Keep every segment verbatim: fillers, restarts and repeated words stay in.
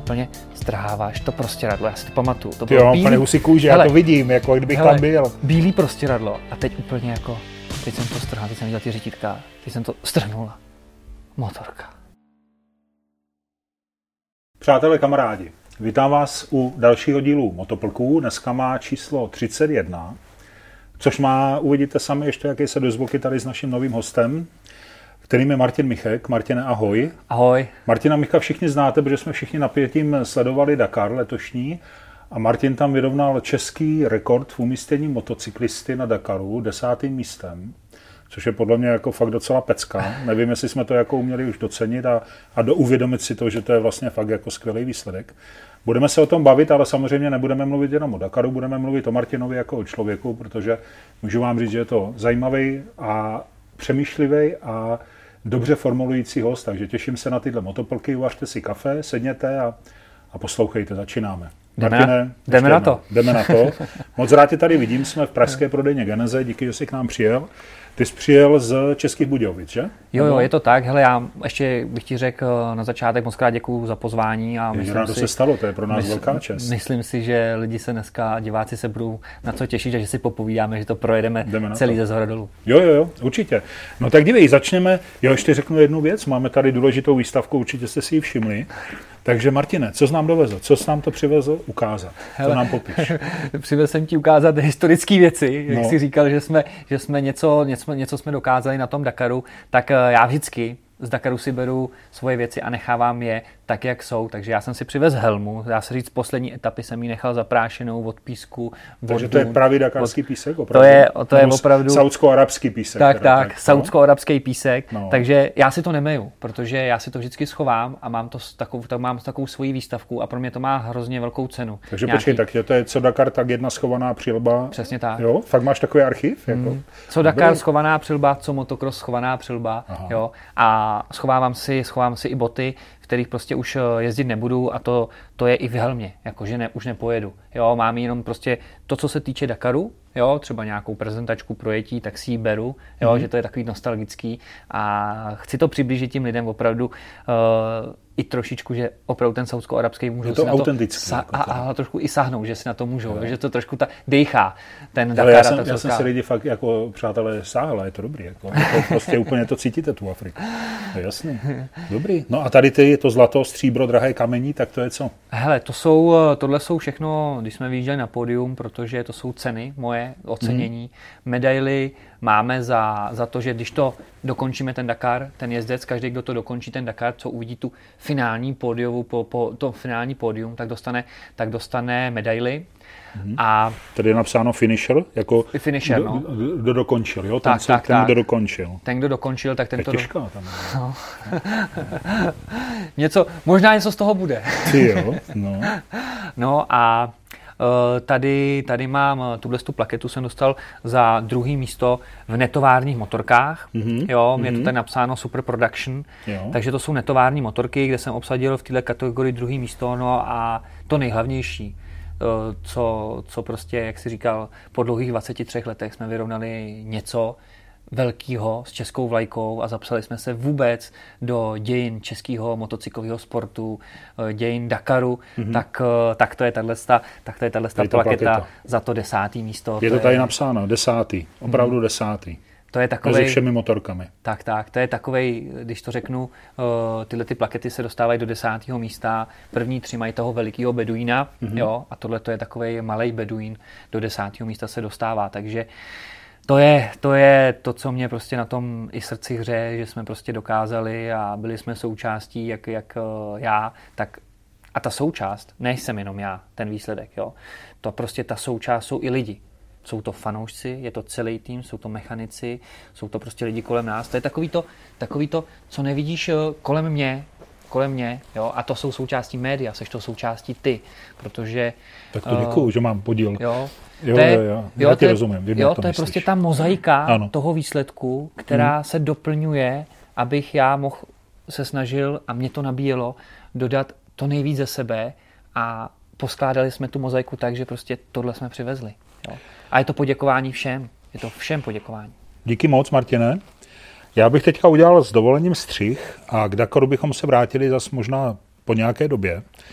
úplně strháváš to prostěradlo, já si to pamatuju. To Ty jo, pane husí kůže, já to vidím, jako kdybych hele, tam byl. Bílý prostěradlo a teď úplně jako, teď jsem to strhal, teď jsem viděl ty řitítka, teď jsem to strhnula. Motorka. Přátelé, kamarádi, vítám vás u dalšího dílu Motoplků. Dneska má číslo třicet jedna, což má, uvidíte sami ještě, jaké se dozvuky tady s naším novým hostem, kterým je Martin Michek. Martine, ahoj. Ahoj. Martina Micha všichni znáte, protože jsme všichni napětím sledovali Dakar letošní a Martin tam vyrovnal český rekord v umístění motocyklisty na Dakaru desátým místem, což je podle mě jako fakt docela pecka. Nevím, jestli jsme to jako uměli už docenit a, a douvědomit si to, že to je vlastně fakt jako skvělý výsledek. Budeme se o tom bavit, ale samozřejmě nebudeme mluvit jenom o Dakaru, budeme mluvit o Martinovi jako o člověku, protože můžu vám říct, že je to zajímavý a přemýšlivý a dobře formulující host, takže těším se na tyhle motoplky, uvařte si kafe, sedněte a, a poslouchejte, začínáme. Jdeme, Martine, jdeme na to. Jdeme na to. Moc rád tě tady vidím, jsme v pražské prodejně Geneze, díky, že jsi k nám přijel. Ty jsi přijel z Českých Budějovic, že? Jo, jo, je to tak. Hele, já ještě bych ti řekl na začátek moc krát děkuju za pozvání. A myslím rádo si, se stalo, to je pro nás mysl, velká čest. Myslím si, že lidi se dneska, diváci se budou na co těšit a že si popovídáme, že to projedeme celý ze zhora dolů. Jo, jo, jo, určitě. No tak dívej, začneme. Jo, ještě řeknu jednu věc, máme tady důležitou výstavku, určitě jste si ji všimli. Takže Martine, co jsi nám dovezl? Co jsi nám to přivezl ukázat? Hele, to nám popiš. Přivezl jsem ti ukázat historické věci, jak no. jsi říkal, že jsme, že jsme něco, něco, něco jsme dokázali na tom Dakaru, tak já vždycky z Dakaru si beru svoje věci a nechávám je tak, jak jsou. Takže já jsem si přivez helmu. Dá se říct, poslední etapy jsem ji nechal zaprášenou od písku. Takže od to je pravý dakarský písek? Opravdu? To je, to je opravdu... Saúdsko-arabský písek. Tak, teda, tak, tak saúdsko-arabský písek. No. Takže já si to nemeju, protože já si to vždycky schovám a mám to takovou, tak mám takovou svoji výstavku a pro mě to má hrozně velkou cenu. Takže nějaký... počkej, tak to je co Dakar, tak jedna schovaná přilba. Přesně tak. Jo? Fakt máš takový archiv? Jako? Mm. Co Dakar, Dobrý. schovaná přilba, co motocross, schovaná přilba. Jo? A schovávám si, schovám si i boty, kterých prostě už jezdit nebudu a to, to je i v helmě, jakože ne, už nepojedu. Jo, mám jenom prostě to, co se týče Dakaru, jo, třeba nějakou prezentačku projetí, tak si ji beru, jo, mm-hmm. že to je takový nostalgický a chci to přiblížit tím lidem opravdu uh, i trošičku, že opravdu ten saúdsko-arabský můžou to si na to sa- a, a trošku i sahnou, že si na to můžou, jo. že to trošku ta, dejchá ten Dakar. Ale já jsem, já jsem si lidi fakt jako přátelé sáhl, je to dobrý, jako, jako prostě úplně to cítíte tu Afriku. Je jasný. Dobrý. No a tady ty, je to zlato, stříbro, drahé kamení, tak to je co? Hele, to jsou, tohle jsou všechno, když jsme vyjížděli na pódium, protože to jsou ceny moje, ocenění, mm. medaily máme za, za to, že když to dokončíme ten Dakar, ten jezdec, každý, kdo to dokončí ten Dakar, co uvidí tu finální pódiovou, po, po, to finální pódium, tak dostane, tak dostane medaily. Mm-hmm. A tady je napsáno finisher, jako finisher, kdo, no. kdo dokončil, jo? Ten, tak, co, tak, ten, tak. kdo dokončil. Ten, kdo dokončil, tak ten to... Je těžká tam. No. něco, možná něco z toho bude. Ty jo, no. No a Tady, tady mám, tuhle tu plaketu jsem dostal za druhý místo v netovárních motorkách. Mm-hmm. Jo, mě mm-hmm. to tady napsáno Super Production. Jo. Takže to jsou netovární motorky, kde jsem obsadil v této kategorii druhý místo. No a to nejhlavnější, co, co prostě, jak jsi říkal, po dlouhých dvaceti třech letech jsme vyrovnali něco velkýho s českou vlajkou a zapsali jsme se vůbec do dějin českého motocyklového sportu, dějin Dakaru, mm-hmm. tak, tak to je tato, tak to je tato plaketa, plaketa za to desátý místo. Je to, to tady je... napsáno, desátý, opravdu mm. desátý. To je takovej, mezi všemi motorkami. Tak, tak, to je takovej, když to řeknu, tyhle ty plakety se dostávají do desátého místa, první tři mají toho velikého beduína, mm-hmm. jo, a tohle to je takovej malej beduín, do desátého místa se dostává, takže To je, to je to, co mě prostě na tom i srdci hře, že jsme prostě dokázali a byli jsme součástí, jak, jak já, tak a ta součást, nejsem jenom já, ten výsledek, jo. To prostě ta součást jsou i lidi. Jsou to fanoušci, je to celý tým, jsou to mechanici, jsou to prostě lidi kolem nás. To je takový to, takový to co nevidíš kolem mě, kolem mě, jo, a to jsou součástí média, seš to součástí ty, protože... Tak to děkuju, uh, že mám podíl. Jo, jo, to je, jo, jo, já ti rozumím. Jo, to, to je prostě ta mozaika ano. toho výsledku, která hmm. se doplňuje, abych já mohl se snažil, a mě to nabíjelo, dodat to nejvíc ze sebe a poskládali jsme tu mozaiku tak, že prostě tohle jsme přivezli. Jo. A je to poděkování všem, je to všem poděkování. Díky moc, Martine. Já bych teďka udělal s dovolením střih a k Dakaru bychom se vrátili zas možná po nějaké době.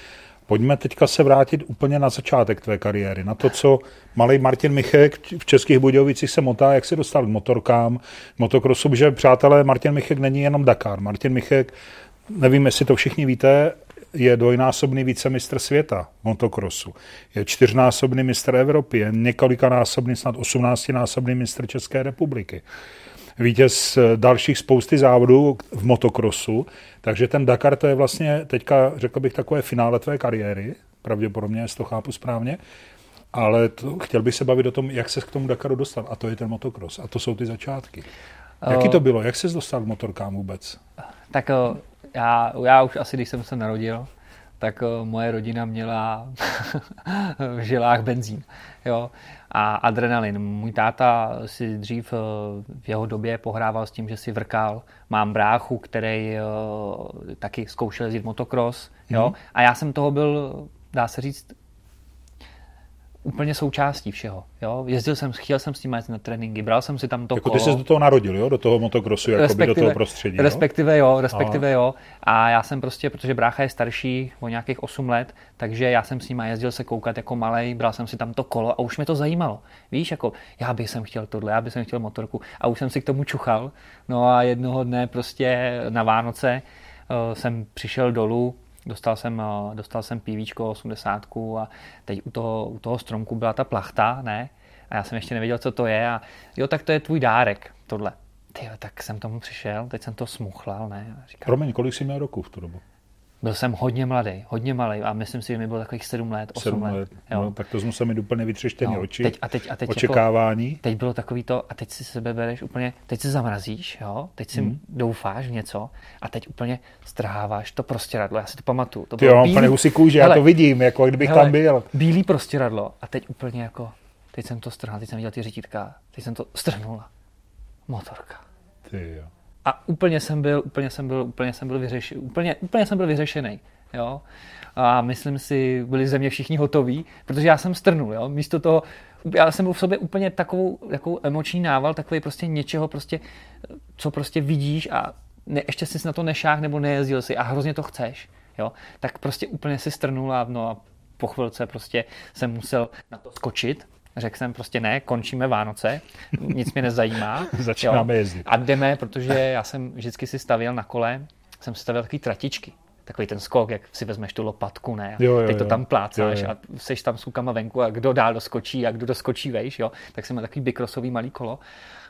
Pojďme teďka se vrátit úplně na začátek tvé kariéry, na to, co malej Martin Michek v Českých Budějovicích se motá, jak se dostal k motorkám, motokrosu, že přátelé, Martin Michek není jenom Dakar. Martin Michek, nevím, jestli to všichni víte, je dvojnásobný vicemistr světa v motokrosu. Je čtyřnásobný mistr Evropy, je několikanásobný, snad osmnáctinásobný mistr České republiky. Vítěz dalších spousty závodů v motokrosu, takže ten Dakar to je vlastně teďka, řekl bych, takové finále tvé kariéry, pravděpodobně, jestli to chápu správně, ale to, chtěl bych se bavit o tom, jak ses k tomu Dakaru dostal, a to je ten motokros, a to jsou ty začátky. Jaký to bylo? Jak ses dostal k motorkám vůbec? Tak já, já už asi, když jsem se narodil, tak moje rodina měla v žilách benzín, jo, a adrenalin. Můj táta si dřív v jeho době pohrával s tím, že si vrkal. Mám bráchu, který taky zkoušel jezdit motokros, jo, mm. a já jsem toho byl, dá se říct, úplně součástí všeho. Jo? Jezdil jsem, chtěl jsem s tím jít na tréninky, bral jsem si tam to jako kolo. Ty jsi do toho narodil, jo? Do toho motokrosu, jakoby do toho prostředí. Respektive jo, respektive jo. A já jsem prostě, protože brácha je starší o nějakých osm let, takže já jsem s ním jezdil se koukat jako malej, bral jsem si tam to kolo a už mě to zajímalo. Víš, jako já bych jsem chtěl tohle, já bych jsem chtěl motorku a už jsem si k tomu čuchal. No a jednoho dne prostě na Vánoce uh, jsem přišel dolů. Dostal jsem, dostal jsem pívíčko osmdesátku a teď u toho, u toho stromku byla ta plachta, ne? A já jsem ještě nevěděl, co to je a jo, tak to je tvůj dárek, tohle. Tyjo, tak jsem tomu přišel, teď jsem to smuchlal, ne? A říkám, promiň, kolik jsi měl roku v tu dobu? Byl jsem hodně mladý, hodně malý a myslím si, že mi bylo takových sedm let, osm let. let. Jo. No, tak to jsme mít úplně vytřeštěný no, oči, teď, a teď, a teď očekávání. Jako, teď bylo takový to, a teď si sebe bereš úplně, teď si zamrazíš, jo? Teď si hmm. doufáš v něco a teď úplně strháváš to prostěradlo, já si to pamatuju. To Ty jo, mám úplně husí kůže, já to vidím, jako kdybych hele, tam byl. Bílý prostěradlo a teď úplně jako, teď jsem to strhal, teď jsem viděl ty řitítka, teď jsem to strhnula. Motorka. Ty jo. A úplně jsem byl, úplně jsem byl, úplně jsem byl vyřešený, úplně, úplně jsem byl vyřešený, jo. A myslím si, byli ze mě všichni hotoví, protože já jsem strnul, jo. Místo toho, já jsem byl v sobě úplně takovou, takovou emoční nával, takový prostě něčeho prostě, co prostě vidíš a ne, ještě jsi na to nešáhl nebo nejezdil si a hrozně to chceš, jo. Tak prostě úplně si strnul a no a po chvilce prostě jsem musel na to skočit. Řekl jsem prostě ne, končíme Vánoce, nic mě nezajímá. Začínáme jo. jezdit. A jdeme, protože já jsem vždycky si stavěl na kole, jsem si stavěl takový tratičky. Takový ten skok, jak si vezmeš tu lopatku, ne? A jo, jo, teď to tam plácáš jo, jo. a seš tam s klukama venku a kdo dál doskočí a kdo doskočí vejš, jo? Tak jsem měl takový bikrosový malý kolo.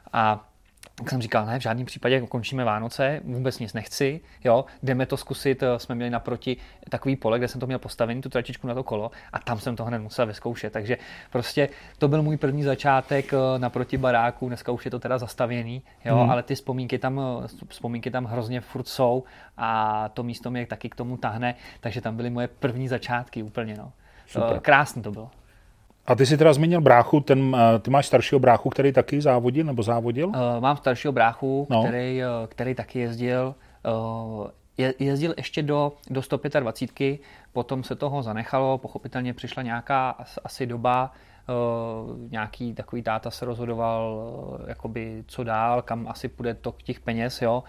A tak jsem říkal, ne, v žádném případě končíme Vánoce, vůbec nic nechci, jo, jdeme to zkusit, jsme měli naproti takový pole, kde jsem to měl postavený, tu tratičku na to kolo a tam jsem to hned musel vyzkoušet, takže prostě to byl můj první začátek naproti baráku, dneska už je to teda zastavěný, jo, hmm. ale ty vzpomínky tam, vzpomínky tam hrozně furt jsou a to místo mě taky k tomu tahne, takže tam byly moje první začátky úplně, no. Super. Krásný to bylo. A ty jsi teda zmínil bráchu, ten, ty máš staršího bráchu, který taky závodil nebo závodil? Uh, mám staršího bráchu, no. který, který taky jezdil. Uh, je, jezdil ještě do, do sto dvacet pět, potom se toho zanechalo, pochopitelně přišla nějaká asi doba, uh, nějaký takový táta se rozhodoval, uh, jakoby co dál, kam asi půjde to těch peněz, jo.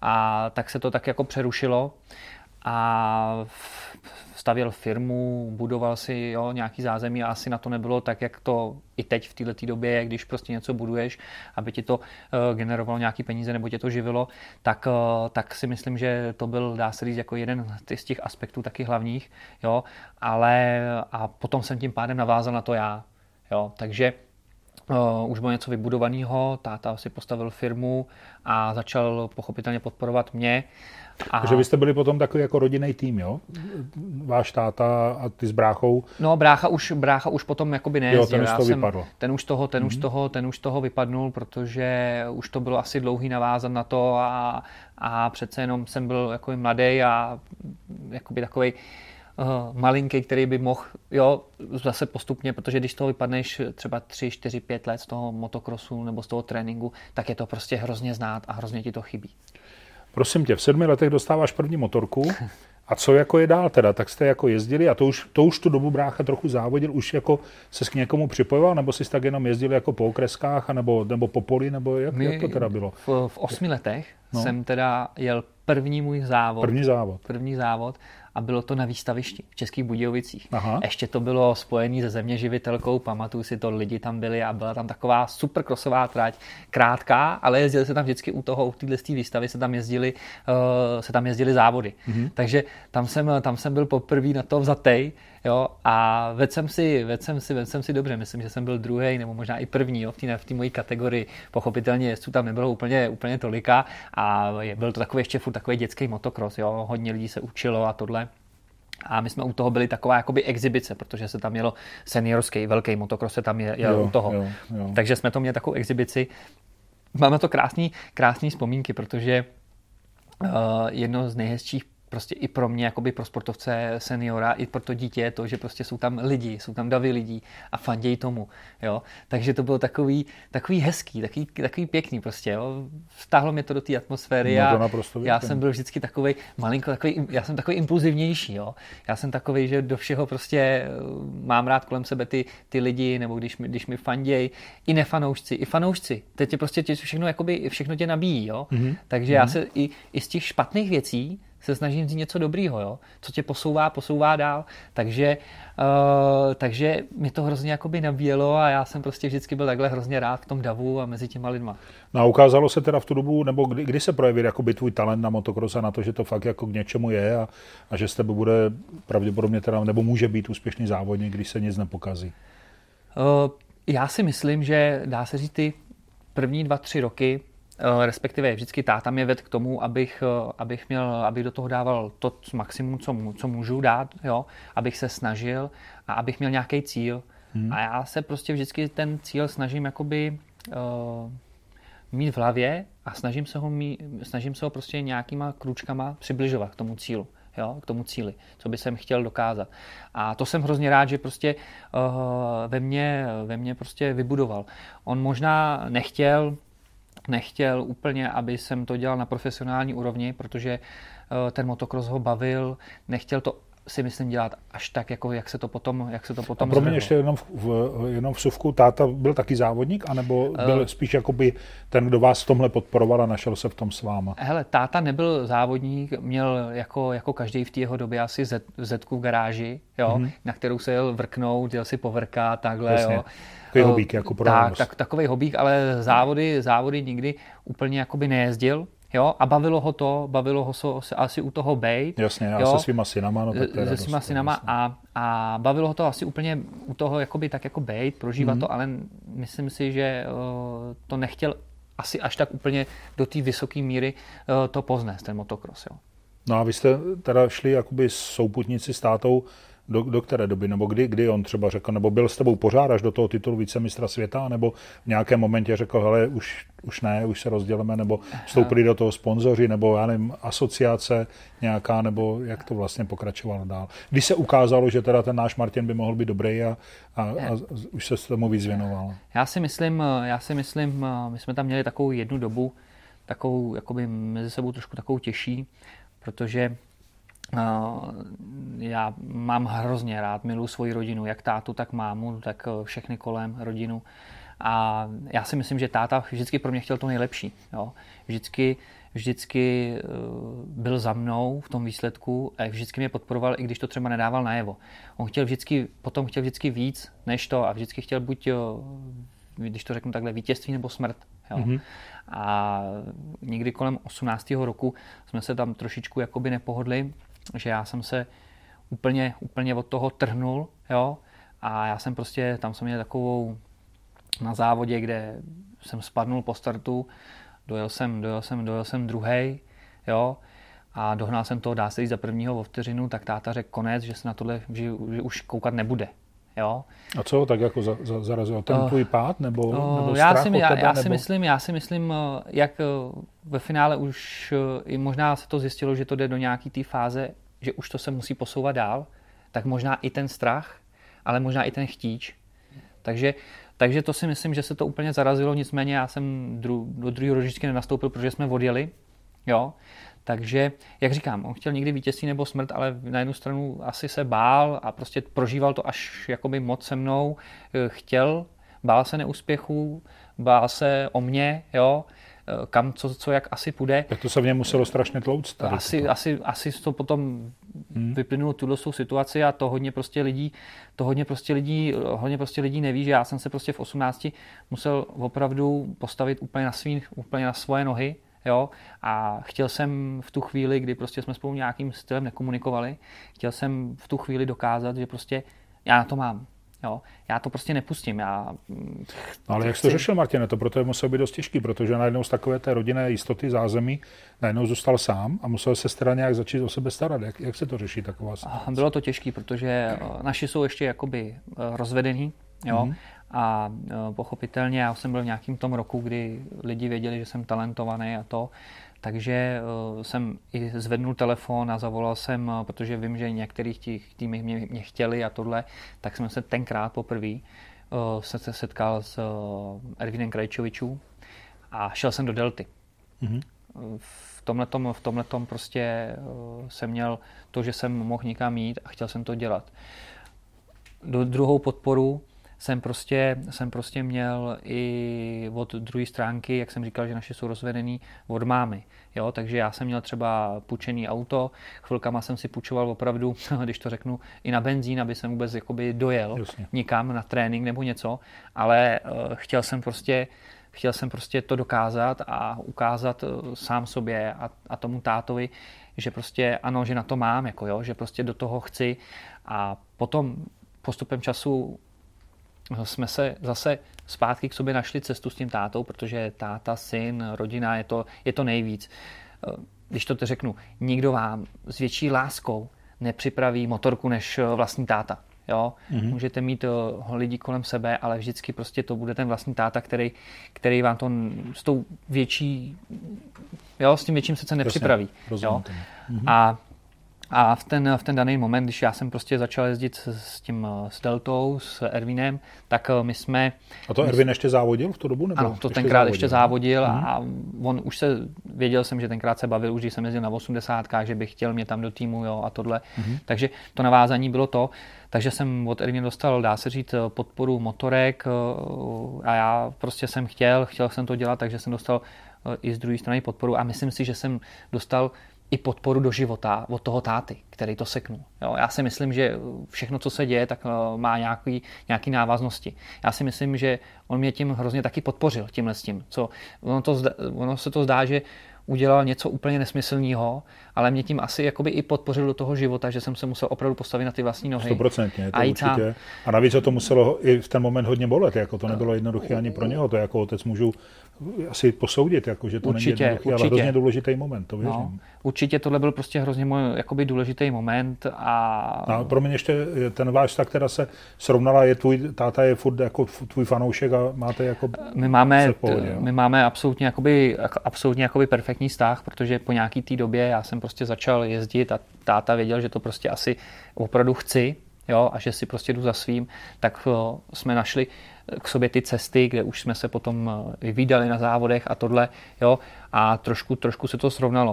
A tak se to tak jako přerušilo. A stavěl firmu, budoval si jo, nějaký zázemí a asi na to nebylo tak, jak to i teď v této době, když prostě něco buduješ, aby ti to uh, generovalo nějaký peníze nebo tě to živilo, tak, uh, tak si myslím, že to byl, dá se říct, jako jeden z těch aspektů taky hlavních, jo, ale a potom jsem tím pádem navázal na to já, jo, takže Uh, už bylo něco vybudovaného, táta si postavil firmu a začal pochopitelně podporovat mě. A... Takže vy jste byli potom takový jako rodinný tým, jo? Váš táta a ty s bráchou? No, brácha už, brácha už potom jakoby nejezdil. Jo, ten už to jsem, vypadl. Ten už toho, ten mm-hmm. už toho, ten už toho vypadnul, protože už to bylo asi dlouhý navázat na to a, a přece jenom jsem byl jako mladý a jakoby takovej Uh, malinký, který by mohl, jo, zase postupně, protože když z toho vypadneš třeba tři, čtyři, pět let z toho motokrosu nebo z toho tréninku, tak je to prostě hrozně znát a hrozně ti to chybí. Prosím tě, v sedmi letech dostáváš první motorku a co jako je dál teda? Tak jste jako jezdili a to už, to už tu dobu brácha trochu závodil, už jako ses k někomu připojoval, nebo jsi tak jenom jezdil jako po okreskách, nebo, nebo po poli, nebo jak, My, jak to teda bylo? V, v osmi letech no. jsem teda jel první můj závod. První závod. První závod a bylo to na výstavišti v Českých Budějovicích. Aha. Ještě to bylo spojené se zeměživitelkou, pamatuju si to, lidi tam byli a byla tam taková super krosová trať, krátká, ale jezdili se tam vždycky u toho, u téhle výstavy se tam jezdili, uh, se tam jezdili závody. Mm-hmm. Takže tam jsem, tam jsem byl poprvé na to vzatej, jo, a vedl jsem si, vedl jsem si, vedl jsem si dobře, myslím, že jsem byl druhý nebo možná i první, jo, v té v té mojí kategorii. Pochopitelně jezdců tam nebylo úplně, úplně tolika a byl to takový ještě furt takový dětský motocross, jo, hodně lidí se učilo a tohle. A my jsme u toho byli taková jakoby exibice, protože se tam jelo seniorský, velký motocross se tam jel jo, u toho. Jo, jo. Takže jsme to měli takovou exibici. Máme to krásný, krásný vzpomínky, protože uh, jedno z nejhezčích prostě i pro mě, jakoby pro sportovce seniora, i pro to dítě je to, že prostě jsou tam lidi, jsou tam davy lidí a fandějí tomu, jo. Takže to bylo takový, takový hezký, takový, takový pěkný prostě, jo. Vtáhlo mě to do té atmosféry no, a já jsem byl vždycky takovej malinko, takový, já jsem takový impulzivnější, jo. Já jsem takovej, že do všeho prostě mám rád kolem sebe ty, ty lidi, nebo když mi, když mi fandějí, i nefanoušci, i fanoušci. Teď tě prostě tě všechno, jakoby, všechno tě nabíjí, jo. Mm-hmm. Takže mm-hmm. já se i, i z těch špatných věcí se snažím říct něco dobrýho, jo? Co tě posouvá, posouvá dál. Takže, uh, takže mi to hrozně jakoby nabíjelo a já jsem prostě vždycky byl takhle hrozně rád v tom davu a mezi těma lidma. No a ukázalo se teda v tu dobu, nebo kdy, kdy se projevil jakoby tvůj talent na motocross a na to, že to fakt jako k něčemu je a, a že z tebe bude pravděpodobně teda, nebo může být úspěšný závodník, když se nic nepokazí? Uh, já si myslím, že dá se říct ty první dva, tři roky, respektive vždycky táta mě vedl k tomu, abych, abych, měl, abych do toho dával to maximum, co, co můžu dát, jo? Abych se snažil a abych měl nějaký cíl. Hmm. A já se prostě vždycky ten cíl snažím jakoby uh, mít v hlavě a snažím se ho, mít, snažím se ho prostě nějakýma krůčkama přibližovat k tomu cílu. Jo, k tomu cíli, co by jsem chtěl dokázat. A to jsem hrozně rád, že prostě uh, ve mně, ve mně prostě vybudoval. On možná nechtěl nechtěl úplně, aby jsem to dělal na profesionální úrovni, protože uh, ten motocross ho bavil, nechtěl to si myslím dělat až tak, jako jak se to potom, jak se to potom a pro mě ještě jenom v, v, jenom v suvku, táta byl taky závodník, anebo byl uh, spíš jakoby ten, kdo vás v tomhle podporoval a našel se v tom s váma? Hele, táta nebyl závodník, měl jako, jako každý v té jeho době asi Z, Zetku v garáži, jo, mm-hmm. na kterou se jel vrknout, jel si povrkat, takhle, Jasně. jo. Takový hobík jako pro tak, tak, takovej hobík, ale závody, závody nikdy úplně jakoby nejezdil. Jo, a bavilo ho to, bavilo ho se asi u toho bejt. Jasně, já se svýma synama. No, tak se svýma synama a, a bavilo ho to asi úplně u toho jakoby, tak jako bejt, prožívat mm-hmm. to, ale myslím si, že uh, to nechtěl asi až tak úplně do té vysoké míry uh, to poznést, ten motocross. Jo. No a vy jste teda šli jakoby souputníci s tátou do, do které doby, nebo kdy, kdy on třeba řekl, nebo byl s tebou pořád až do toho titulu vicemistra světa, nebo v nějakém momentě řekl, hele, už, už ne, už se rozdělíme, nebo vstoupili do toho sponzoři, nebo já nevím, asociace nějaká, nebo jak to vlastně pokračovalo dál. Když se ukázalo, že teda ten náš Martin by mohl být dobrý a, a, a už se s tomu víc věnoval. Já si myslím, já si myslím, my jsme tam měli takovou jednu dobu, takovou, jakoby mezi sebou trošku takovou těžší, protože Uh, já mám hrozně rád, miluji svoji rodinu, jak tátu, tak mámu, tak všechny kolem rodinu. A já si myslím, že táta vždycky pro mě chtěl to nejlepší. Jo. Vždycky, vždycky uh, byl za mnou v tom výsledku a vždycky mě podporoval, i když to třeba nedával najevo. On chtěl vždycky, potom chtěl vždycky víc než to a vždycky chtěl buď, uh, když to řeknu takhle, vítězství nebo smrt. Jo. Mm-hmm. A někdy kolem osmnáctého roku jsme se tam trošičku jakoby nepohodli, že já jsem se úplně, úplně od toho trhnul, jo, a já jsem prostě, tam jsem měl takovou na závodě, kde jsem spadnul po startu, dojel jsem, dojel jsem, dojel jsem druhej, jo, a dohnal jsem to, dá se říct, za prvního o vteřinu, tak táta řekl konec, že se na tohle, že, že už koukat nebude. Jo. A co tak jako za, za, zarazilo? Ten tvůj pád nebo, uh, nebo já strach si, od já, tebe? Já, nebo? si myslím, já si myslím, jak ve finále už i možná se to zjistilo, že to jde do nějaký té fáze, že už to se musí posouvat dál, tak možná i ten strach, ale možná i ten chtíč. Takže, takže to si myslím, že se to úplně zarazilo, nicméně já jsem dru, do druhého rožičky nenastoupil, protože jsme odjeli, jo. Takže, jak říkám, on chtěl někdy vítězství nebo smrt, ale na jednu stranu asi se bál a prostě prožíval to až jakoby moc se mnou. Chtěl, bál se neúspěchů, bál se o mě, jo, kam, co, co jak asi půjde. Tak to se v něm muselo strašně tlouct. Asi, asi, asi to potom hmm. vyplynulo tuhle situaci a to hodně prostě lidí, to hodně prostě lidí, hodně prostě lidí neví, že já jsem se prostě v osmnácti musel opravdu postavit úplně na svý, úplně na svoje nohy, jo, a chtěl jsem v tu chvíli, kdy prostě jsme spolu nějakým stylem nekomunikovali, chtěl jsem v tu chvíli dokázat, že prostě já na to mám. Jo, já to prostě nepustím. Já, no, ale jak jsi to řešil, Martine? To proto je muselo být dost těžký, protože najednou z takové té rodinné jistoty, zázemí, najednou zůstal sám a musel se teda nějak začít o sebe starat. Jak, jak se to řeší taková situace? Bylo to těžký, protože naši jsou ještě jakoby rozvedení, jo, mm-hmm. a pochopitelně já jsem byl v nějakým tom roku, kdy lidi věděli, že jsem talentovaný a to, takže uh, jsem i zvednul telefon a zavolal jsem, uh, protože vím, že některých těch týmech mě, mě chtěli a tohle, tak jsem se tenkrát poprvé uh, se, se setkal s uh, Ervinem Krajčovičů a šel jsem do Delty. Mm-hmm. V tomhletom, v tomhletom prostě uh, jsem měl to, že jsem mohl někam jít a chtěl jsem to dělat. Do druhou podporu jsem prostě, jsem prostě měl i od druhé stránky, jak jsem říkal, že naše jsou rozvedený, od mámy. Jo, takže já jsem měl třeba půjčený auto, chvilkama jsem si půjčoval opravdu, když to řeknu, i na benzín, aby jsem vůbec jakoby dojel Jasně. nikam na trénink nebo něco, ale uh, chtěl jsem prostě chtěl jsem prostě to dokázat a ukázat uh, sám sobě a, a tomu tátovi, že prostě ano, že na to mám, jako jo, že prostě do toho chci a potom postupem času jsme se zase zpátky k sobě našli cestu s tím tátou, protože táta, syn, rodina, je to, je to nejvíc. Když to te řeknu, nikdo vám s větší láskou nepřipraví motorku než vlastní táta. Jo? Mm-hmm. Můžete mít lidi kolem sebe, ale vždycky prostě to bude ten vlastní táta, který, který vám to s tou větší, jo, s tím větším srdcem nepřipraví. Jo? Mm-hmm. A A v ten, v ten daný moment, když já jsem prostě začal jezdit s, s tím s Deltou, s Ervinem, tak my jsme... A to Ervin ještě závodil v tu dobu? Nebo ano, to ještě tenkrát závodil, ještě závodil a, a on už se, věděl jsem, že tenkrát se bavil, už když jsem jezdil na osmdesátkách, že by chtěl mě tam do týmu, jo, a tohle. Mm-hmm. Takže to navázání bylo to. Takže jsem od Ervina dostal, dá se říct, podporu motorek a já prostě jsem chtěl, chtěl jsem to dělat, takže jsem dostal i z druhé strany podporu a myslím si, že jsem dostal i podporu do života od toho táty, který to seknul. Jo, já si myslím, že všechno, co se děje, tak má nějaký, nějaký návaznosti. Já si myslím, že on mě tím hrozně taky podpořil, tímhle s tím. Co, ono, to, ono se to zdá, že udělal něco úplně nesmyslného, ale mě tím asi jakoby i podpořil do toho života, že jsem se musel opravdu postavit na ty vlastní nohy. Stoprocentně, to určitě. A navíc to muselo i v ten moment hodně bolet, jako to nebylo jednoduché ani pro něho, to jako otec můžu asi posoudit, jako, že to určitě, není jednoduchý, ale hrozně důležitý moment, to věřím. No, určitě tohle byl prostě hrozně můj jakoby důležitý moment. A... No, pro mě ještě ten váš vztah, která se srovnala, je tvůj táta je furt jako tvůj fanoušek a máte jako my máme, pohodě, my máme absolutně, jakoby, absolutně jakoby perfektní vztah, protože po nějaký té době já jsem prostě začal jezdit a táta věděl, že to prostě asi opravdu chci, jo, a že si prostě jdu za svým, tak o, jsme našli k sobě ty cesty, kde už jsme se potom vydali na závodech a tohle, jo, a trošku, trošku se to srovnalo.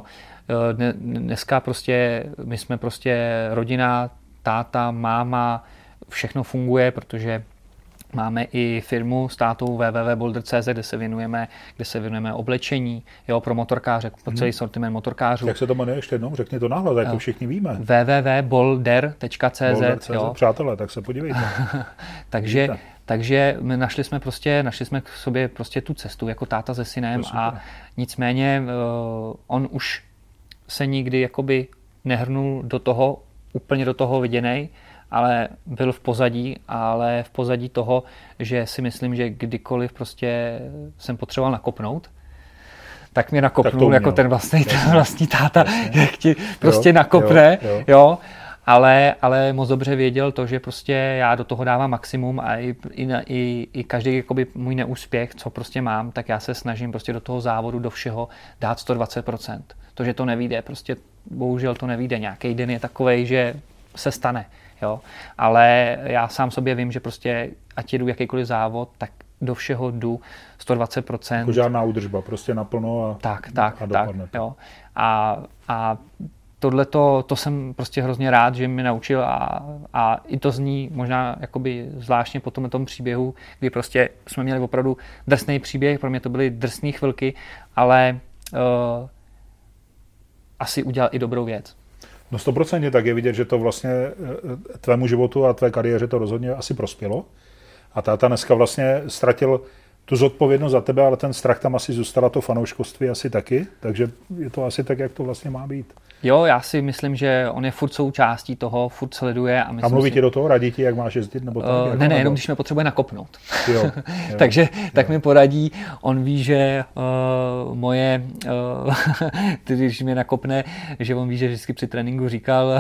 Dneska prostě, my jsme prostě rodina, táta, máma, všechno funguje, protože máme i firmu s tátou w w w tečka boulder tečka c z, kde se věnujeme, kde se věnujeme oblečení, jo, pro motorkáře, pro celý sortiment motorkářů. Jak se to jmenuje ještě jednou? Řekni to nahlas, jak to všichni víme. w w w tečka boulder tečka c z, jo. Přátelé, tak se podívejte. Takže Takže my našli jsme prostě, našli jsme k sobě prostě tu cestu jako táta se synem a nicméně uh, on už se nikdy jakoby nehrnul do toho, úplně do toho viděnej, ale byl v pozadí, ale v pozadí toho, že si myslím, že kdykoliv prostě jsem potřeboval nakopnout, tak mě nakopnul tak jako ten vlastní, ten vlastní táta, jasně. Jak ti prostě jo, nakopne, jo, jo. jo. Ale, ale moc dobře věděl to, že prostě já do toho dávám maximum a i, i, i, i každý jakoby můj neúspěch, co prostě mám, tak já se snažím prostě do toho závodu, do všeho dát sto dvacet procent. To, že to nevyjde, prostě bohužel to nevyjde. Nějaký den je takovej, že se stane. Jo? Ale já sám sobě vím, že prostě ať jedu jakýkoliv závod, tak do všeho jdu sto dvacet procent. Jako žádná údržba, prostě naplno a, tak, tak, a tak, jo. A, a tohle to jsem prostě hrozně rád, že mi naučil a, a i to zní možná jakoby zvláštně po tom, tom příběhu, kdy prostě jsme měli opravdu drsný příběh, pro mě to byly drsné chvilky, ale uh, asi udělal i dobrou věc. No sto procent tak je vidět, že to vlastně tvému životu a tvé kariéře to rozhodně asi prospělo. A táta dneska vlastně ztratil tu zodpovědnost za tebe, ale ten strach tam asi zůstala, to fanouškovství asi taky, takže je to asi tak, jak to vlastně má být. Jo, já si myslím, že on je furt součástí toho, furt sleduje. A, a mluví si... ti do toho, radí ti, jak máš jezdit? Nebo tak, uh, jako ne, ne, nebo... jenom když mě potřebuje nakopnout. Jo, jo, takže jo. tak mi poradí, on ví, že uh, moje, uh, když mě nakopne, že on ví, že vždycky při tréninku říkal,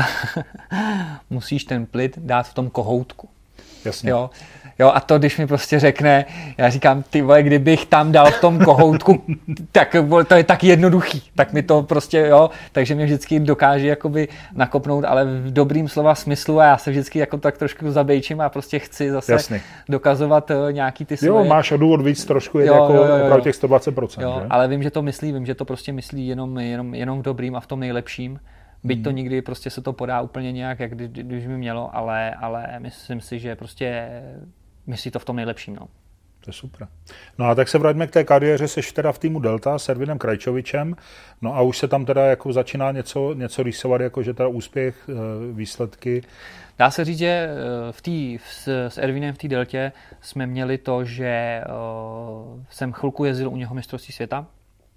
musíš ten plyd dát v tom kohoutku. Jasně. Jo. Jo, a to, když mi prostě řekne, já říkám, ty vole, kdybych tam dal v tom kohoutku, tak to je tak jednoduchý, tak mi to prostě, jo, takže mě vždycky dokáže jakoby nakopnout, ale v dobrým slova smyslu a já se vždycky jako tak trošku zabejčím a prostě chci zase Jasný. dokazovat nějaký ty svoje... Jo, máš o důvod víc trošku, je jo, jako jo, jo, jo. opravdu těch sto dvacet procent. Jo, že? ale vím, že to myslí, vím, že to prostě myslí jenom, jenom, jenom v dobrým a v tom nejlepším. Byť to nikdy prostě se to podá úplně nějak, jak když, když by mělo, ale, ale myslím si, že prostě myslí to v tom nejlepším. No. To je super. No a tak se vraťme k té kariéře, seš teda v týmu Delta s Ervinem Krajčovičem, no a už se tam teda jako začíná něco, něco rýsovat, jako že teda úspěch, výsledky. Dá se říct, že v tý, s, s Ervinem v té Deltě jsme měli to, že uh, jsem chvilku jezdil u něho mistrovství světa.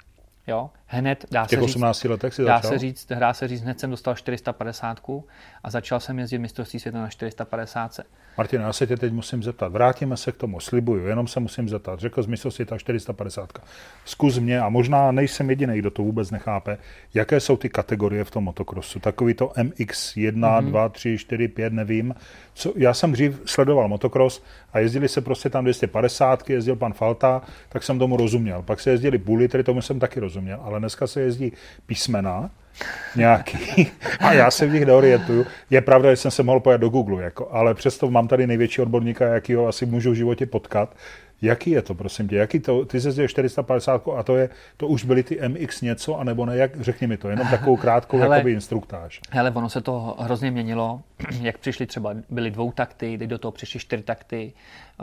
Jo, hned, dá v těch se říct, osmnácti letech si dá začal? se říct, dá se říct, hned jsem dostal čtyři sta padesát a začal jsem jezdit mistrovství světa na čtyři sta padesát. Martin, já se tě teď musím zeptat. Vrátíme se k tomu, slibuju, jenom se musím zeptat. Řekl jsi mistrovství světa čtyři sta padesát. Zkus mě, a možná nejsem jediný, kdo to vůbec nechápe, jaké jsou ty kategorie v tom motokrosu. Takový to M X jedna, mm-hmm. dva, tři, čtyři, pět, nevím. Co, já jsem dřív sledoval motokros a jezdili se prostě tam dvě stě padesát, jezdil pan Falta, tak jsem tomu rozuměl. Pak se jezdili půl litry, tomu jsem taky rozuměl, ale dneska se jezdí písmena nějaký a já se v nich neorientuju. Je pravda, že jsem se mohl pojet do Google, jako, ale přesto mám tady největší odborníka, jakýho asi můžu v životě potkat. Jaký je to, prosím tě? Jaký to, ty se jezdil čtyři sta padesát a to, je, to už byly ty M X něco, anebo ne? Jak, řekni mi to, jenom takovou krátkou hele, jakoby instruktáž. Hele, ono se to hrozně měnilo, jak přišli třeba, byly dvoutakty, teď do toho přišly čtyřtakty, uh,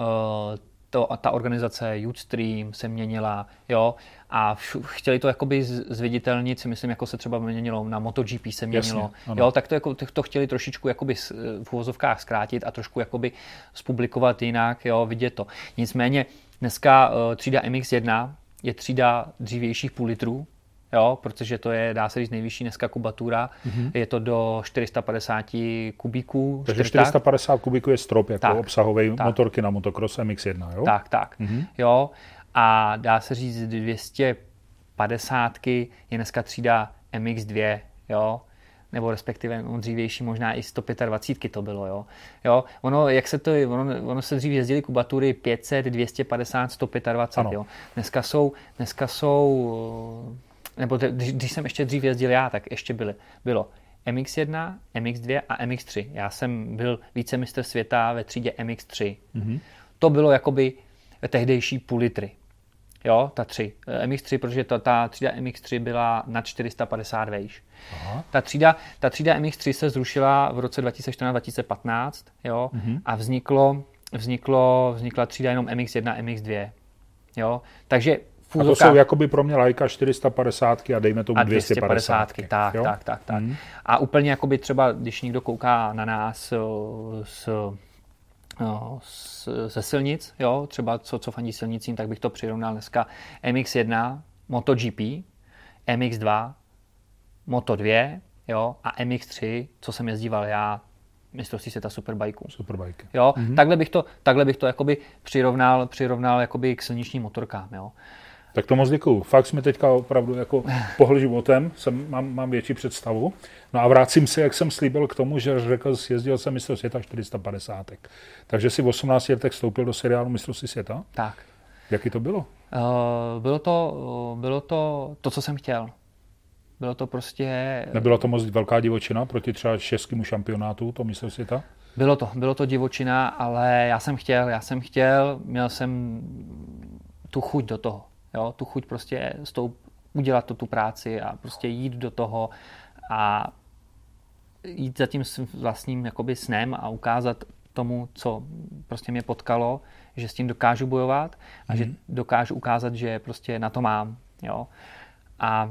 to, a ta organizace Youthstream se měnila, jo, a vš- chtěli to jakoby zviditelnit, si myslím, jako se třeba měnilo na MotoGP se měnilo, jasně, jo, tak to, jako, to chtěli trošičku jakoby v uvozovkách zkrátit a trošku jakoby zpublikovat jinak, jo, vidět to. Nicméně dneska uh, třída M X jedna je třída dřívějších půl litrů, jo, protože to je, dá se říct, nejvyšší dneska kubatura, mm-hmm. je to do čtyři sta padesát kubíků. Takže čtyři sta padesát kubíků je strop jako tak, obsahový tak. motorky na motocross M X jedna, jo? Tak, tak, mm-hmm. jo, a dá se říct, dvě stě padesát je dneska třída M X dva, jo, nebo respektive dřívější možná i sto dvacet pět to bylo, jo. Jo, ono, jak se to, ono, ono se dřív jezdili kubatury pět set, dvě stě padesát, sto dvacet pět, jo. Dneska jsou, dneska jsou, nebo když, když jsem ještě dřív jezdil já, tak ještě byly, bylo M X jedna, M X dva a M X tři. Já jsem byl vícemistr světa ve třídě M X tři. Mm-hmm. To bylo jakoby tehdejší půl litry. Jo, ta tři. M X tři, protože ta, ta třída M X tři byla na čtyři sta padesát vejš. Aha. Ta třída, ta třída M X tři se zrušila v roce dva tisíce čtrnáct dva tisíce patnáct, jo, mm-hmm. a vzniklo, vzniklo, vznikla třída jenom M X jedna, M X dva. Jo, takže a to jsou jakoby pro mě lajka čtyři sta padesát a dejme tomu dvě stě padesát. Tak, jo? tak, tak, tak. Mm. A úplně jakoby třeba, když někdo kouká na nás s, s, ze silnic, jo, třeba co, co fandí silnicím, tak bych to přirovnal dneska M X jedna, MotoGP, M X dva, Moto dva, jo, a M X tři, co jsem jezdíval já, mistrovství světa superbajků. Superbajky. Jo, mm-hmm. takhle bych to, takhle bych to jakoby přirovnal, přirovnal jakoby k silničním motorkám, jo. Tak to moc děkuju. Fakt jsme teďka opravdu jako pohl životem, jsem, mám, mám větší představu. No a vracím se, jak jsem slíbil, k tomu, že řekl, jezdil jsem mistrovství světa čtyři sta padesát. Takže si v osmnácti letech vstoupil do seriálu mistrovství světa? Tak. Jaký to bylo? Uh, bylo to, uh, bylo to to, co jsem chtěl. Bylo to prostě... Nebyla to moc velká divočina proti třeba českému šampionátu, to mistrovství světa? Bylo to, bylo to divočina, ale já jsem chtěl, já jsem chtěl, měl jsem tu chuť do toho. Jo, tu chuť prostě stoup, udělat to, tu práci a prostě jít do toho a jít za tím vlastním jakoby snem a ukázat tomu, co prostě mě potkalo, že s tím dokážu bojovat a mm. že dokážu ukázat, že prostě na to mám. Jo. A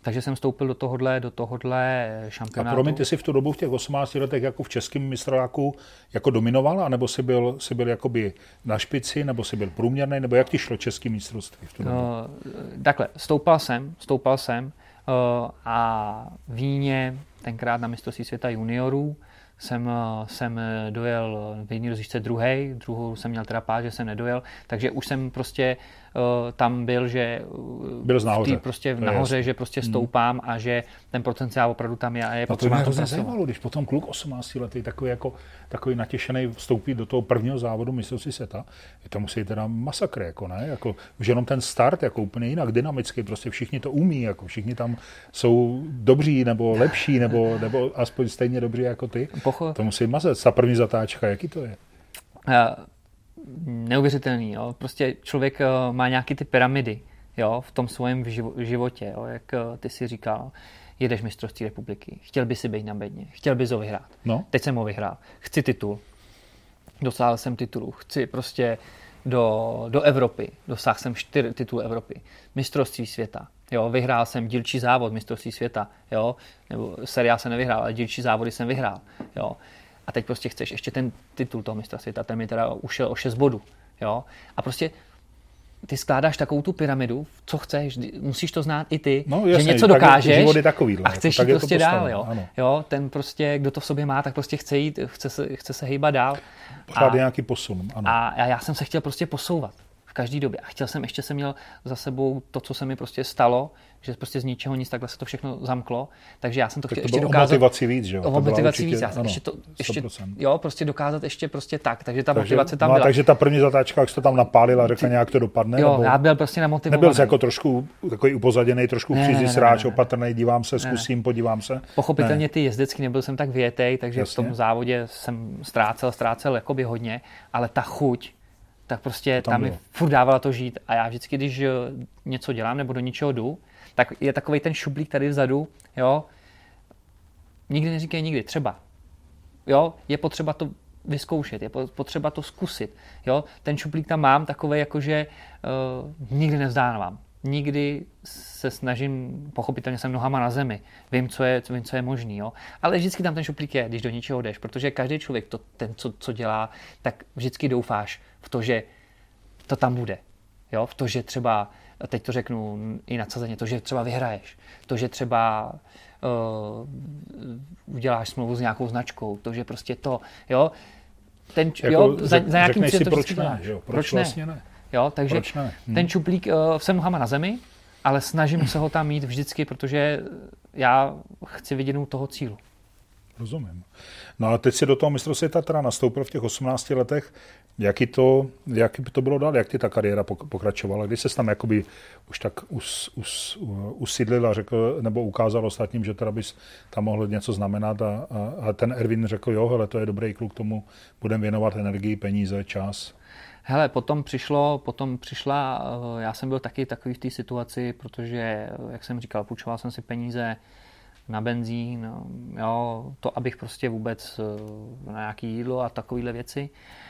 Takže jsem vstoupil do tohohle, do tohohle šampionátu. A promiň, ty jsi v tu dobu v těch osmnácti letech jako v českém mistráku jako dominoval, anebo jsi byl, jsi byl jakoby na špici, nebo jsi byl průměrný, nebo jak ti šlo český mistrovství v tu dobu? No, takhle, stoupal jsem, stoupal jsem uh, a v Víně tenkrát na mistrovství světa juniorů jsem, jsem dojel v jedné rozjížďce druhej, druhou jsem měl teda pát, že jsem nedojel, takže už jsem prostě uh, tam byl, že byl nahoře. Prostě nahoře, že prostě stoupám a že ten potenciál opravdu tam je a je potřeba to pracovat. Zajímalo, když potom kluk osmnácti letý takový, jako, takový natěšený vstoupí do toho prvního závodu mistrovství světa, je to musí teda masakr, jako ne, jako, už jenom ten start jako úplně jinak, dynamický, prostě všichni to umí, jako všichni tam jsou dobří nebo lepší, nebo, nebo aspoň stejně dobří jako ty. Pocho... To musí mazet, ta první zatáčka, jaký to je? Uh, neuvěřitelný, jo. Prostě člověk uh, má nějaký ty pyramidy, jo, v tom svém životě, jo, jak uh, ty si říkal, jedeš mistrovství republiky, chtěl by si být na bedně, chtěl bys ho vyhrát. No. Teď jsem ho vyhrál, chci titul, dosáhl jsem titulu, chci prostě do, do Evropy, dosáhl jsem čtyři titulů Evropy, mistrovství světa, jo, vyhrál jsem dílčí závod mistrovství světa, jo, nebo seriál jsem nevyhrál, ale dílčí závody jsem vyhrál, jo. A teď prostě chceš ještě ten titul toho mistra světa, ten mi teda ušel o šest bodů, jo. A prostě ty skládáš takovou tu pyramidu, co chceš, musíš to znát i ty, no, jasně, že něco dokážeš takovýhle, a chceš jít prostě dál, jo. jo. Ten prostě, kdo to v sobě má, tak prostě chce jít, chce se, chce se hejbat dál. Pořád je nějaký posun, ano. A já jsem se chtěl prostě posouvat v každé době. A chtěl jsem, ještě jsem měl za sebou to, co se mi prostě stalo, že prostě z ničeho nic, takhle se to všechno zamklo. Takže já jsem to tak chtěl to ještě bylo dokázat. O motivaci víc, že jo? O motivaci víc, já jsem ano, ještě to, ještě, jo, prostě dokázat ještě prostě tak. Takže ta takže, motivace tam no byla. Takže ta první zatáčka, jak jsi to tam napálil a řekl, nějak to dopadne? Jo, nebo... já byl prostě namotivovaný. Nebyl jsi jako trošku takový upozaděný, trošku přízí sráč, opatrný, dívám se, zkusím, ne. podívám se? Pochopitelně ne. Ty jezdecky nebyl jsem tak větej, takže jasně. V tom závodě jsem ztrácel, ztrácel jakoby hodně, ale ta chuť, tak prostě tam, tam mi furt dávala to žít a já vždycky, když něco dělám nebo do něčeho jdu, tak je takovej ten šuplík tady vzadu, jo, nikdy neříkej nikdy, třeba, jo, je potřeba to vyzkoušet, je potřeba to zkusit, jo, ten šuplík tam mám takovej, jakože uh, nikdy nevzdávám, nikdy se snažím, pochopitelně jsem nohama na zemi, vím, co je, vím, co je možný, jo, ale vždycky tam ten šuplík je, když do něčeho jdeš, protože každý člověk, to, ten, co, co dělá, tak vždycky doufáš v to, že to tam bude, jo, v to, že třeba teď to řeknu i nadsazeně, to, že třeba vyhraješ, to, že třeba uh, uděláš smlouvu s nějakou značkou, to, že prostě to, jo, ten, jako jo, za, za nějakým cílem to proč ne, jo, proč, proč vlastně ne? Jo, takže ne? Hm. ten čuplík uh, jsem nohama na zemi, ale snažím se ho tam mít vždycky, protože já chci vidět toho cílu. Rozumím. No a teď si do toho mistrovství světa teda nastoupil v těch osmnácti letech. Jaký to, jak to bylo dál? Jak ti ta kariéra pokračovala? Když ses tam jakoby už tak us, us, usídlil a řekl, nebo ukázal ostatním, že teda bys tam mohl něco znamenat a, a, a ten Ervin řekl, jo, hele, to je dobrý kluk, tomu budeme věnovat energii, peníze, čas. Hele, potom přišlo, potom přišla, já jsem byl taky takový v té situaci, protože, jak jsem říkal, půjčoval jsem si peníze na benzín, jo, to, abych prostě vůbec na nějaké jídlo a takovéhle věci.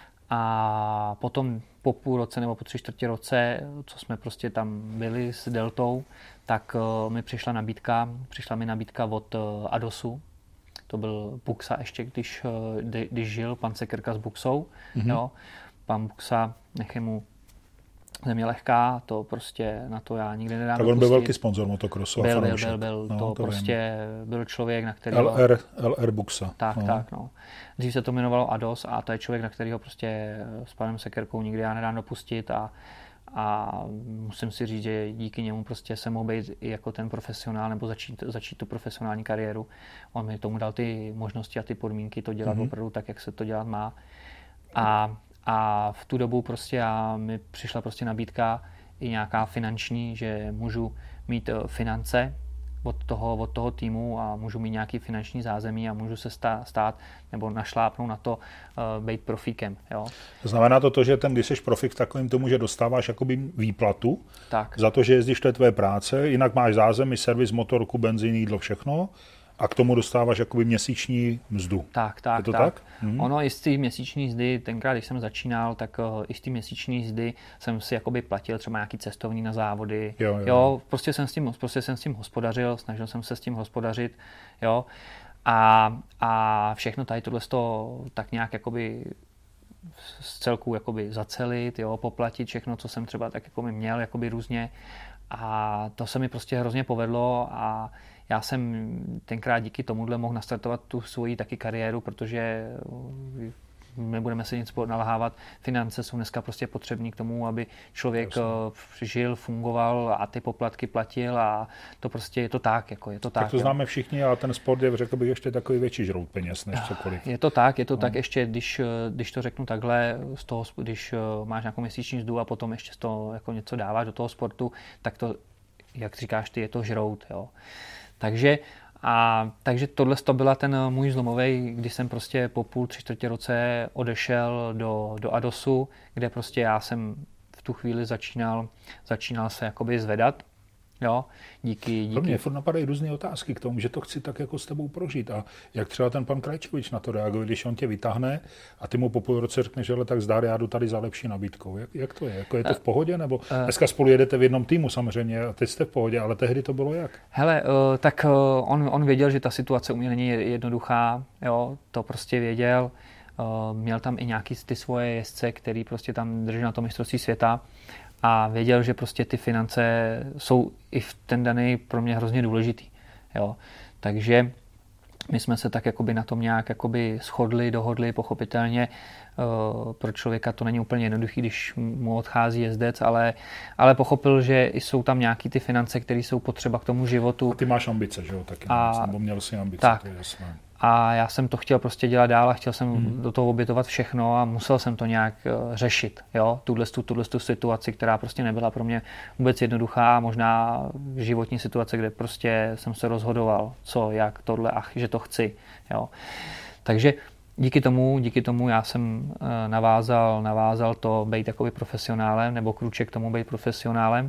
A potom po půl roce nebo po tři čtvrtě roce, co jsme prostě tam byli s Deltou, tak mi přišla nabídka, přišla mi nabídka od Adosu. To byl Buxa ještě, když, když žil pan Sekerka s Buxou. Mm-hmm. Jo. Pan Buxa, nech je mu země lehká, to prostě na to já nikdy nedám. Tak on byl velký sponzor motokrosu. Byl, byl, byl, byl. No, to, to prostě vím. Byl člověk, na který... L R, L R Buxa. Tak, no. tak, no. Dřív se to jmenovalo Ados a to je člověk, na kterého prostě s panem Sekerkou nikdy já nedám dopustit a, a musím si říct, že díky němu prostě jsem mohl být i jako ten profesionál nebo začít, začít tu profesionální kariéru. On mi tomu dal ty možnosti a ty podmínky to dělat mm-hmm. opravdu tak, jak se to dělat má. A A v tu dobu prostě já, mi přišla prostě nabídka i nějaká finanční, že můžu mít finance od toho, od toho týmu a můžu mít nějaký finanční zázemí a můžu se stát, stát nebo našlápnout na to uh, být profíkem. Jo. Znamená to to, že ten, když jsi profik v takovém tomu, že dostáváš jakoby výplatu tak. za to, že jezdíš, to je tvé práce, jinak máš zázemí, servis, motorku, benzín, jídlo, všechno a k tomu dostáváš jakoby měsíční mzdu. Tak, tak, je to tak. tak? Mhm. Ono i z té měsíční mzdy, tenkrát, když jsem začínal, tak uh, i z té měsíční mzdy jsem si jakoby platil třeba nějaký cestovní na závody. Jo, jo. jo prostě, jsem s tím, prostě jsem s tím hospodařil, snažil jsem se s tím hospodařit, jo. A, a všechno tady tohle to tak nějak jakoby z celku jakoby zacelit, jo, poplatit všechno, co jsem třeba tak jakoby měl jakoby různě. A to se mi prostě hrozně povedlo a já jsem tenkrát díky tomuhle mohl nastartovat tu svoji taky kariéru, protože nebudeme se nic nalhávat, finance jsou dneska prostě potřební k tomu, aby člověk Jasně. žil, fungoval a ty poplatky platil a to prostě je to tak, jako je to tak. Tak to jo. Známe všichni a ten sport je, řekl bych, ještě takový větší žrout peněz než cokoliv. Je to tak, je to no. tak ještě, když, když to řeknu takhle, z toho, když máš nějakou měsíční mzdu a potom ještě z toho jako něco dáváš do toho sportu, tak to, jak říkáš ty, je to žrout, jo. Takže A takže tohle to byla ten můj zlomový, kdy jsem prostě po půl, tři čtvrtě roce odešel do, do Adosu, kde prostě já jsem v tu chvíli začínal, začínal se jakoby zvedat. Jo, díky, díky. Pro mě furt napadají různé otázky k tomu, že to chci tak jako s tebou prožít. A jak třeba ten pan Krajčovič na to reaguje, když on tě vytáhne a ty mu po půl roce řekneš, že tak zdár, já jdu tady za lepší nabídkou. Jak, jak to je? Jako je to v pohodě? Nebo dneska spolu jedete v jednom týmu samozřejmě a teď jste v pohodě, ale tehdy to bylo jak? Hele, tak on, on věděl, že ta situace u mě není jednoduchá, jo, to prostě věděl. Měl tam i nějaký ty svoje jezdce, který prostě tam drží na tom mistrovství světa. A věděl, že prostě ty finance jsou i v ten daný pro mě hrozně důležitý. Jo. Takže my jsme se tak jakoby na tom nějak jakoby shodli, dohodli, pochopitelně. Uh, pro člověka to není úplně jednoduchý, když mu odchází jezdec, ale, ale pochopil, že jsou tam nějaký ty finance, které jsou potřeba k tomu životu. A ty máš ambice, že jo? Taky a, nebo měl jsi ambice, tak. To je jasné. A já jsem to chtěl prostě dělat dál a chtěl jsem hmm. do toho obětovat všechno a musel jsem to nějak uh, řešit. Jo? Tuhle, tuhle situaci, která prostě nebyla pro mě vůbec jednoduchá, možná životní situace, kde prostě jsem se rozhodoval, co, jak, tohle a že to chci. Jo? Takže díky tomu, díky tomu já jsem uh, navázal, navázal to být takový profesionálem, nebo krůček k tomu být profesionálem.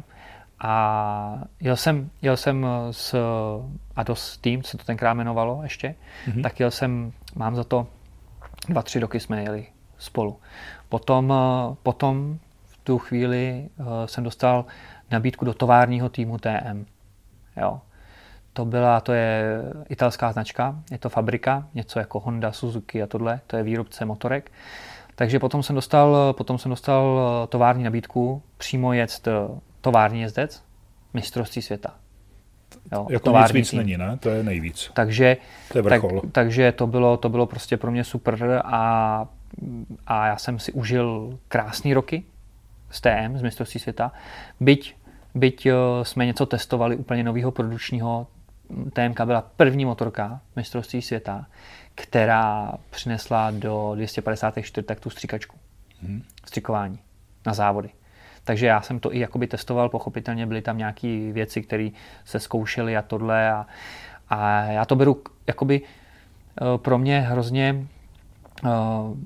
A jel jsem, jel jsem s Ados Team, se to tenkrát jmenovalo ještě, mm-hmm. tak jel jsem, mám za to dva, tři roky jsme jeli spolu. Potom, potom v tu chvíli jsem dostal nabídku do továrního týmu T M. Jo. To byla, to je italská značka, je to fabrika, něco jako Honda, Suzuki a tohle, to je výrobce motorek. Takže potom jsem dostal, potom jsem dostal tovární nabídku přímo jet tovární jezdec, mistrovství světa. Jo, jako nic víc tým. Není, ne? To je nejvíc. Takže to, je vrchol. Tak, takže to bylo, to bylo prostě pro mě super a, a já jsem si užil krásný roky z T M, z mistrovství světa. Byť, byť jsme něco testovali úplně nového produkčního, T M K byla první motorka mistrovství světa, která přinesla do dvě stě padesát čtyři taktů stříkačku. Hmm. Stříkování na závody. Takže já jsem to i jakoby testoval, pochopitelně byly tam nějaké věci, které se zkoušely a tohle a, a já to beru jakoby uh, pro mě hrozně uh,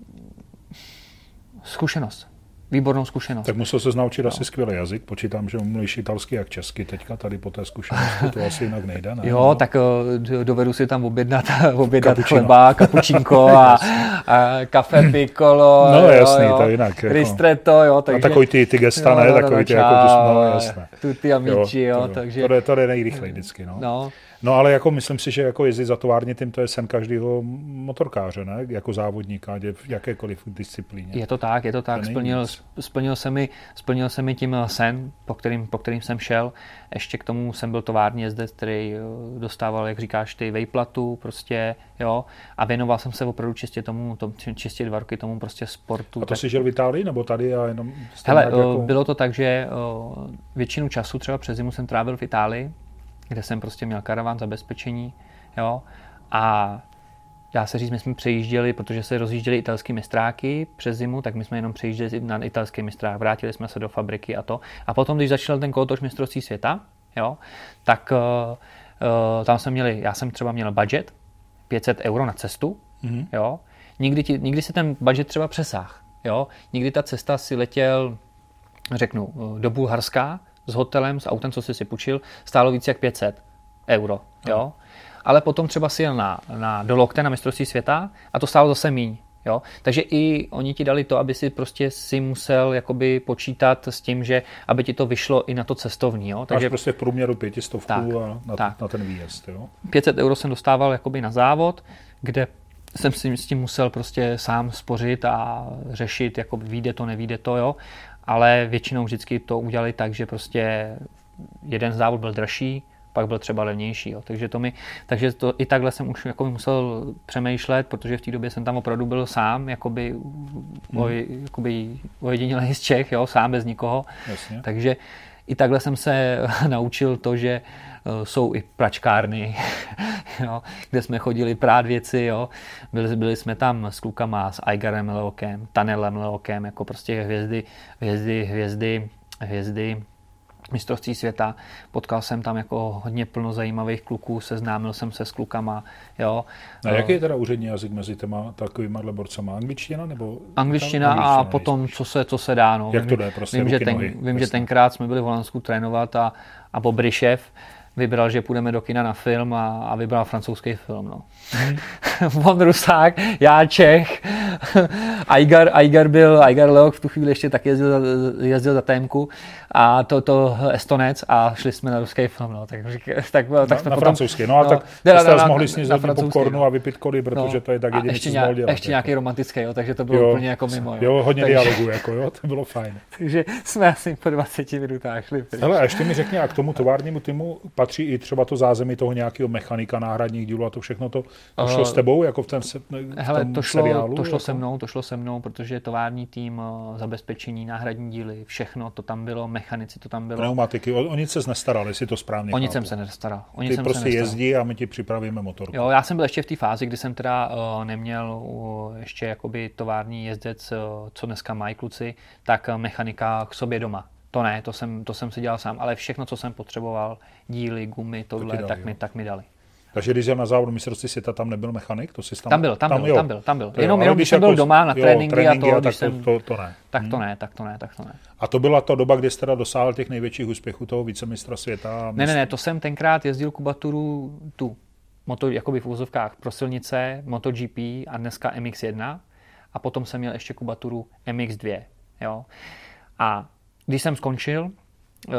zkušenost. Výbornou zkušenost. Tak musel se naučit no. asi skvělý jazyk. Počítám, že umíš italsky jak česky teďka tady po té zkušenosti. To asi jinak nejde, ne? Jo, no. tak dovedu si tam objednat, objednat chleba, kapučínko a, a kafe piccolo. No jasný, jo, to jinak. Jako. Ristretto, jo. Takže, a takový ty, ty gesta, jo, ne? No, Takový no, ty, jako tu, no jasné. Tutti amici, jo. jo to, takže... To, to jde nejrychleji vždycky, no. no. No ale jako myslím si, že jako jezdit za tovární tým, to je sen každého motorkáře, ne? Jako závodníka, v jakékoliv disciplíně. Je to tak, je to tak. To splnil, splnil, se mi, splnil se mi tím sen, po kterým, po kterým jsem šel. Ještě k tomu jsem byl tovární jezdec, který dostával, jak říkáš, ty vejplatu, prostě, jo. A věnoval jsem se opravdu čistě tomu, tom, čistě dva roky tomu prostě sportu. A to tak... jsi žil v Itálii, nebo tady a jenom... Hele, jako... bylo to tak, že většinu času, třeba přes zimu jsem trávil v Itálii, kde jsem prostě měl karavan, zabezpečení, jo, a dá se říct, my jsme přejížděli, protože se rozjížděli italský mistráky přes zimu, tak my jsme jenom přejížděli na italský mistrák, vrátili jsme se do fabriky a to. A potom, když začal ten kolotoč mistrovství světa, jo, tak uh, uh, tam jsme měli, já jsem třeba měl budget pět set euro na cestu, mm-hmm. jo, nikdy, ti, nikdy se ten budget třeba přesáhl, jo, nikdy ta cesta si letěl, řeknu, do Bulharska, s hotelem, s autem, co jsi si půjčil, stálo víc jak pět set euro. Jo? ale potom třeba si jel na, na do Lokte na mistrovství světa a to stálo zase míň. Jo? Takže i oni ti dali to, aby si prostě si musel jakoby počítat s tím, že aby ti to vyšlo i na to cestovní. Jo? Takže máš prostě v průměru pětistovku tak, a na, tak. na ten výjezd. Jo? pět set euro jsem dostával jakoby na závod, kde jsem si s tím musel prostě sám spořit a řešit, jako vyjde to, nevyjde to, jo. Ale většinou vždycky to udělali tak, že prostě jeden závod byl dražší, pak byl třeba levnější, jo. Takže to mi, takže to i takhle jsem už jako musel přemýšlet, protože v té době jsem tam opravdu byl sám, jakoby, hmm. oj, jakoby ojedinělej z Čech, jo, sám bez nikoho. Jasně. Takže i takhle jsem se naučil to, že jsou i pračkárny, jo, kde jsme chodili prát věci, jo. Byli, byli jsme tam s klukama, s Aigarem Leokem, Tanelem Leokem, jako prostě hvězdy, hvězdy, hvězdy, hvězdy mistrovství světa. Potkal jsem tam jako hodně plno zajímavých kluků, seznámil jsem se s klukama, jo. A jaký je teda úřední jazyk mezi těma takovýma borcama? Angličtina nebo? Angličtina a potom, co se, co se dá, no. Jak to jde, prostě vím, ruky, že ten, nohy, vím, že tenkrát jsme byli v Holandsku trénovat a, a Bobryšev vybral, že půjdeme do kina na film a, a vybral francouzský film. No. On Rusák, já Čech, Aigar, Aigar byl, Aigar Leok v tu chvíli ještě tak jezdil, jezdil za témku a to, to Estonec a šli jsme na ruský film. No. Tak, tak, tak na, jsme na potom, francouzský, no a no, tak teda, jste na, mohli sníst hodně popcornu no. a vypít koli, protože no. to je tak jediné, co nějak, mohl dělat. ještě jako. nějaký romantický, jo, takže to bylo jo, úplně jako mimo. Jo, jo hodně takže, dialogů, jako, jo, to bylo fajn. Takže jsme asi po dvaceti minutách šli. Hele, a ještě mi řekni, a k tomu továrnímu týmu patří i třeba to zázemí toho nějakého mechanika, náhradních dílů a to všechno to, to šlo uh, s tebou, jako v tom, v tom hele, to šlo, seriálu? to šlo jako? se mnou, to šlo se mnou, protože tovární tým, zabezpečení, náhradní díly, všechno, to tam bylo, mechanici, to tam bylo. Pneumatiky, o, o nic se nestarali, si to správně O nic chápu. jsem se nestaral. O nic Ty jsem prostě se nestaral. jezdí a my ti připravíme motorku. Jo, já jsem byl ještě v té fázi, kdy jsem teda uh, neměl uh, ještě jakoby tovární jezdec, uh, co dneska mají kluci, tak uh, mechanika k sobě doma. To ne, to jsem, to jsem si dělal sám, ale všechno, co jsem potřeboval, díly, gumy, tohle, to dali, tak, mi, tak mi dali. Takže když jel na závod mistrovství světa, tam nebyl mechanik? To jsi tam, tam byl, tam, tam byl, tam byl, tam byl. To jenom, jo, jenom když jsem byl doma na jo, tréninky, tréninky a to, a když tak jsem, to, to, to ne. Tak to hmm. ne, tak to ne, tak to ne. A to byla ta doba, kdy jsi teda dosáhl těch největších úspěchů toho vicemistra světa? Ne, ne, ne, to jsem tenkrát jezdil kubaturu tu, moto, jakoby v úzovkách pro silnice, MotoGP a dneska M X jedna a potom jsem měl ještě kubaturu M X dva, jo. A když jsem skončil uh,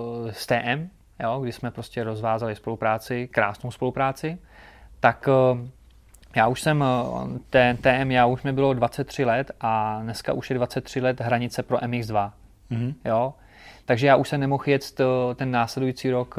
s T M, jo, když jsme prostě rozvázali spolupráci, krásnou spolupráci, tak uh, já už jsem, ten T M, já už mi bylo dvacet tři let a dneska už je dvacet tři let hranice pro M X dva. Mm-hmm. Jo? Takže já už jsem nemohl jet ten následující rok,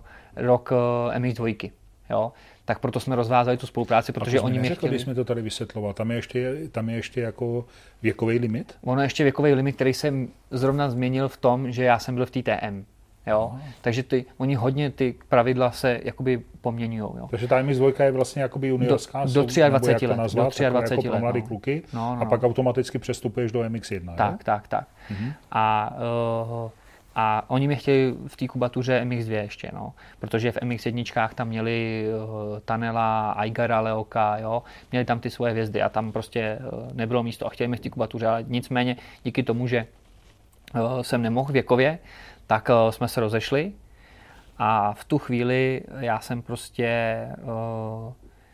rok M X dva. Jo? Tak proto jsme rozvázali tu spolupráci, protože oni mi chtěli... Když jsme to tady vysvětloval, tam je ještě, tam je ještě jako věkový limit? Ono je ještě věkový limit, který jsem zrovna změnil v tom, že já jsem byl v té T M. Jo? Aha. Takže ty, oni hodně ty pravidla se jakoby poměňujou. Jo? Takže ta M X dva je vlastně jakoby juniorská, do, do dvaceti let, nazvat, do dvaceti jako let, pro mladý no. kluky no, no, a pak no. automaticky přestupuješ do M X jedna. Tak, jo? tak, tak. Mhm. A, uh, a oni mě chtěli v té kubatuře M X dva ještě, no. Protože v M X jedna tam měli uh, Tanela, Aigara, Leoka, jo. Měli tam ty svoje hvězdy a tam prostě uh, nebylo místo a chtěli mě v té kubatuře, ale nicméně díky tomu, že uh, jsem nemohl věkově, tak uh, jsme se rozešli a v tu chvíli já jsem prostě uh, uh,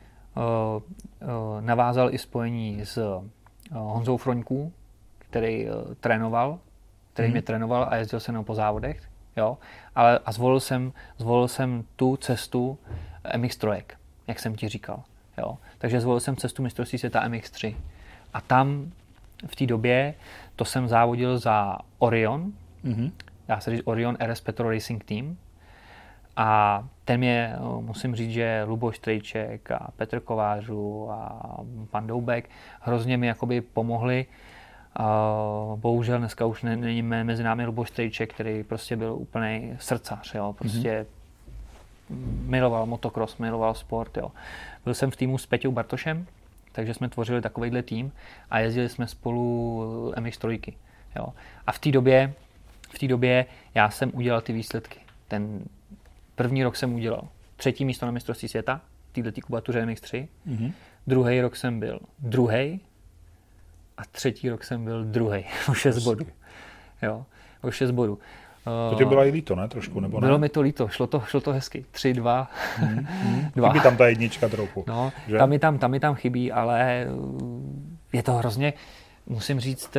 uh, navázal i spojení s uh, Honzou Froňků, který uh, trénoval, který hmm. mě trénoval a jezdil se mnou po závodech, jo, ale a zvolil jsem, zvolil jsem tu cestu M X tři, jak jsem ti říkal, jo. Takže zvolil jsem cestu mistrovství světa M X tři a tam v té době to jsem závodil za Orion, hmm. dá se říct Orion R S Petro Racing Team a ten mě, musím říct, že Luboš Strejček a Petr Kovářů a pan Doubek hrozně mi jakoby pomohli. Uh, bohužel dneska už není mezi námi Luboš Strejček, který prostě byl úplný srdcař, jo, prostě mm-hmm. miloval motocross, miloval sport, jo. Byl jsem v týmu s Peťou Bartošem, takže jsme tvořili takovejhle tým a jezdili jsme spolu M X tři, jo. A v té době, v té době já jsem udělal ty výsledky. Ten první rok jsem udělal třetí místo na mistrovství světa, v této kubatuře M X tři, mm-hmm. druhý rok jsem byl druhý. A třetí rok jsem byl druhý, o šest bodů. Jo, o šest bodů. To tě bylo i líto, ne? Trošku, nebo ne? Bylo mi to líto, šlo to, šlo to hezky. Tři, dva, hmm, hmm. dva. Chybí tam ta jednička trochu. No, tam mi tam, tam mi tam chybí, ale je to hrozně, musím říct,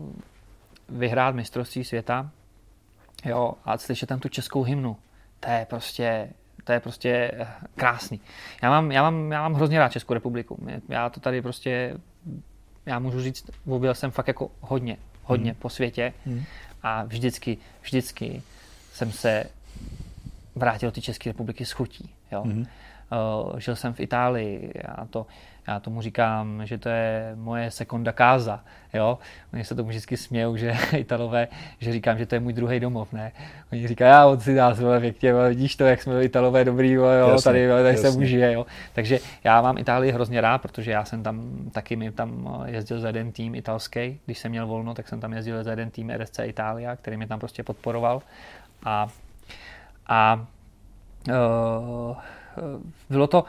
vyhrát mistrovství světa, jo, a slyšet tam tu českou hymnu, to je prostě, to je prostě krásný. Já mám, já mám, já mám hrozně rád Českou republiku. Já to tady prostě, já můžu říct, objel jsem fakt jako hodně, hodně hmm. po světě hmm. a vždycky, vždycky jsem se vrátil do té České republiky s chutí, jo. Hmm. Uh, žil jsem v Itálii, já, to, já tomu říkám, že to je moje seconda casa, jo. Oni se tomu vždycky smějou, že Italové, že říkám, že to je můj druhý domov, ne. Oni říkají, já od si nás, vole, pěkně, vole, vidíš to, jak jsme Italové dobrý, vole, jo, jasně, tady, vole, tady se užije, jo. Takže já mám Itálii hrozně rád, protože já jsem tam taky mi tam jezdil za jeden tým italský, když jsem měl volno, tak jsem tam jezdil za jeden tým R S C Italia, který mě tam prostě podporoval a, a uh, bylo to,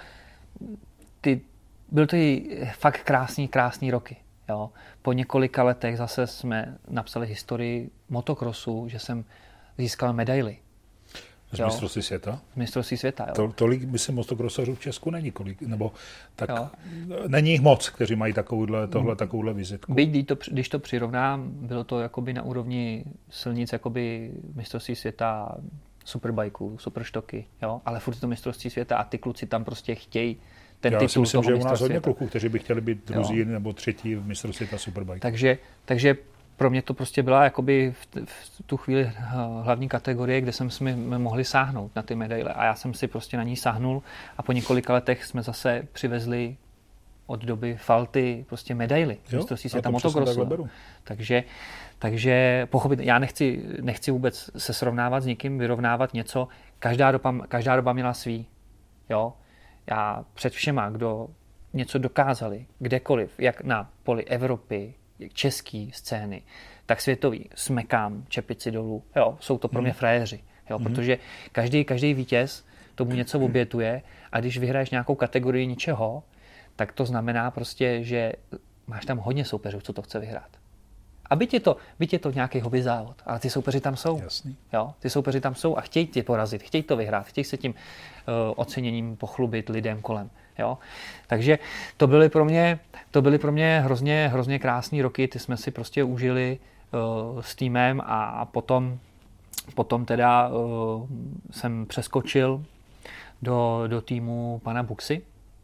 ty, byl to i fakt krásný, krásný roky. Jo. Po několika letech zase jsme napsali historii motokrosu, že jsem získal medaily. Z mistrovství světa? Z mistrovství světa, jo. To, tolik by se motokrosařů v Česku není, kolik, nebo tak jo. Není jich moc, kteří mají takovouhle, tohle, takovouhle vizitku. Byť, když to, když to přirovnám, bylo to jakoby na úrovni silnic, jakoby mistrovství světa, superbajků, superštoky, jo, ale furt to mistrovství světa a ty kluci tam prostě chtějí ten Já titul si myslím, toho že u nás hodně světa. kluků, kteří by chtěli být druzí jo. nebo třetí v mistrovství světa superbajků. Takže, takže pro mě to prostě byla jakoby v, t- v tu chvíli hlavní kategorie, kde jsem si mohli sáhnout na ty medaile a já jsem si prostě na ní sáhnul a po několika letech jsme zase přivezli od doby Falty prostě medaily. Mistrovství světa motokrosu. Takže Takže pochopit, já nechci, nechci vůbec se srovnávat s někým, vyrovnávat něco. Každá doba, každá doba měla svý. Jo? Já před všema, kdo něco dokázali, kdekoliv, jak na poli Evropy, české scény, tak světový, smekám čepici dolů. Jo? Jsou to pro mě frajeři. Jo? Mm. Protože každý, každý vítěz tomu něco obětuje a když vyhraješ nějakou kategorii ničeho, tak to znamená prostě, že máš tam hodně soupeřů, co to chce vyhrát. A byť je to, byť je to nějaký hobby závod, ale ty soupeři tam jsou. Jasný. Jo, ty soupeři tam jsou a chtějí tě porazit, chtějí to vyhrát, chtějí se tím uh, oceněním pochlubit lidem kolem. Jo? Takže to byly pro mě, to byly pro mě hrozně, hrozně krásné roky, ty jsme si prostě užili uh, s týmem a potom, potom teda uh, jsem přeskočil do, do týmu pana Buxy,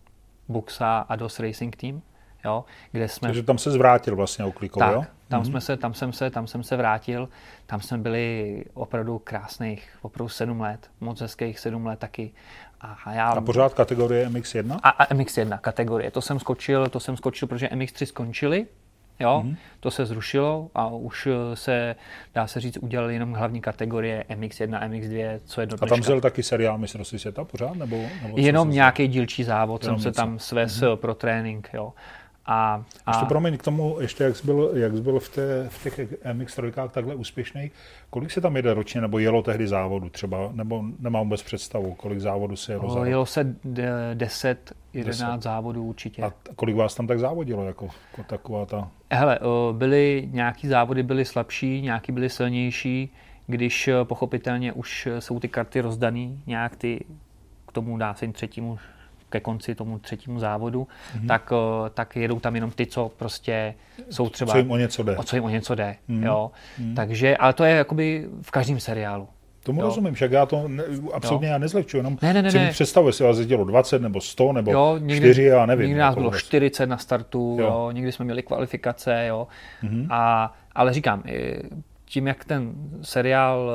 Buxa a dos Racing Team. Jo, kde jsme... Takže tam se zvrátil vlastně oklikou, jo? Tam, mm-hmm. jsme se, tam, jsem se, tam jsem se vrátil, tam jsme byli opravdu krásných, opravdu sedm let, moc hezkých sedm let taky. A, a, já... a pořád kategorie M X jedna? A, a M X jedna kategorie, to jsem skočil, to jsem skočil, protože M X tři skončili, jo, mm-hmm. to se zrušilo a už se, dá se říct, udělali jenom hlavní kategorie M X jedna, M X dva, co je do dneška. A tam byl taky seriál mistrovství světa pořád? Nebo, nebo jenom nějaký dílčí závod, jenom jsem něco. se tam svez mm-hmm. pro trénink, jo. A, a... Ještě promiň k tomu, ještě jak jsi byl, jak jsi byl v, té, v těch M X tři takhle úspěšný, kolik se tam jede ročně, nebo jelo tehdy závodu třeba, nebo nemám vůbec představu, kolik závodů se jelo za rok? Jelo se deset, jedenáct závodů určitě. A kolik vás tam tak závodilo, jako, jako taková ta... Hele, byly nějaký závody byly slabší, nějaký byly silnější, když pochopitelně už jsou ty karty rozdaný, nějak ty k tomu dá se jim třetímu ke konci tomu třetímu závodu, mm-hmm. tak, tak jedou tam jenom ty, co prostě jsou třeba... Co jim o něco jde. O co jim o něco jde, mm-hmm. jo. Mm-hmm. Takže, ale to je jakoby v každém seriálu. Tomu jo. rozumím, však já to ne, absolutně já nezlehčuji, jenom ne, ne, ne, si mi ne. představu, jestli vás jezdilo dvacet nebo sto nebo jo, někdy, čtyři, já nevím. Někdy nás jako bylo vlastně. čtyřicet na startu, jo. Jo, někdy jsme měli kvalifikace, jo. Mm-hmm. A, ale říkám, tím, jak ten seriál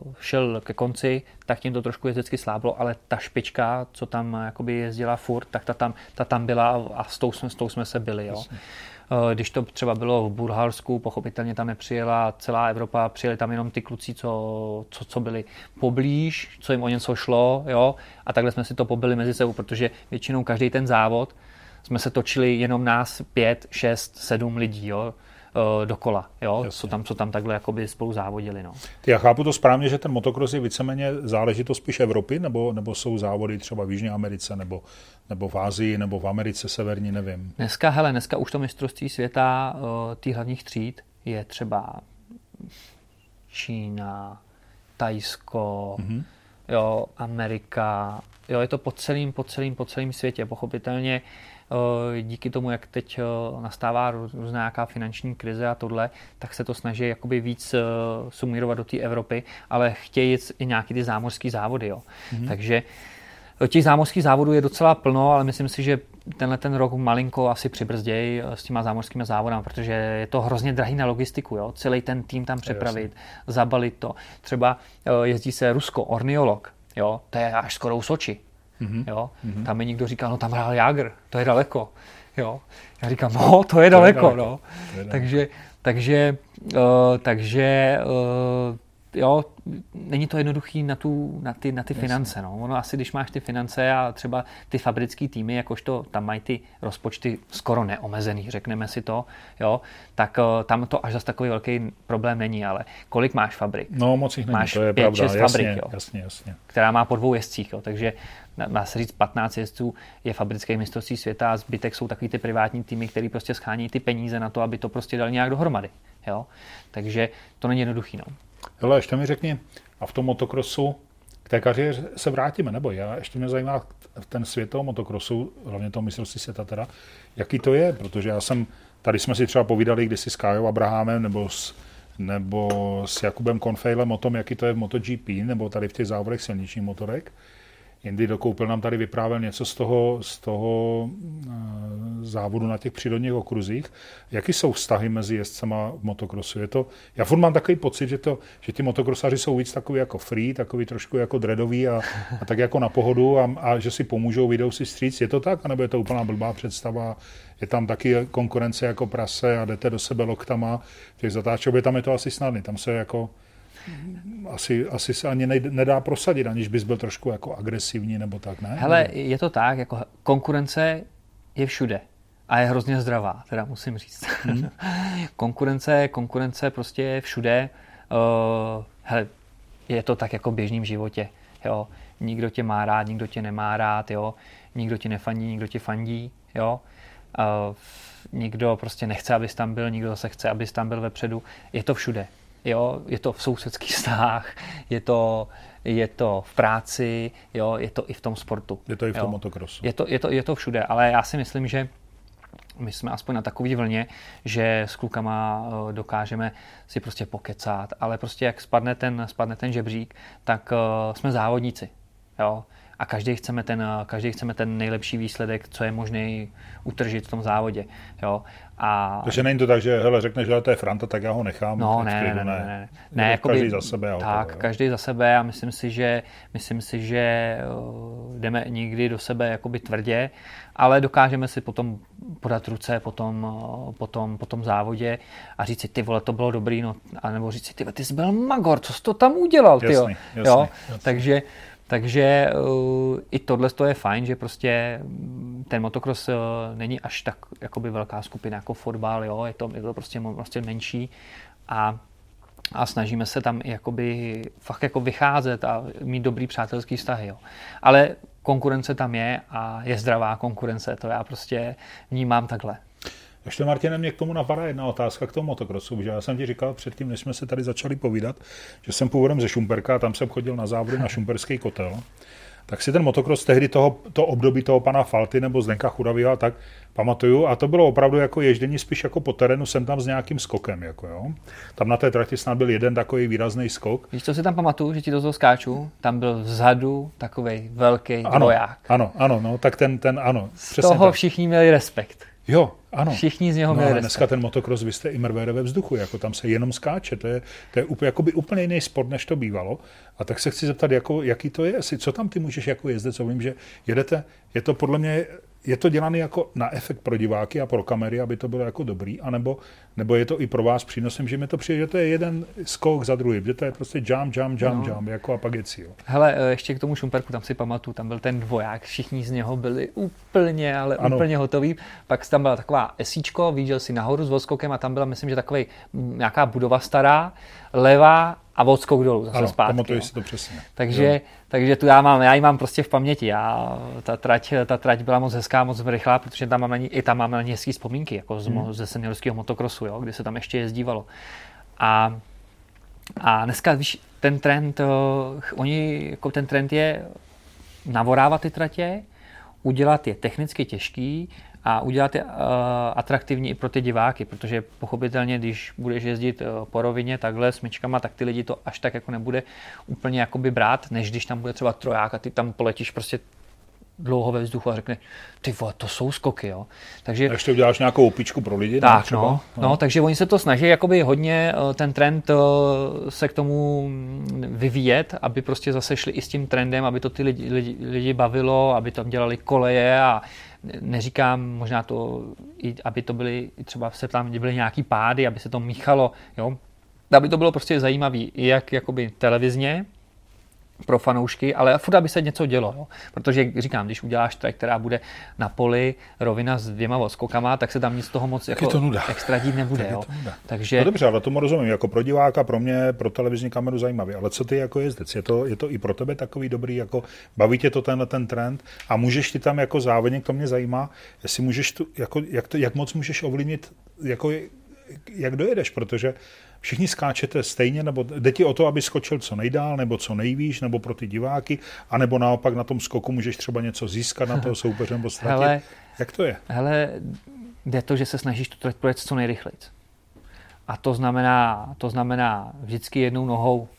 šel ke konci, tak tím to trošku jezdecky sláblo, ale ta špička, co tam jakoby jezdila furt, tak ta tam, ta tam byla a s tou jsme, s tou jsme se byli. Jo. Když to třeba bylo v Bulharsku, pochopitelně tam nepřijela celá Evropa, přijeli tam jenom ty kluci, co, co, co byli poblíž, co jim o něco šlo, jo, a takhle jsme si to pobili mezi sebou, protože většinou každý ten závod jsme se točili jenom nás pět, šest, sedm lidí, jo, dokola, jo, co tam, co tam takhle jakoby spolu závodili, no. Ty, já chápu to správně, že ten motokros je víceméně záležitost spíš Evropy, nebo, nebo jsou závody třeba v Jižní Americe, nebo, nebo v Asii, nebo v Americe severní, nevím. Dneska, hele, dneska už to mistrovství světa uh, tý hlavních tříd je třeba Čína, Thajsko, mm-hmm. jo, Amerika, jo, je to po celém, po celém, po celém světě. Pochopitelně díky tomu, jak teď nastává různá nějaká finanční krize a tohle, tak se to snaží jakoby víc sumírovat do té Evropy, ale chtějí jít i nějaký ty zámořský závody, jo. Mm-hmm. Takže těch zámořských závodů je docela plno, ale myslím si, že tenhle ten rok malinko asi přibrzdějí s těma zámořskými závodami, protože je to hrozně drahý na logistiku, jo? Celý ten tým tam přepravit, zabalit to. Třeba jezdí se Rusko, orniolog, jo? To je až skoro u Soči. Mm-hmm. Jo? Mm-hmm. Tam mi někdo říkal, no tam hrál Jágr, to je daleko. Jo? Já říkám, no to je daleko. To je daleko. No. To je daleko. Takže, takže, uh, takže uh, jo, není to jednoduchý na, tu, na ty, na ty finance. No. Ono asi, když máš ty finance a třeba ty fabrické týmy, jakožto tam mají ty rozpočty skoro neomezený, řekneme si to, jo, tak uh, tam to až zase takový velký problém není, ale kolik máš fabrik? No moc jich není, máš to je pět, pravda, šest jasně, fabrik, jo, jasně, jasně. která má po dvou jezdcích, jo, takže dá se říct patnáct jezdců je fabrické mistrovství světa a zbytek jsou takový ty privátní týmy, který prostě schání ty peníze na to, aby to prostě dali nějak dohromady, jo, takže to není jednoduchý, no. Hele, ještě mi řekni, a v tom motokrosu, k té kariéře se vrátíme, nebo já, ještě mě zajímá ten svět toho motokrosu, hlavně toho mistrovství světa teda, jaký to je, protože já jsem, tady jsme si třeba povídali kdysi s Kájou Abrahamem, nebo s, nebo s Jakubem Konfejlem o tom, jaký to je v MotoGP, nebo tady v těch závodech silničních motorek. Jindy Dokoupil nám tady vyprávěl něco z toho, z toho závodu na těch přírodních okruzích. Jaký jsou vztahy mezi jezdcema v motokrosu? Je to, já furt mám takový pocit, že, to, že ti motokrosaři jsou víc takový jako free, takový trošku jako dreadový a, a tak jako na pohodu a, a že si pomůžou, vyjdou si stříc. Je to tak? A nebo je to úplná blbá představa? Je tam taky konkurence jako prase a jdete do sebe loktama. V těch zatáčově tam je to asi snadný. Tam se jako Asi, asi se ani nejde, nedá prosadit, aniž bys byl trošku jako agresivní nebo tak, ne? Hele, je to tak, jako konkurence je všude a je hrozně zdravá, teda musím říct. Hmm. konkurence, konkurence prostě je všude. Uh, hele, je to tak jako v běžném životě, jo. Nikdo tě má rád, nikdo tě nemá rád, jo. Nikdo ti nefandí, nikdo ti fandí, jo. Uh, nikdo prostě nechce, abys tam byl, nikdo zase chce, abys tam byl vepředu. Je to všude. Jo, je to v sousedských vztahách, je to, je to v práci, jo, je to i v tom sportu. Je to i v tom jo. motokrosu. Je to, je, to, je to všude, ale já si myslím, že my jsme aspoň na takový vlně, že s klukama dokážeme si prostě pokecat, ale prostě jak spadne ten, spadne ten žebřík, tak uh, jsme závodníci, jo. A každý chceme, ten, každý chceme ten nejlepší výsledek, co je možný utržit v tom závodě. Jo. A... Takže není to tak, že hele, řekneš, že to je Franta, tak já ho nechám. No, ne, ne, ne, ne, ne. ne jakoby, každý za sebe. Tak, toho, každý za sebe a myslím si, že, myslím si, že uh, jdeme někdy do sebe jakoby tvrdě, ale dokážeme si potom podat ruce po tom, uh, po tom, po tom závodě a říct si, ty vole, to bylo dobrý, no, anebo říct si, ty, ty jsi byl magor, co jsi to tam udělal, ty jo. jo? Jasný. Takže Takže uh, i tohle je fajn, že prostě ten motocross uh, není až tak jakoby velká skupina jako fotbal, jo, je to, je to prostě, prostě menší a, a snažíme se tam i jakoby fakt jako vycházet a mít dobrý přátelský vztahy, jo. Ale konkurence tam je a je zdravá konkurence, to já prostě vnímám takhle. Ještě, Martine, mě k tomu napadá jedna otázka k tomu motokrosu, že já jsem ti říkal předtím, než jsme se tady začali povídat, že jsem původem ze Šumperka a tam jsem chodil na závody na Šumperský kotel. Tak si ten motokros tehdy toho, to období toho pana Falty nebo Zdenka Chudavýho a tak pamatuju a to bylo opravdu jako ježdění spíš jako po terénu, jsem tam s nějakým skokem. Jako jo. Tam na té trati snad byl jeden takový výrazný skok. Víš, co si tam pamatuju, že ti do toho skáču? Tam byl vzadu takový velký dvoják. Ano, ano, no, tak ten, ten ano. Z toho tak. Všichni měli respekt. Jo, ano. Všichni z něho no, měli respekt. Dneska ten motokros, vy jste immervére ve vzduchu, jako tam se jenom skáče, to je, to je úplně, jakoby úplně jiný sport, než to bývalo. A tak se chci zeptat, jako, jaký to je, co tam ty můžeš jako jezdit, co vím, že jedete, je to podle mě, je to dělané jako na efekt pro diváky a pro kamery, aby to bylo jako dobrý, anebo nebo je to i pro vás přínosem, že mi to přijde, že to je jeden skok za druhý, že to je prostě jump, jump, jump, no. jump, jako a pak je cíl. Hele, ještě k tomu Šumperku, tam si pamatuju, tam byl ten dvoják, všichni z něho byli úplně, ale ano. úplně hotoví. Pak tam byla taková esíčko, výjížděl si nahoru s odskokem a tam byla, myslím, že takovej nějaká budova stará, levá a odskok dolů zase ano, zpátky. Pamatuji si to přesně. Takže, takže tu já mám, já ji mám prostě v paměti. Já, ta, trať, ta trať byla moc hezká, moc rychlá, protože tam mám na ní, i tam mám na ní hezký vzpomínky, jako z, hmm. ze seniorského motokrosu, jo, kdy se tam ještě jezdívalo. A, a dneska, víš, ten trend, oni, jako ten trend je navorávat ty tratě, udělat je technicky těžký a udělat je uh, atraktivní i pro ty diváky, protože pochopitelně, když budeš jezdit uh, po rovině takhle s myčkama, tak ty lidi to až tak jako nebude úplně jakoby brát, než když tam bude třeba troják a ty tam poletíš prostě dlouho ve vzduchu a řekne, ty vole, to jsou skoky, jo. Takže, a ještě uděláš nějakou opičku pro lidi? Tak, no, no. no, takže oni se to snaží jakoby hodně ten trend se k tomu vyvíjet, aby prostě zase šli i s tím trendem, aby to ty lidi, lidi, lidi bavilo, aby tam dělali koleje a neříkám možná to, i aby to byly, třeba se tam byly nějaký pády, aby se to míchalo, jo. Aby to bylo prostě zajímavé, jak jakoby televizně, pro fanoušky, ale furt, aby se něco dělo, jo? Protože říkám, když uděláš trať, která bude na poli, rovina s dvěma odskokama, tak se tam nic z toho moc jako extra dít nebude. Tak jo? Takže... No dobře, ale tomu rozumím, jako pro diváka, pro mě, pro televizní kameru zajímavý, ale co ty jako jezdec, je to, je to i pro tebe takový dobrý, jako baví tě to tenhle ten trend a můžeš ti tam jako závodník, to mě zajímá, jestli můžeš tu, jako, jak, to, jak moc můžeš ovlivnit, jako, jak dojedeš, protože všichni skáčete stejně, nebo jde ti o to, aby skočil co nejdál, nebo co nejvýš, nebo pro ty diváky, anebo naopak na tom skoku můžeš třeba něco získat na toho soupeře nebo ztratit. Hele, jak to je? Hele, jde to, že se snažíš tu trať projet co nejrychleji. A to znamená, to znamená vždycky jednou nohou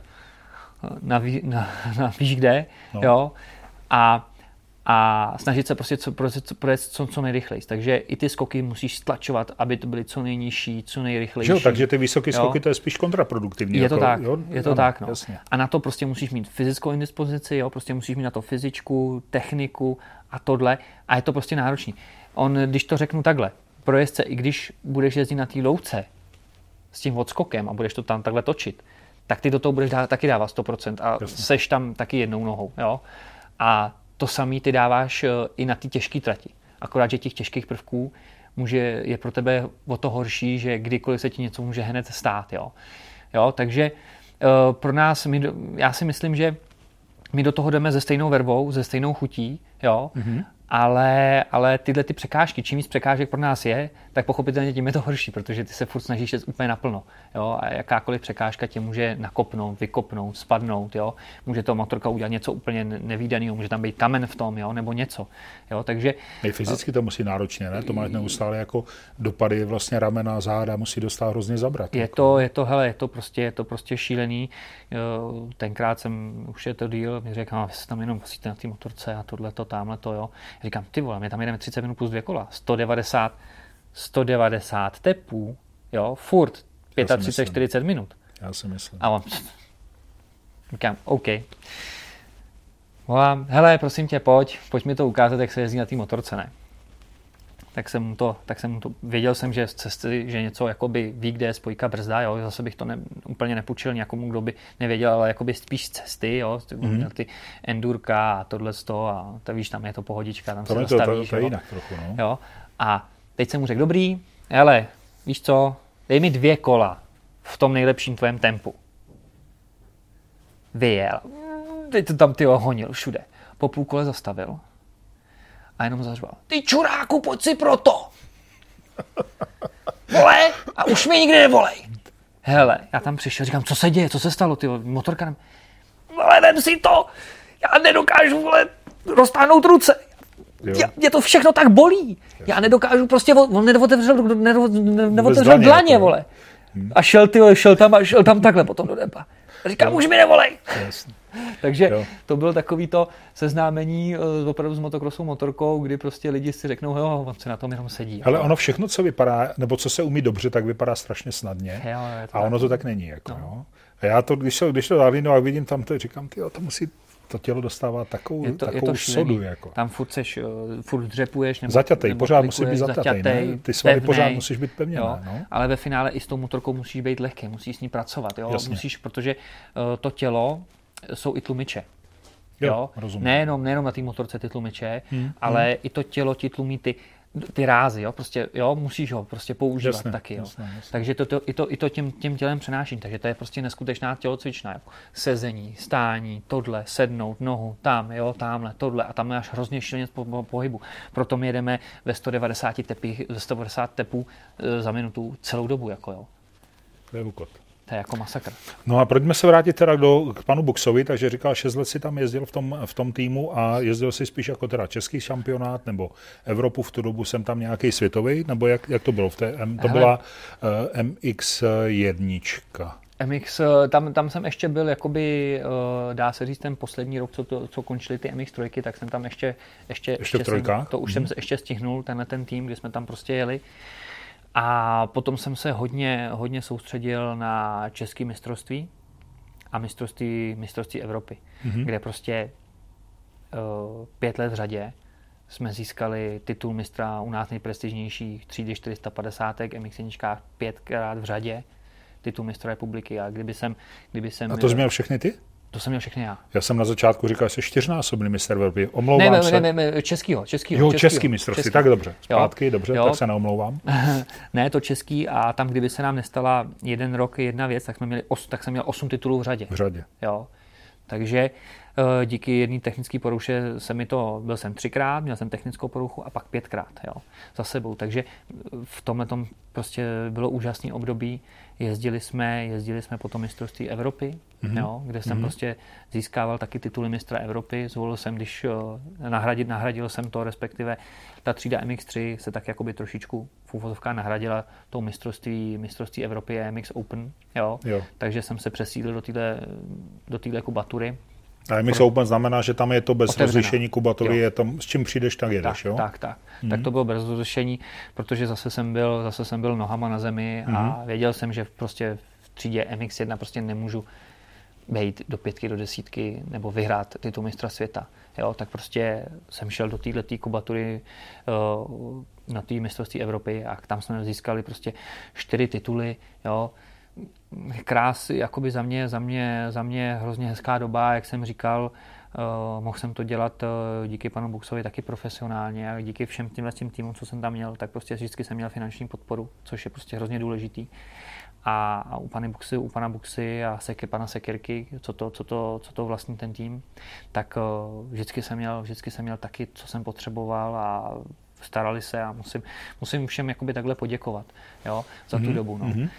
na, ví, na, na víš kde, no. jo, a a snažit se prostě co, projet co, co nejrychleji. Takže i ty skoky musíš stlačovat, aby to byly co nejnižší, co nejrychlejší. Jo, takže ty vysoké skoky, to je spíš kontraproduktivní. Je to jako, tak, jo? je to ano, tak. No. A na to prostě musíš mít fyzickou indispozici, jo? Prostě musíš mít na to fyzičku, techniku a tohle. A je to prostě náročný. On, když to řeknu takhle, pro jezdce, i když budeš jezdit na té louce s tím odskokem a budeš to tam takhle točit, tak ty do toho budeš dá, taky dávat sto procent a Jasně. seš tam taky jednou nohou. Jo? A to samý ty dáváš i na ty těžké trati. Akorát, že těch těžkých prvků může, je pro tebe o to horší, že kdykoliv se ti něco může hned stát. Jo? Jo, takže uh, pro nás, my, já si myslím, že my do toho jdeme se stejnou vervou, se stejnou chutí, jo? Mm-hmm. Ale, ale tyhle ty překážky, čím víc překážek pro nás je, tak pochopitelně tím je to horší, protože ty se furt snažíš jet úplně naplno. Jo? A jakákoliv překážka tě může nakopnout, vykopnout, spadnout. Jo? Může to motorka udělat něco úplně nevídaného, může tam být kamen v tom, jo? Nebo něco. Jo? Takže, I fyzicky to musí náročně, ne? To máš neustále jako dopady vlastně ramena, záda, musí dostat hrozně zabrat. Je jako. to, je to, hele, je to prostě, je to prostě šílený. Tenkrát jsem, už je to díl, mi řekl, vy se tam jenom vozíte na té motorce a tohleto, tamhleto, jo. Říkám, ty vole, my tam jedeme třicet minut plus dvě kola, sto devadesát, sto devadesát tepů, jo, furt, třicet pět čtyřicet minut. Já si myslím. A on, říkám, OK. Volám, hele, prosím tě, pojď, pojď mi to ukázat, jak se jezdí na té motorce, ne? Tak jsem mu to, tak jsem mu to, věděl jsem, že z cesty, že něco jakoby ví, kde je spojka brzda, jo, zase bych to ne, úplně nepůjčil někomu, kdo by nevěděl, ale jakoby spíš z cesty, jo, mm-hmm. ty endurka a tohle to a to víš, tam je to pohodička, tam to se zastavíš, to, to, to jinak trochu, no. Jo, a teď jsem mu řekl, dobrý, hele, víš co, dej mi dvě kola v tom nejlepším tvém tempu. Vyjel, teď to tam ty honil všude, po půl kole zastavil. A jenom zařval, ty čuráku, pojď si pro to. Vole, a už mi nikdy nevolej. Hele, já tam přišel, říkám, co se děje, co se stalo, ty motorka nem... Vole, vem si to, já nedokážu, vole, roztáhnout ruce. Já, mě to všechno tak bolí. Já nedokážu prostě, on neotevřel, neotevřel dlaně, vole. A šel, ty, šel tam a šel tam takhle potom do neba. Říkám, jo. Už mi nevolej. Jasně. Takže jo. To bylo takový to seznámení uh, opravdu s motokrosovou motorkou, kdy prostě lidi si řeknou, jo, on se na tom jenom sedí. Ale ono všechno, co vypadá, nebo co se umí dobře, tak vypadá strašně snadně. Jo, a ono to tak není. Jako, no. Jo. A já to, když to, když to dávím, a vidím tam to, říkám, tyjo, to musí, to tělo dostává takovou, je to, takovou je to sodu. Jako. Tam furt seš, uh, furt dřepuješ. Nebo, zaťatej, nebo pořád musí být zaťatej, zaťatej ne? Ty svaly pořád musíš být pevně. No? Ale ve finále i s tou motorkou musíš být lehký, musíš s ní pracovat. Jo? Musíš, protože uh, to tělo jsou i tlumiče. Jo, jo? Nejenom, nejenom na té motorce ty tlumiče, hmm, ale hmm. i to tělo ti tlumí ty, ty rázy, jo, prostě, jo, musíš ho prostě používat jasne, taky, jo. Jasne, jasne. Takže to, to, i to, i to tím, tím tělem přenáším, takže to je prostě neskutečná tělocvičná, jako sezení, stání, tohle, sednout, nohu, tam, jo, tamhle, tohle a tam máš hrozně šíleně po, po, pohybu. Proto my jedeme ve sto devadesát tepích, sto devadesát tepů e, za minutu celou dobu, jako jo. To je úkol. To je jako masakr. No a pojďme se vrátit teda do, k panu Buxovi, takže říkal, šest let si tam jezdil v tom, v tom týmu a jezdil si spíš jako teda český šampionát nebo Evropu, v tu dobu jsem tam nějaký světový, nebo jak, jak to bylo? V té, to Hele. byla uh, M X jedna. M X, tam, tam jsem ještě byl, jakoby, dá se říct, ten poslední rok, co, to, co končily ty M X tři, tak jsem tam ještě, ještě, ještě, ještě jsem, to už mm. jsem se ještě stihnul, tenhle ten tým, kdy jsme tam prostě jeli. A potom jsem se hodně, hodně soustředil na české mistrovství a mistrovství, mistrovství Evropy, mm-hmm. kde prostě uh, pět let v řadě jsme získali titul mistra u nás nejprestižnějších třídy čtyři sta padesát M X jedna pětkrát v řadě titul mistra republiky. A kdyby jsem, kdyby jsem a to jsi měl všechny ty? To jsem měl všechny já. Já jsem na začátku říkal, že jsi čtyřnásobný mistr Evropy. Omlouvám ne, se. Ne, ne, ne, českýho. českýho jo, českýho, český mistrovství, tak dobře. Zpátky, jo, dobře, jo. Tak se neomlouvám. Ne, to český a tam, kdyby se nám nestala jeden rok jedna věc, tak jsme měli os, tak jsem měl osm titulů v řadě. V řadě. Jo. Takže díky jedné technické poruše se mi to, byl jsem třikrát, měl jsem technickou poruchu a pak pětkrát, jo, za sebou. Takže v tomhle tom prostě bylo úžasné období. Jezdili jsme, jezdili jsme po tom mistrovství Evropy, mm-hmm. jo, kde jsem mm-hmm. prostě získával taky tituly mistra Evropy. Zvolil jsem, když nahradil, nahradil jsem to, respektive ta třída M X tři se tak jakoby trošičku v úvozovkách nahradila tou mistrovství, mistrovství Evropy M X Open, jo. Jo. Takže jsem se přesídlil do téhle do téhle kubatury. A M X Pro... Open znamená, že tam je to bez otevřená. Rozlišení kubatury, je tam, s čím přijdeš, tak jedeš, tak, jo? Tak, tak. Mm-hmm. Tak to bylo bez rozlišení, protože zase jsem byl, zase jsem byl nohama na zemi mm-hmm. a věděl jsem, že prostě v třídě M X jedna prostě nemůžu bejt do pětky, do desítky nebo vyhrát titul mistra světa. Jo, tak prostě jsem šel do této kubatury uh, na té mistrovství Evropy a tam jsme získali prostě čtyři tituly, jo. Krás, jakoby za mě, za mě, za mě hrozně hezká doba, jak jsem říkal, uh, mohl jsem to dělat uh, díky panu Buxovi taky profesionálně a díky všem těmhle tím týmům, co jsem tam měl, tak prostě vždycky jsem měl finanční podporu, což je prostě hrozně důležitý. A, a u, pany Buxy, u pana Buxy a seky, pana Sekirky, co to, co, to, co to vlastní ten tým, tak uh, vždycky jsem měl, vždycky jsem měl taky, co jsem potřeboval a starali se a musím, musím všem jakoby takhle poděkovat, jo, za tu mm-hmm. dobu. No. Mm-hmm.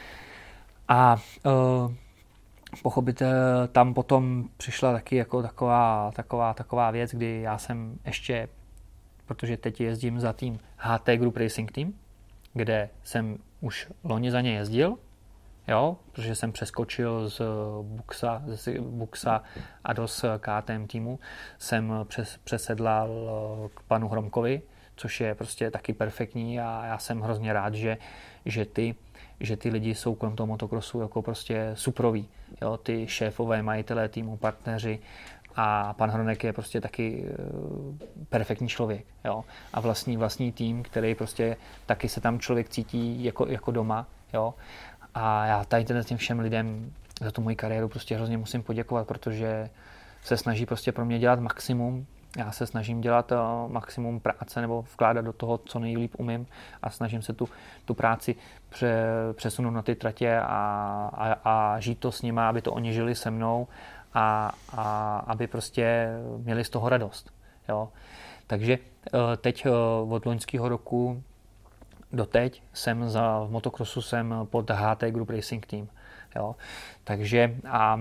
A uh, pochopitelně tam potom přišla taky jako taková, taková, taková věc, kdy já jsem ještě, protože teď jezdím za tým H T Group Racing Team, kde jsem už loni za ně jezdil, jo, protože jsem přeskočil z Buxa, z Buxa a do K T M týmu, jsem přes, přesedlal k panu Hromkovi, což je prostě taky perfektní a já jsem hrozně rád, že, že ty že ty lidi jsou kolem toho motokrosu jako prostě suproví. Jo, ty šéfové, majitelé týmu, partneři a pan Hronek je prostě taky uh, perfektní člověk. Jo. A vlastní, vlastní tým, který prostě taky se tam člověk cítí jako, jako doma. Jo. A já tady těm všem lidem za tu moji kariéru prostě hrozně musím poděkovat, protože se snaží prostě pro mě dělat maximum. Já se snažím dělat uh, maximum práce nebo vkládat do toho, co nejlíp umím a snažím se tu, tu práci pře, přesunout na ty tratě a, a, a žít to s nima, aby to oni žili se mnou a, a aby prostě měli z toho radost. Jo. Takže uh, teď uh, od loňského roku do teď jsem za, v motokrosu jsem pod H T Group Racing Team. Jo. Takže a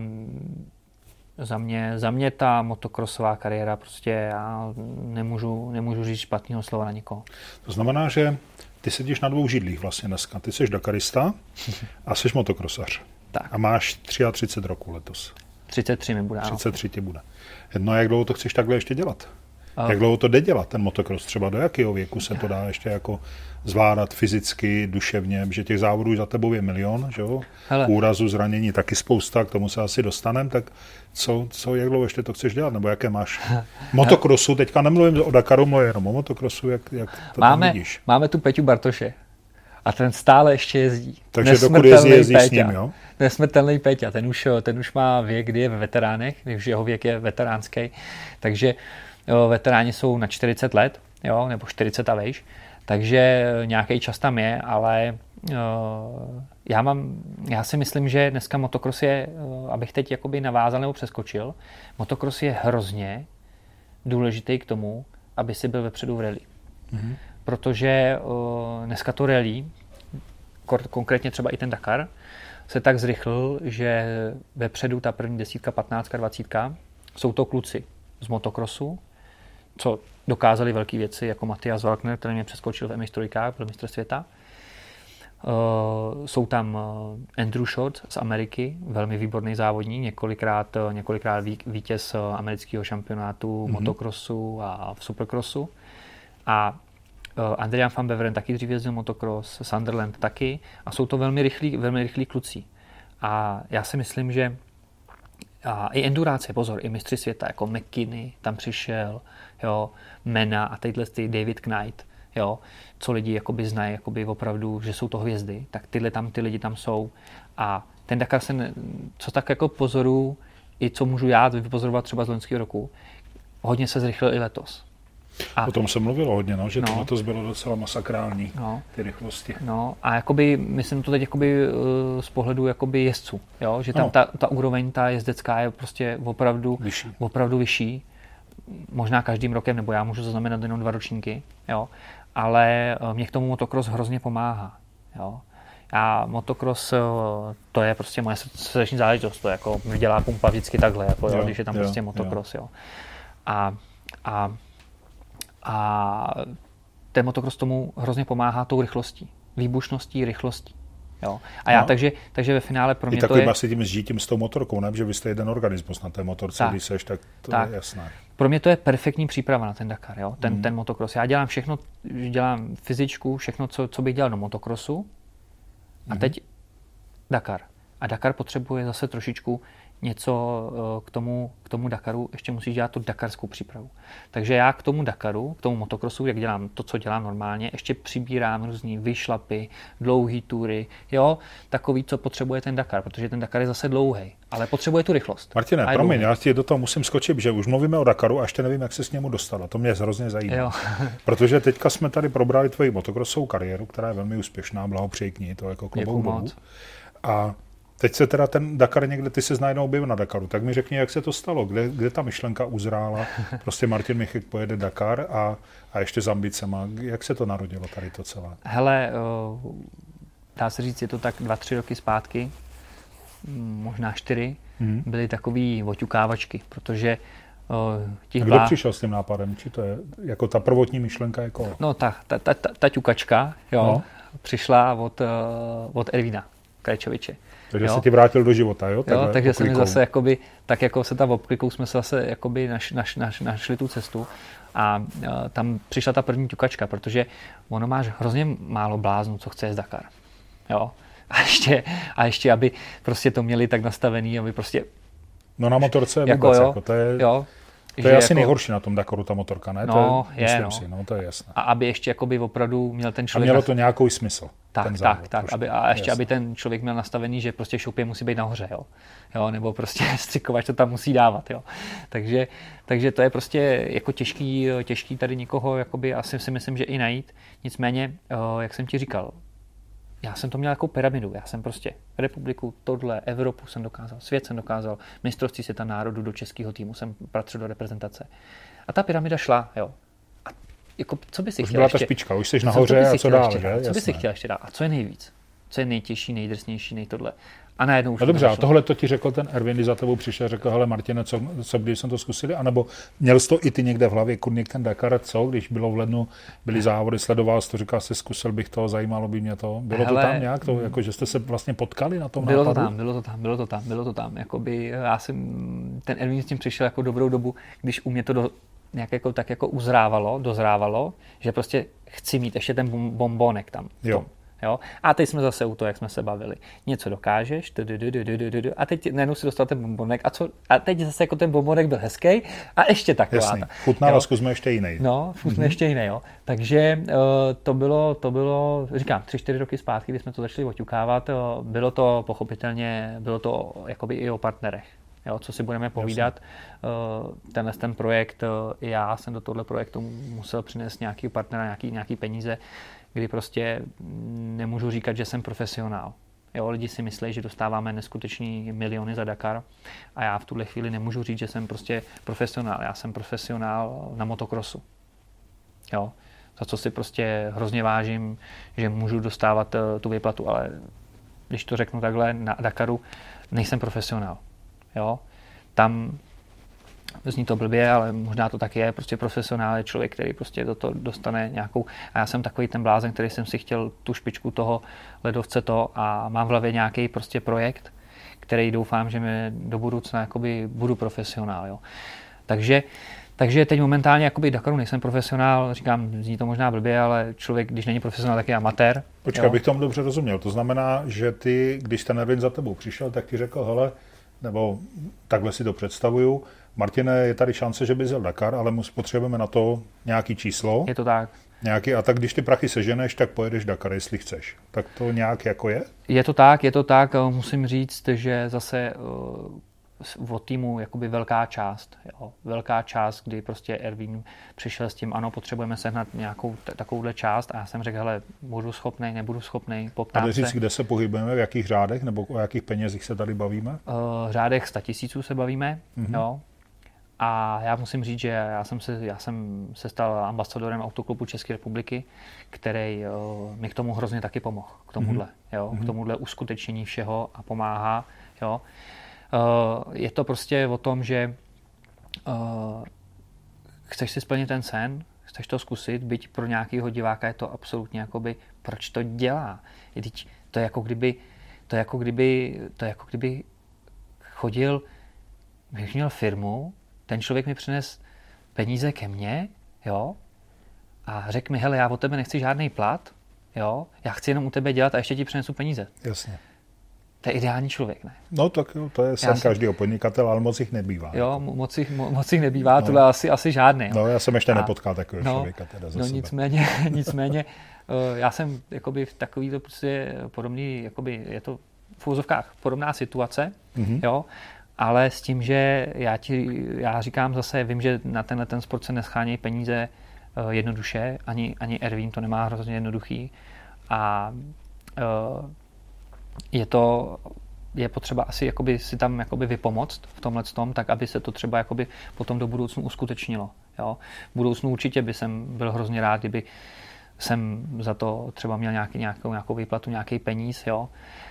Za mě, za mě ta motokrosová kariéra prostě já nemůžu, nemůžu říct špatného slova na nikoho. To znamená, že ty sedíš na dvou židlích vlastně dneska. Ty jsi dakarista a jsi motokrosař. Tak. A máš třicet tři roku letos. třicet tři mi bude. třicet tři ti bude. No a jak dlouho to chceš takhle ještě dělat? A... Jak dlouho to jde dělat, ten motokros? Třeba do jakého věku se to dá ještě jako zvládat fyzicky, duševně, že těch závodů za tebou je milion, že jo? Úrazu, zranění taky spousta, k tomu se asi dostaneme, tak co, co, jak dlouho ještě to chceš dělat, nebo jaké máš motokrosu, teďka nemluvím o Dakaru, mluvím jenom o motokrosu, jak, jak to máme, tam vidíš? Máme tu Peťu Bartoše a ten stále ještě jezdí. Takže dokud jezdí, jezdí s ním, jo? Nesmrtelný Peťa, ten už, ten už má věk, kdy je ve veteránech, když jeho věk je veteránský, takže jo, veteráni jsou na čtyřicet let, jo, nebo čtyřicet a vejš, takže nějaký čas tam je, ale uh, já, mám, já si myslím, že dneska motocross je, uh, abych teď jakoby navázal nebo přeskočil, motocross je hrozně důležitý k tomu, aby si byl vepředu v rally. Mm-hmm. Protože uh, dneska to rally, konkrétně třeba i ten Dakar, se tak zrychlil, že vepředu ta první desítka, patnáctka, dvacítka jsou to kluci z motokrosu, co dokázali velké věci, jako Matthias Walkner, který mě přeskočil v em iks tři, byl mistr světa. Uh, jsou tam Andrew Schott z Ameriky, velmi výborný závodník, několikrát, několikrát vítěz amerického šampionátu mm-hmm. motokrosu a v supercrossu. A uh, Adrian van Beveren taky dřív jezdil motocross, Sunderland taky. A jsou to velmi rychlí, velmi rychlí kluci. A já si myslím, že a i enduráce, pozor, i mistři světa, jako McKinney tam přišel, jo, Mena a tadyhle ty David Knight, jo, co lidi jakoby znají, jakoby opravdu, že jsou to hvězdy, tak tyhle tam, ty lidi tam jsou. A ten Dakar se, ne, co tak jako pozoru, i co můžu já vypozorovat třeba z loňského roku, hodně se zrychlil i letos. A, o tom se mluvilo hodně, no, že no, to letos bylo docela masakrální, no, ty rychlosti. No a jakoby, myslím to teď jakoby, z pohledu jakoby jezdců, jo, že tam no. ta, ta úroveň, ta jezdecká je prostě opravdu vyšší. opravdu vyšší. Možná každým rokem, nebo já můžu zaznamenat jenom dva ročníky, jo, ale mě k tomu motocross hrozně pomáhá, jo. A motocross, to je prostě moje srdeční záležitost, to jako dělá pumpa vždycky takhle, jako, jo, když je tam jo, prostě motocross, jo. jo. A, a, a ten motocross tomu hrozně pomáhá tou rychlostí, výbušností, rychlostí. Jo. A já no. takže, takže ve finále pro mě I to je... takovým asi tím žítím s tou motorkou, ne? Že vy jste jeden organismus na té motorce, tak, když seš, tak to tak. je jasné. Pro mě to je perfektní příprava na ten Dakar, jo? Ten, mm. ten motocross. Já dělám všechno, dělám fyzičku, všechno, co, co bych dělal do motocrossu. A mm. teď Dakar. A Dakar potřebuje zase trošičku něco k tomu, k tomu Dakaru, ještě musíš dělat tu dakarskou přípravu. Takže já k tomu Dakaru, k tomu motocrossu, jak dělám to, co dělám normálně, ještě přibírám různý vyšlapy, dlouhý tury, jo, takový, co potřebuje ten Dakar, protože ten Dakar je zase dlouhý, ale potřebuje tu rychlost. Martine, promiň, já ti do toho musím skočit, že už mluvíme o Dakaru a ještě nevím, jak se s němu dostala. To mě hrozně zajímá. Protože teďka jsme tady probrali tvoji motocrossovou kariéru, která je velmi úspěšná, blahopřeji k ní, to jako klobouk dolů. A teď se teda ten Dakar někde, ty se najednou objevil na Dakaru, tak mi řekni, jak se to stalo, kde, kde ta myšlenka uzrála, prostě Martin Michek pojede Dakar a, a ještě s ambicema, jak se to narodilo tady to celé? Hele, dá se říct, je to tak dva, tři roky zpátky, možná čtyři, hmm. byly takový oťukávačky, protože těch Kdo blá... přišel s tím nápadem, či to je jako ta prvotní myšlenka jako? No ta, ta, ta, ta, ta ťukačka, jo, no. přišla od, od Ervína Krajčoviče. Takže se ti vrátil do života, jo? jo takže se mi zase, jakoby, tak jako se tam obklikou, jsme se zase jakoby naš, naš, naš, našli tu cestu a uh, tam přišla ta první ťukačka, protože ono máš hrozně málo bláznů, co chce jet Dakar, jo? A ještě, a ještě, aby prostě to měli tak nastavený, aby prostě... No na motorce vůbec, jako, jo, jako to je... Jo, To je asi jako, nejhorší na tom Dakaru, ta motorka, ne? No, to je, je, no. Si, no, to je jasné. A aby ještě jakoby opravdu měl ten člověk... A mělo to nějaký smysl. Tak, ten tak, závod, tak. Aby, a ještě, jasné. aby ten člověk měl nastavený, že prostě šoupě musí být nahoře, jo. jo nebo prostě střikovač to tam musí dávat, jo. Takže, takže to je prostě jako těžký, těžký tady někoho, jakoby, asi si myslím, že i najít. Nicméně, jak jsem ti říkal, já jsem to měl jako pyramidu. Já jsem prostě republiku, tohle, Evropu jsem dokázal, svět jsem dokázal, mistrovství světa národů do českého týmu jsem patřil do reprezentace. A ta pyramida šla, jo. A jako, co by si už chtěl byla ještě? ta špička, už jsi nahoře a co dál, že? Co by si chtěl ještě dát? A co je nejvíc? Co je nejtěžší, nejdrsnější, nejtohle? A najednou už no dobře, a tohle to ti řekl ten Erwin, když za tebou přišel, řekl, hele Martine, co, co když jsme to zkusili, anebo měl jsi to i ty někde v hlavě, kurník ten Dakar, co, když bylo v lednu, byly závody, sledoval jsi to, říkal jsi, zkusil bych to, zajímalo by mě to. Bylo hele, to tam nějak, to, jako, že jste se vlastně potkali na tom bylo nápadu? To tam, bylo to tam, bylo to tam, bylo to tam. Jakoby, já jsem, ten Erwin s tím přišel jako dobrou dobu, když u mě to do, nějak jako, tak jako uzrávalo, dozrávalo, že prostě chci mít ještě ten bombonek tam. Jo. Jo? A teď jsme zase u toho, jak jsme se bavili. Něco dokážeš, a teď najednou si dostal ten bombonek. A, co, a teď zase jako ten bombonek byl hezký a ještě taková. Jasný. Chutnala, zkusme ještě jiný. No, zkusme mm-hmm. ještě jiný. Jo. Takže uh, to bylo, to bylo, říkám, tři, čtyři roky zpátky, kdy jsme to začali oťukávat. Uh, bylo to pochopitelně, bylo to jakoby i o partnerech. Jo, co si budeme povídat. Uh, tenhle ten projekt, uh, já jsem do tohle projektu musel přinést nějaký partnera, nějaký, nějaký peníze, kdy prostě nemůžu říkat, že jsem profesionál. Jo, lidi si myslí, že dostáváme neskutečný miliony za Dakar a já v tuhle chvíli nemůžu říct, že jsem prostě profesionál. Já jsem profesionál na motokrosu. Jo, za co si prostě hrozně vážím, že můžu dostávat uh, tu výplatu, ale když to řeknu takhle, na Dakaru nejsem profesionál. Jo? Tam zní to blbě, ale možná to tak je, prostě profesionál je člověk, který prostě do toho dostane nějakou, a já jsem takový ten blázen, který jsem si chtěl tu špičku toho ledovce to a mám v hlavě nějaký prostě projekt, který doufám, že mi do budoucna jakoby budu profesionál, jo. Takže, takže teď momentálně jakoby Dakaru nejsem profesionál, říkám, zní to možná blbě, ale člověk, když není profesionál, tak je amatér. Počkej, abych tomu dobře rozuměl. To znamená, že ty, když ten Erwin za tebou přišel, tak ti řekl, hele, nebo takhle si to představuju, Martine, je tady šance, že bys jel Dakar, ale potřebujeme na to nějaký číslo. Je to tak. Nějaký, a tak když ty prachy seženeš, tak pojedeš Dakar, jestli chceš. Tak to nějak jako je? Je to tak, je to tak. Musím říct, že zase od týmu jakoby velká část. Jo. Velká část, kdy prostě Erwin přišel s tím, ano, potřebujeme sehnat nějakou t- takovouhle část a já jsem řekl, hele, budu schopnej, nebudu schopnej, poptám se. A říct, kde se pohybujeme, v jakých řádech nebo o jakých penězích se tady bavíme? V řádech sta tisíců se bavíme, mm-hmm. jo. A já musím říct, že já jsem se, já jsem se stal ambasadorem Autoklubu České republiky, který uh, mi k tomu hrozně taky pomohl, k tomuhle, mm-hmm. jo, k tomuhle uskutečnění všeho a pomáhá, jo. Uh, je to prostě o tom, že uh, chceš si splnit ten sen, chceš to zkusit, byť pro nějakého diváka je to absolutně jakoby, proč to dělá. Teď to je jako kdyby, to je jako kdyby, to je jako kdyby chodil, bych měl firmu, ten člověk mi přines peníze ke mně, jo, a řekl mi, hele, já od tebe nechci žádný plat, jo, já chci jenom u tebe dělat a ještě ti přinesu peníze. Jasně. To je ideální člověk, ne? No tak jo, to je sen každého podnikatele, ale moc jich nebývá. Jo, jako. moc, jich, mo, moc jich nebývá, no. Tohle asi, asi žádný. No, já jsem ještě a, nepotkal takového no, člověka teda za no, sebe. nicméně, nicméně já jsem jakoby v takovýto prostě podobný, jakoby je to v úzovkách podobná situace, mm-hmm. jo, ale s tím, že já ti, já říkám zase, vím, že na tenhle ten sport se neschánějí peníze uh, jednoduše, ani, ani Erwin to nemá hrozně jednoduchý a uh, je to, je potřeba asi jakoby si tam jakoby vypomoct v tomhle tom, tak aby se to třeba jakoby potom do budoucnu uskutečnilo. Jo? V budoucnu určitě by jsem byl hrozně rád, kdyby jsem za to třeba měl nějaký, nějakou, nějakou výplatu, nějaký peníz, jo?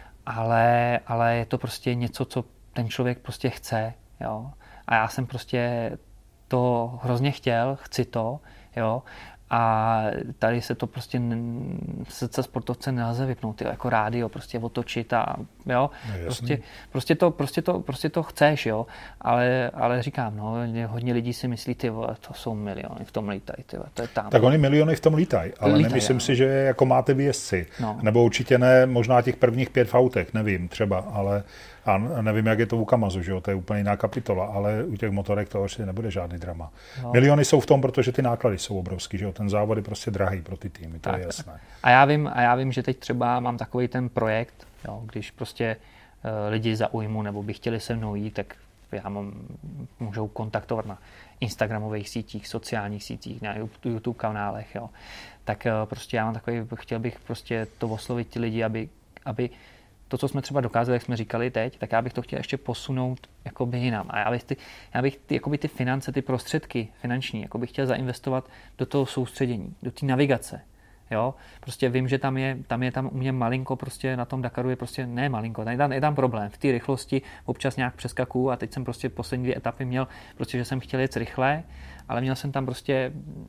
Ale, ale je to prostě něco, co ten člověk prostě chce, jo. A já jsem prostě to hrozně chtěl, chci to, jo. A tady se to prostě srdce sportovce nelze vypnout, jo, jako rádio, prostě otočit a jo. No, prostě, prostě, to, prostě, to, prostě to chceš, jo. Ale, ale říkám, no, hodně lidí si myslí, ty vole, to jsou miliony v tom lítají, ty vole, to je tam. Tak oni miliony v tom lítají, ale lítaj, nemyslím jo. si, že jako máte výjezdci. No. Nebo určitě ne, možná těch prvních pět v autech, nevím, třeba, ale a nevím, jak je to u Kamazu, že jo, to je úplně jiná kapitola, ale u těch motorek to určitě nebude žádný drama. No. Miliony jsou v tom, protože ty náklady jsou obrovský, že jo, ten závod je prostě drahý pro ty týmy, to tak, je jasné. A já vím, a já vím, že teď třeba mám takový ten projekt, jo, když prostě uh, lidi zaujmu nebo by chtěli se mnou jít, tak já mám, můžou kontaktovat na instagramových sítích, sociálních sítích, na YouTube kanálech, jo. Tak uh, prostě já mám takový, chtěl bych prostě to oslovit ti lidi, aby, aby to, co jsme třeba dokázali, jak jsme říkali teď, tak já bych to chtěl ještě posunout jakoby jinam. A já bych ty, já bych ty, jakoby ty finance, ty prostředky finanční, jakoby chtěl zainvestovat do toho soustředění, do té navigace. Jo? Prostě vím, že tam je, tam je tam u mě malinko, prostě na tom Dakaru je prostě ne malinko, je tam, je tam problém. V té rychlosti občas nějak přeskakuju a teď jsem prostě poslední dvě etapy měl, prostě, že jsem chtěl jet rychle, ale měl jsem tam prostě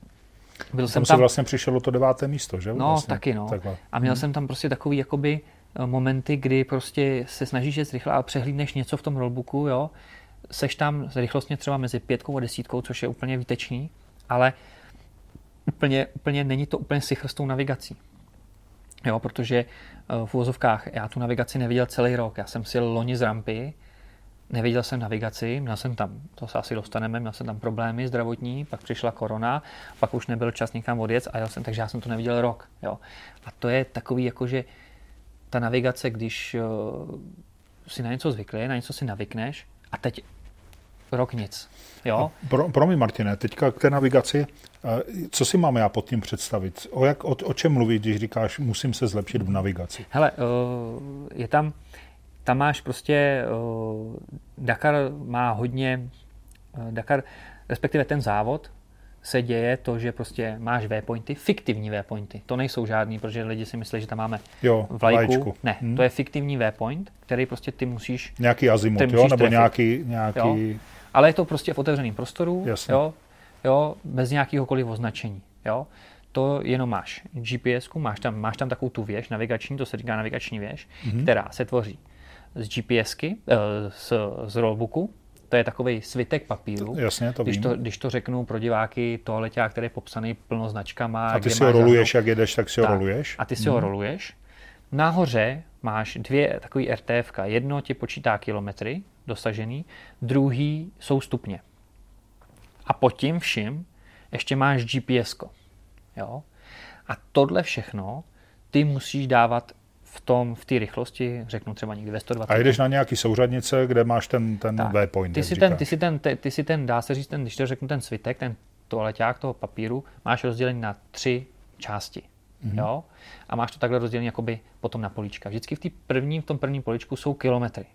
byl tam jsem tam vlastně přišlo to deváté místo, že? No, vlastně, taky no. Takhle. A měl hmm. jsem tam prostě takový jakoby momenty, kdy prostě se snažíš jet rychle, ale přehlídneš něco v tom rollbooku, jo. Seš tam rychlostně třeba mezi pětkou a desítkou, což je úplně výtečný, ale úplně, úplně není to úplně sichr s tou navigací. Jo, protože v uvozovkách já tu navigaci neviděl celý rok. Já jsem si jel loni z rampy, neviděl jsem navigaci, měl jsem tam, to se asi dostaneme, měl jsem tam problémy zdravotní, pak přišla korona, pak už nebyl čas někam odjet a jel jsem, takže já jsem to neviděl rok. Jo. A to je takový, jakože ta navigace, když uh, si na něco zvyklý, na něco si navykneš a teď rok nic. Jo? Pro, pro mě, Martine, teďka k té navigaci, co si máme já pod tím představit? O, jak, o, o čem mluvíš, když říkáš, musím se zlepšit v navigaci? Hele, uh, je tam, tam máš prostě, uh, Dakar má hodně, uh, Dakar, respektive ten závod, se děje to, že prostě máš waypointy, fiktivní waypointy. To nejsou žádný, protože lidi si myslí, že tam máme jo, vlajku. vlajčku. Ne, hmm. to je fiktivní waypoint, který prostě ty musíš... Nějaký azimut, jo? Nebo trefit. nějaký... nějaký... Jo? Ale je to prostě v otevřeném prostoru, jo? Jo? bez nějakéhokoliv označení. Jo? To jenom máš G P S ku, máš tam, máš tam takovou tu věž navigační, to se říká navigační věž, hmm. která se tvoří z GPSky, z, z rollbooku. To je takový svitek papíru. Jasně, to když vím. To, když to řeknu pro diváky, tohleťák, který je popsaný plno značkama. A ty si ho roluješ, jak jedeš, tak si ho tak, roluješ? A ty si hmm. ho roluješ. Nahoře máš dvě takový R T F ka. Jedno ti počítá kilometry dosažený, druhý jsou stupně. A pod tím vším ještě máš G P S ko. Jo? A tohle všechno ty musíš dávat v tom, v té rychlosti, řeknu třeba někdy ve sto dvacet. A jdeš na nějaký souřadnice, kde máš ten, ten waypoint. Ty si ten, ty, si ten, ty, ty si ten, dá se říct, ten, když to řeknu, ten svitek, ten toaleťák toho papíru, máš rozdělený na tři části. Mm-hmm. Jo? A máš to takhle rozdělený jakoby potom na políčka. Vždycky v, tý první, v tom prvním políčku jsou kilometry.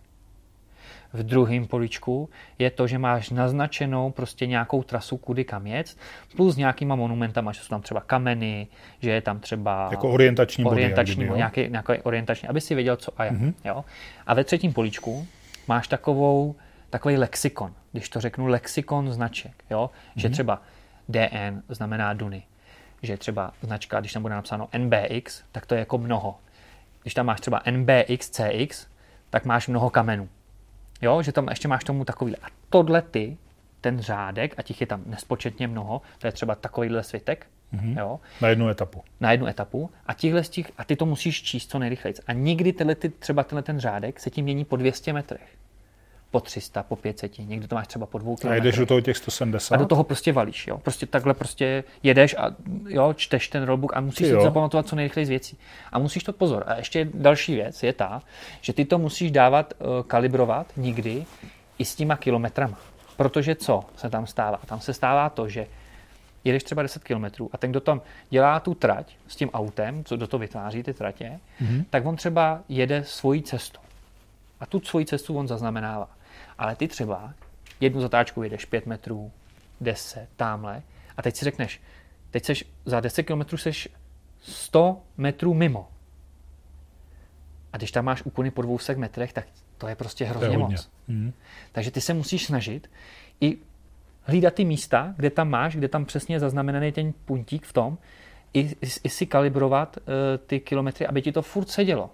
V druhém políčku je to, že máš naznačenou prostě nějakou trasu, kudy kam jet, plus nějakýma monumentama, že jsou tam třeba kameny, že je tam třeba jako orientační body, orientační, body, nějaký, nějaký orientační, aby si věděl, co a jak. Mm-hmm. Jo? A ve třetím políčku máš takovou, takový lexikon, když to řeknu, lexikon značek, jo? Že mm-hmm. třeba D N znamená Duny, že třeba značka, když tam bude napsáno N B X, tak to je jako mnoho. Když tam máš třeba N B X C X, tak máš mnoho kamenů. Jo, že tam ještě máš tomu takový. A tohle ty, ten řádek, a těch je tam nespočetně mnoho, to je třeba takovýhle svitek, mm-hmm. jo. Na jednu etapu. Na jednu etapu. A těchhle z těch, a ty to musíš číst co nejrychleji. A nikdy tyhle, ty, třeba tenhle ten řádek se tím mění po dvě stě metrech. Po tři sta, po pět set, někdy to máš třeba po dvou kilometrech. A jdeš do toho těch sto sedmdesát? A do toho prostě valíš, jo. Prostě takhle prostě jedeš a jo, čteš ten rollbook a musíš si zapamatovat co nejrychleji z věcí. A musíš to pozor. A ještě další věc je ta, že ty to musíš dávat, uh, kalibrovat nikdy i s těma kilometrama. Protože co se tam stává? Tam se stává to, že jedeš třeba deset kilometrů a ten, kdo tam dělá tu trať s tím autem, co do toho vytváří ty tratě, mm-hmm. tak on třeba jede svoji cestu. A tu svoji cestu on zaznamenává. Ale ty třeba jednu zatáčku jedeš pět metrů, deset, támhle a teď si řekneš, teď seš za deset kilometrů seš sto metrů mimo. A když tam máš úpony po dvou set metrech, tak to je prostě hrozně moc. Mm. Takže ty se musíš snažit i hlídat ty místa, kde tam máš, kde tam přesně je zaznamenaný ten puntík v tom, i, i, i si kalibrovat uh, ty kilometry, aby ti to furt sedělo.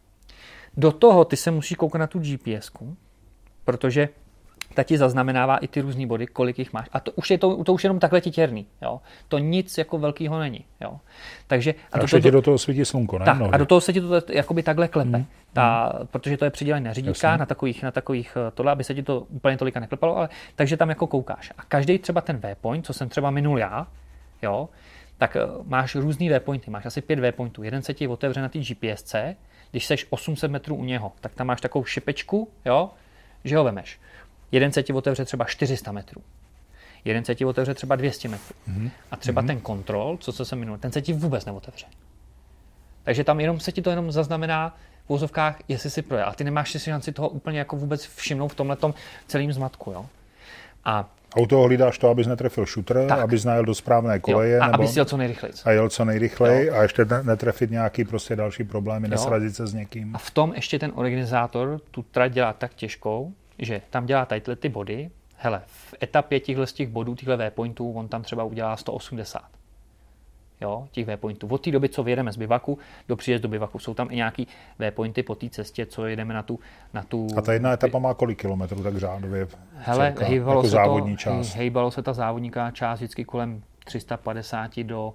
Do toho ty se musíš koukat na tu G P S ku, protože ta ti zaznamenává i ty různý body, kolik jich máš. A to už je to, to už jenom takhle titěrný. Jo? To nic jako velkýho není. Jo? Takže, a, a to, to, do toho svítí slunko, ne? Tak, a do toho se ti to jakoby takhle klepe. Hmm. Ta, protože to je přidělené na řidítka, na takových, na takových tohle, aby se ti to úplně tolika neklepalo, ale takže tam jako koukáš. A každý třeba ten waypoint, co jsem třeba minul já, jo, tak máš různý waypointy. Máš asi pět waypointů. Jeden se ti otevře na té G P S ce, když seš osm set metrů u něho, tak tam máš takovou šipečku, jo, že ho vemeš. Jeden se ti otevře třeba čtyři sta metrů. Jeden se ti otevře třeba dvě stě metrů. Mm-hmm. A třeba mm-hmm. ten kontrol, co, co jsem minul, ten se ti vůbec neotevře. Takže tam jenom se ti to jenom zaznamená v úzovkách, jestli si projel. A ty nemáš si šanci toho úplně jako vůbec všimnout v tomhletom celým zmatku. Jo? A A u toho hlídáš to, abys netrefil šuter, tak. abys najel do správné koleje. Jo, a nebo abys jel co nejrychleji. A jel co nejrychleji a ještě netrefit nějaký prostě další problémy, nesrazit se s někým. A v tom ještě ten organizátor tu trať dělá tak těžkou, že tam dělá tadyhle ty body. Hele, v etapě těchto z těch bodů, těchto waypointů, on tam třeba udělá sto osmdesát. Jo, těch waypointů. Od té doby, co vyjedeme z bivaku do příjezdu bivaku, jsou tam i nějaký waypointy po té cestě, co jedeme na tu, na tu... A ta jedna etapa má kolik kilometrů, tak řádově? Hele, hejbalo, jako se závodní to, část. hejbalo se ta závodníká část vždycky kolem tři sta padesát do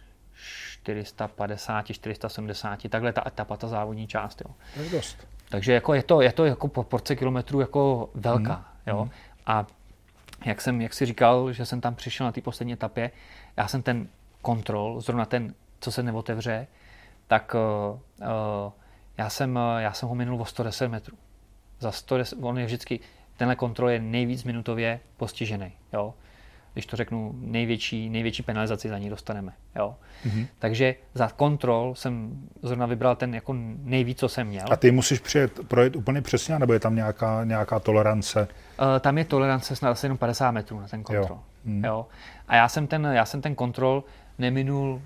čtyři sta padesát, čtyři sta sedmdesát. Takhle ta etapa, ta závodní část. Jo. To je dost. Takže jako je to, je to jako porce kilometrů jako velká. Hmm. Jo. Hmm. A jak jsem, jak jsi říkal, že jsem tam přišel na té poslední etapě, já jsem ten kontrol, zrovna ten, co se neotevře, tak uh, uh, já, jsem, uh, já jsem ho minul o sto deset metrů. Za sto deset, on je vždycky, tenhle kontrol je nejvíc minutově postižený. Jo? Když to řeknu, největší, největší penalizaci za ní dostaneme. Jo? Mm-hmm. Takže za kontrol jsem zrovna vybral ten jako nejvíc, co jsem měl. A ty musíš přijet, projet úplně přesně, nebo je tam nějaká, nějaká tolerance? Uh, tam je tolerance snad asi jenom padesát metrů na ten kontrol. Hmm. Jo? A já jsem, ten, já jsem ten kontrol neminul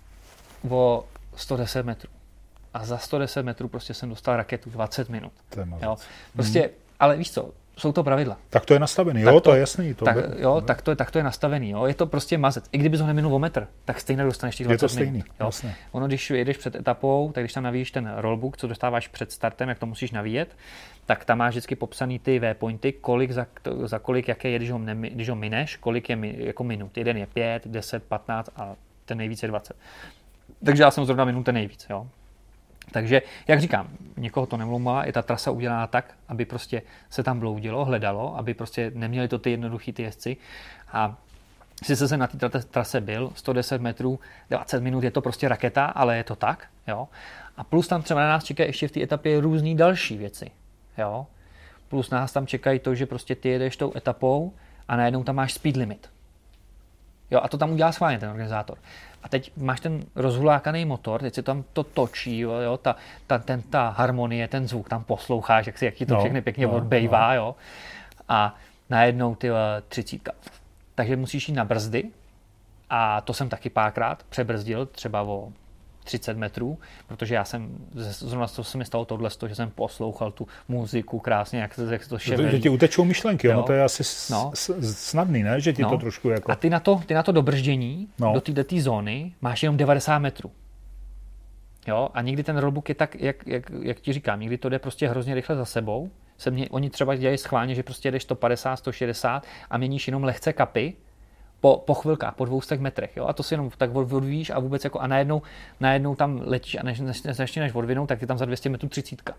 o sto deset metrů. A za sto deset metrů prostě jsem dostal raketu dvacet minut. Jo? Prostě, hmm. Ale víš co, jsou to pravidla. Tak to je nastavený, jo, to, to je jasný. To tak, by, jo, tak to, je, tak to je nastavený, jo. Je to prostě mazec. I kdyby ho neminul o metr, tak stejně dostaneš těch dvacet stejný, minut. Jo. Ono, když jedeš před etapou, tak když tam navíjíš ten rollbook, co dostáváš před startem, jak to musíš navíjet, tak tam máš vždycky popsaný ty waypointy, kolik za, to, za kolik, jaké je, když ho, ne, když ho mineš, kolik je jako minut. Jeden je pět, deset, patnáct a ten nejvíc je dvacet. Takže já jsem zrovna minul ten nejvíc, jo. Takže, jak říkám, někoho to nemlouvá, je ta trasa udělána tak, aby prostě se tam bloudilo, hledalo, aby prostě neměli to ty jednoduchý ty jezdci. A sice jsem na té trase byl, sto deset metrů, dvacet minut, je to prostě raketa, ale je to tak, jo. A plus tam třeba na nás čekají ještě v té etapě různý další věci, jo. Plus nás tam čekají to, že prostě ty jedeš tou etapou a najednou tam máš speed limit. Jo, a to tam udělá schválně ten organizátor. A teď máš ten rozhulákaný motor, teď se tam to točí, jo, ta, ta, ten, ta harmonie, ten zvuk, tam posloucháš, jak, si, jak ti to no, všechny pěkně no, odbejvá, no. Jo. A najednou ty třicítka. Takže musíš jít na brzdy a to jsem taky párkrát přebrzdil, třeba o třicet metrů, protože já jsem, zrovna to se mi stalo tohle, že jsem poslouchal tu muziku krásně, jak, jak to ševelí. Že ti utečou myšlenky, jo? No to je asi no. snadný, ne? Že ti no. to trošku jako... A ty na to, ty na to dobrždění, no. do této zóny, máš jenom devadesát metrů. Jo? A někdy ten rollbook je tak, jak, jak, jak ti říkám, někdy to jde prostě hrozně rychle za sebou. Se mě, oni třeba dělají schválně, že prostě jedeš sto padesát, sto šedesát a měníš jenom lehce kapy, Po, po chvilkách, po dvoustech metrech, jo? A to si jenom tak odvíjíš a vůbec jako a najednou, najednou tam letíš a než, než, než začneš odvinout, tak je tam za dvě stě metrů třicítka.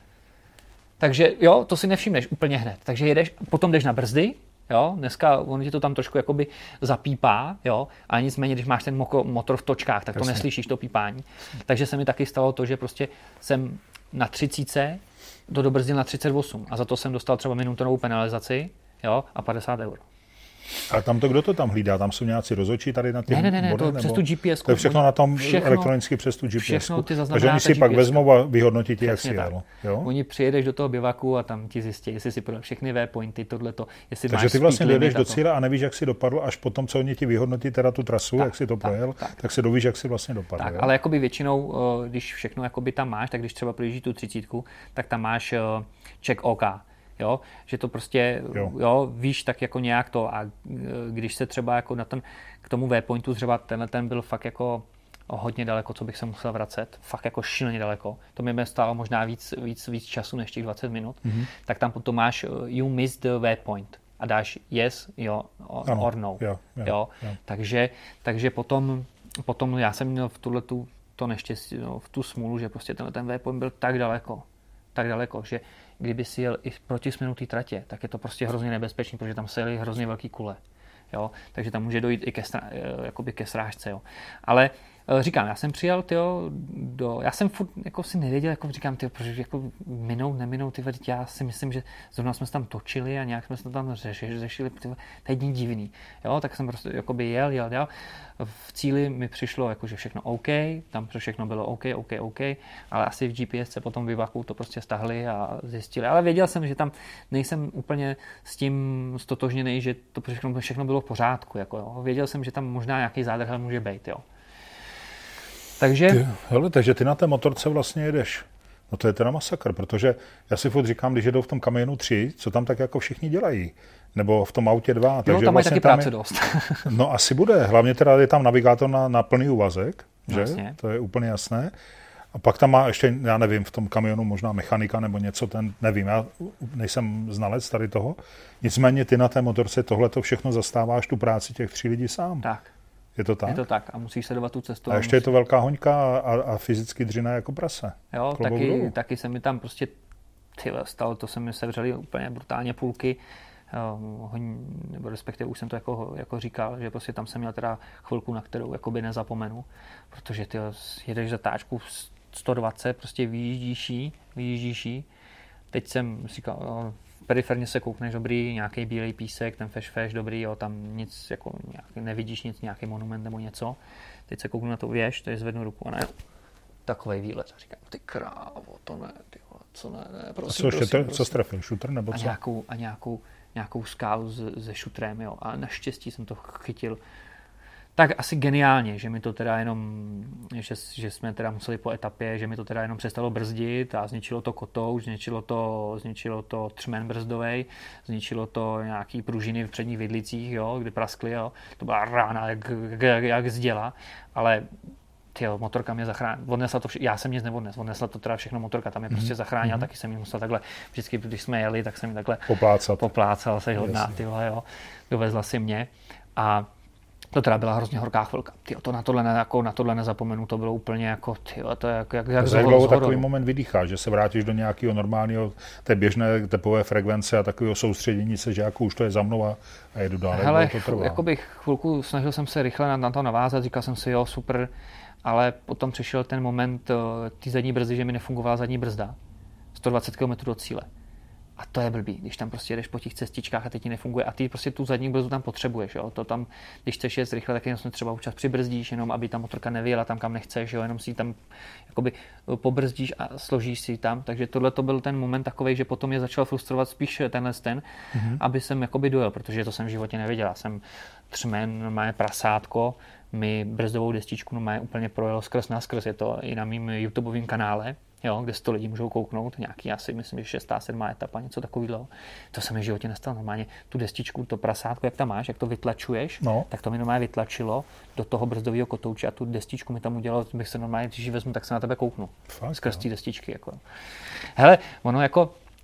Takže jo, to si nevšimneš úplně hned. Takže jedeš, potom jdeš na brzdy, jo? Dneska on ti to tam trošku jakoby zapípá, jo? A nicméně, když máš ten moko, motor v točkách, tak to Jasně. neslyšíš, to pípání. Takže se mi taky stalo to, že prostě jsem na třicítce to dobrzdil na třicet osm a za to jsem dostal třeba minutovou penalizaci, jo? A padesát eur. A tam to, kdo to tam hlídá? Tam jsou nějací rozhodčí tady na těch Ne, ne, ne, ne bodech, to přes tu G P S. To je všechno na tom všechno, elektronicky přes tu G P S. Všechno ty Takže oni si pak vezmou a vyhodnotí ti, jak si jel. Oni přijedeš do toho bivaku a tam ti zjistí, jestli si podal všechny waypointy, tohleto, jestli Takže máš ty vlastně dojdeš do cíle a nevíš, jak si dopadl, až potom, co oni ti vyhodnotí teda tu trasu, tak, jak si to tak, projel, tak, tak se dovíš, jak si vlastně dopadl. Tak, jo? ale jakoby většinou, když všechno jakoby tam máš, tak když třeba projíždí tu třicítku, tak tam máš check OK. Jo, že to prostě, jo. jo, víš tak jako nějak to a když se třeba jako na ten, k tomu waypointu třeba tenhle ten byl fakt jako hodně daleko, co bych se musel vracet, fakt jako šíleně daleko, to mi stálo možná víc, víc, víc času než těch dvacet minut, mm-hmm. tak tam potom máš you missed the waypoint a dáš yes, jo, or, or no, jo, jo, jo. Jo. Takže, takže potom, potom já jsem měl v tuhletu to neštěstí, no, v tu smůlu, že prostě tenhle ten waypoint byl tak daleko, tak daleko, že kdyby si jel i proti směnutý tratě, tak je to prostě hrozně nebezpečný, protože tam se jeli hrozně velký kule. Jo? Takže tam může dojít i ke, strá, jakoby ke srážce. Jo? Ale říkám, já jsem přijel, tyjo, do, já jsem furt jako si nevěděl, jako říkám, tyjo, protože jako minout, neminout, tyjo, já si myslím, že zrovna jsme se tam točili a nějak jsme se to tam řešili, řešili tyjo, to je divný. Jo? Tak jsem prostě jakoby jel, jel, jel. V cíli mi přišlo, jako, že všechno OK, tam všechno bylo OK, OK, OK, ale asi v G P S se potom vyvaku to prostě stahli a zjistili. Ale věděl jsem, že tam nejsem úplně s tím stotožněný, že to všechno, všechno bylo v pořádku. Jako, jo. Věděl jsem, že tam možná nějaký zádrhel může být. Jo. Takže... Ty, hele, takže ty na té motorce vlastně jedeš. No to je teda masakr, protože já si furt říkám, když jedou v tom kamionu tři, co tam tak jako všichni dělají. Nebo v tom autě dva. Jo, takže tam mají vlastně taky tam práce je, dost. No asi bude. Hlavně teda je tam navigátor na, na plný úvazek, že? Vlastně. To je úplně jasné. A pak tam má ještě, já nevím, v tom kamionu možná mechanika nebo něco, ten nevím, já nejsem znalec tady toho. Nicméně ty na té motorce tohleto všechno zastáváš tu práci těch tří lidí sám. Tak. Je to tak? Je to tak a musíš sledovat tu cestu. A ještě musí... je to velká hoňka a, a fyzicky dřina jako prase. Jo, taky, taky se mi tam prostě tyhle, stalo, to se mi sevřeli úplně brutálně půlky, hoň, nebo respektive už jsem to jako, jako říkal, že prostě tam jsem měl teda chvilku, na kterou jakoby nezapomenu, protože ty jedeš zatáčku sto dvacet, prostě vyjíždíš jí, vyjíždíš jí. Teď jsem říkal, jo, periferně se koukneš, dobrý, nějaký bílej písek, ten feš feš, dobrý, jo, tam nic, jako nějaký, nevidíš nic, nějaký monument nebo něco. Teď se kouknu na tu věž, to je zvednu ruku a ne, takovej výlet. A říkám, ty krávo, to ne, ty vole, co ne, ne, prosím, a co, prosím, ještě prosím. Co strefil, šutr nebo a co? Nějakou, a nějakou, nějakou skálu se šutrem, jo, a naštěstí jsem to chytil tak asi geniálně, že mi to teda jenom, že, že jsme teda museli po etapě, že mi to teda jenom přestalo brzdit a zničilo to kotouč, zničilo to, zničilo to třmen brzdovej, zničilo to nějaký pružiny v předních vidlicích, jo, kdy praskly, jo. To byla rána jak, jak, jak zděla, ale tyjo, motorka mě zachránila, odnesla to vše, já jsem nic neodnes, odnesla to teda všechno motorka, tam je prostě zachránila, mm-hmm. taky jsem ji musel takhle, vždycky, když jsme jeli, tak jsem ji takhle poplácat. poplácal, se hodná, tyhle, jo, dovezla si mě a to teda byla hrozně horká chvilka. Tyjo, to na tohle, ne, jako, na tohle nezapomenu, to bylo úplně jako, tyjo, to je jak, jak, jak jak dlouho takový moment vydýchá, že se vrátíš do nějakého normálního, té běžné tepové frekvence a takového soustředění se, že jako už to je za mnou a, a jedu dál. Hele, to trvá. Jako bych chvilku snažil jsem se rychle na, na to navázat, říkal jsem si, jo, super, ale potom přišel ten moment té zadní brzdy, že mi nefungovala zadní brzda. sto dvacet kilometrů do cíle. A to je blbý, když tam prostě jedeš po těch cestičkách a teď ti nefunguje a ty prostě tu zadní brzdu tam potřebuješ, jo. To tam, když chceš jet rychle, tak jenom třeba občas přibrzdíš, jenom aby ta motorka nevyjela tam, kam nechceš, jo, jenom si tam jakoby pobrzdíš a složíš si tam, takže tohle to byl ten moment takovej, že potom mě začal frustrovat spíš tenhle ten, mm-hmm. aby jsem jakoby dojel, protože to jsem v životě neviděl, jsem třmen, má prasátko, mi brzdovou destičku no, má úplně projel skrz na skrz, je to i na mým YouTubeovém kanále. Jo, kde sto lidí můžou kouknout, nějaký asi, myslím, že šestá, sedmá etapa, něco takového. To se mi v životě nestalo. Normálně tu destičku, to prasátko, jak tam máš, jak to vytlačuješ, no. tak to mi normálně vytlačilo do toho brzdového kotouče a tu destičku mi tam udělalo, bych se normálně, když ji vezmu, tak se na tebe kouknu. Fakt, skrz té destičky. Jako. Hele, ono jako,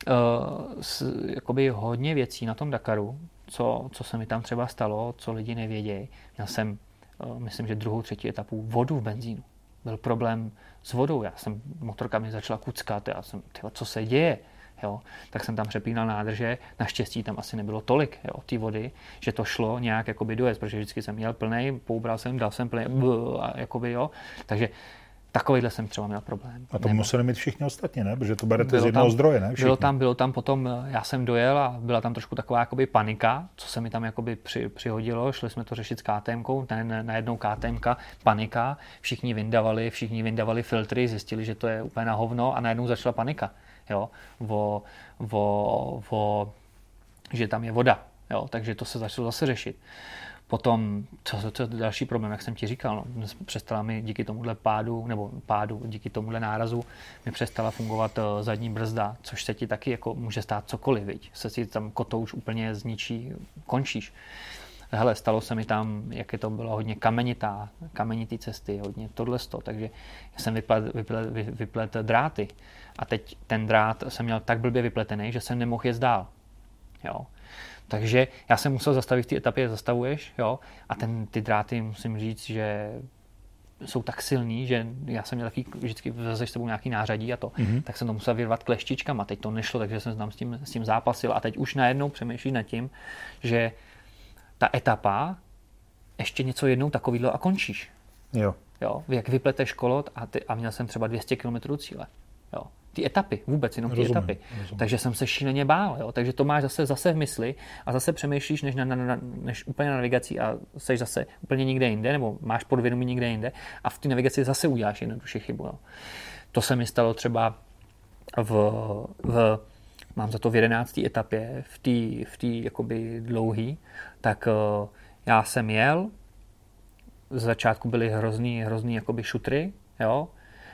uh, s, jakoby hodně věcí na tom Dakaru, co, co se mi tam třeba stalo, co lidi nevědějí. Já jsem, uh, myslím, že druhou, třetí etapu vodu v benzínu. Byl problém s vodou, já jsem, motorka mi začala kuckat, já jsem, tyjo, co se děje, jo, tak jsem tam přepínal nádrže, naštěstí tam asi nebylo tolik, jo, té vody, že to šlo nějak jakoby dojet, protože vždycky jsem jel plnej, poubral jsem, dal jsem plnej, a jakoby jo, takže takovýhle jsem třeba měl problém. A to Nebo... museli mít všichni ostatní, ne? Protože to berete z jednoho tam, zdroje, ne? Všichni. Bylo tam, bylo tam potom, já jsem dojel a byla tam trošku taková jakoby panika, co se mi tam jakoby při, přihodilo, šli jsme to řešit s KTMkou, najednou KTMka, panika, všichni vyndavali, všichni vyndavali filtry, zjistili, že to je úplně na hovno a najednou začala panika, jo, o, o, o, že tam je voda, jo, takže to se začalo zase řešit. Potom, co, co je další problém, jak jsem ti říkal, no, přestala mi díky tomuhle pádu, nebo pádu, díky tomuhle nárazu, mi přestala fungovat uh, zadní brzda, což se ti taky jako může stát cokoliv, viď? Se si tam kotouč úplně zničí, končíš. Hele, stalo se mi tam, jak je to bylo hodně kamenitá, kamenitý cesty, hodně tohleto, takže jsem vyplet, vyplet, vyplet dráty a teď ten drát jsem měl tak blbě vypletený, že jsem nemohl jet dál, jo. Takže já jsem musel zastavit v té etapě, zastavuješ, jo, a ten, ty dráty, musím říct, že jsou tak silný, že já jsem měl taky vždycky vezeš s sebou nějaký nářadí a to, mm-hmm. tak jsem to musel vyrvat kleštičkama, teď to nešlo, takže jsem tam s tím, s tím zápasil a teď už najednou přemýšlím nad tím, že ta etapa ještě něco jednou takovýhle a končíš. Jo. Jo, jak vypleteš kolot a, ty, a měl jsem třeba dvě stě kilometrů cíle, jo. Ty etapy, vůbec jenom ty rozumím, etapy. Rozumím. Takže jsem se šíleně bál. Jo? Takže to máš zase, zase v mysli a zase přemýšlíš než, na, na, na, než úplně na navigaci a jsi zase úplně někde jinde, nebo máš podvědomí někde jinde a v té navigaci zase uděláš jednoduše chybu. Jo? To se mi stalo třeba v, v mám za to v jedenácté etapě, v té v tý, jakoby dlouhý, tak uh, já jsem jel, z začátku byly hrozný, hrozný jakoby šutry, jo,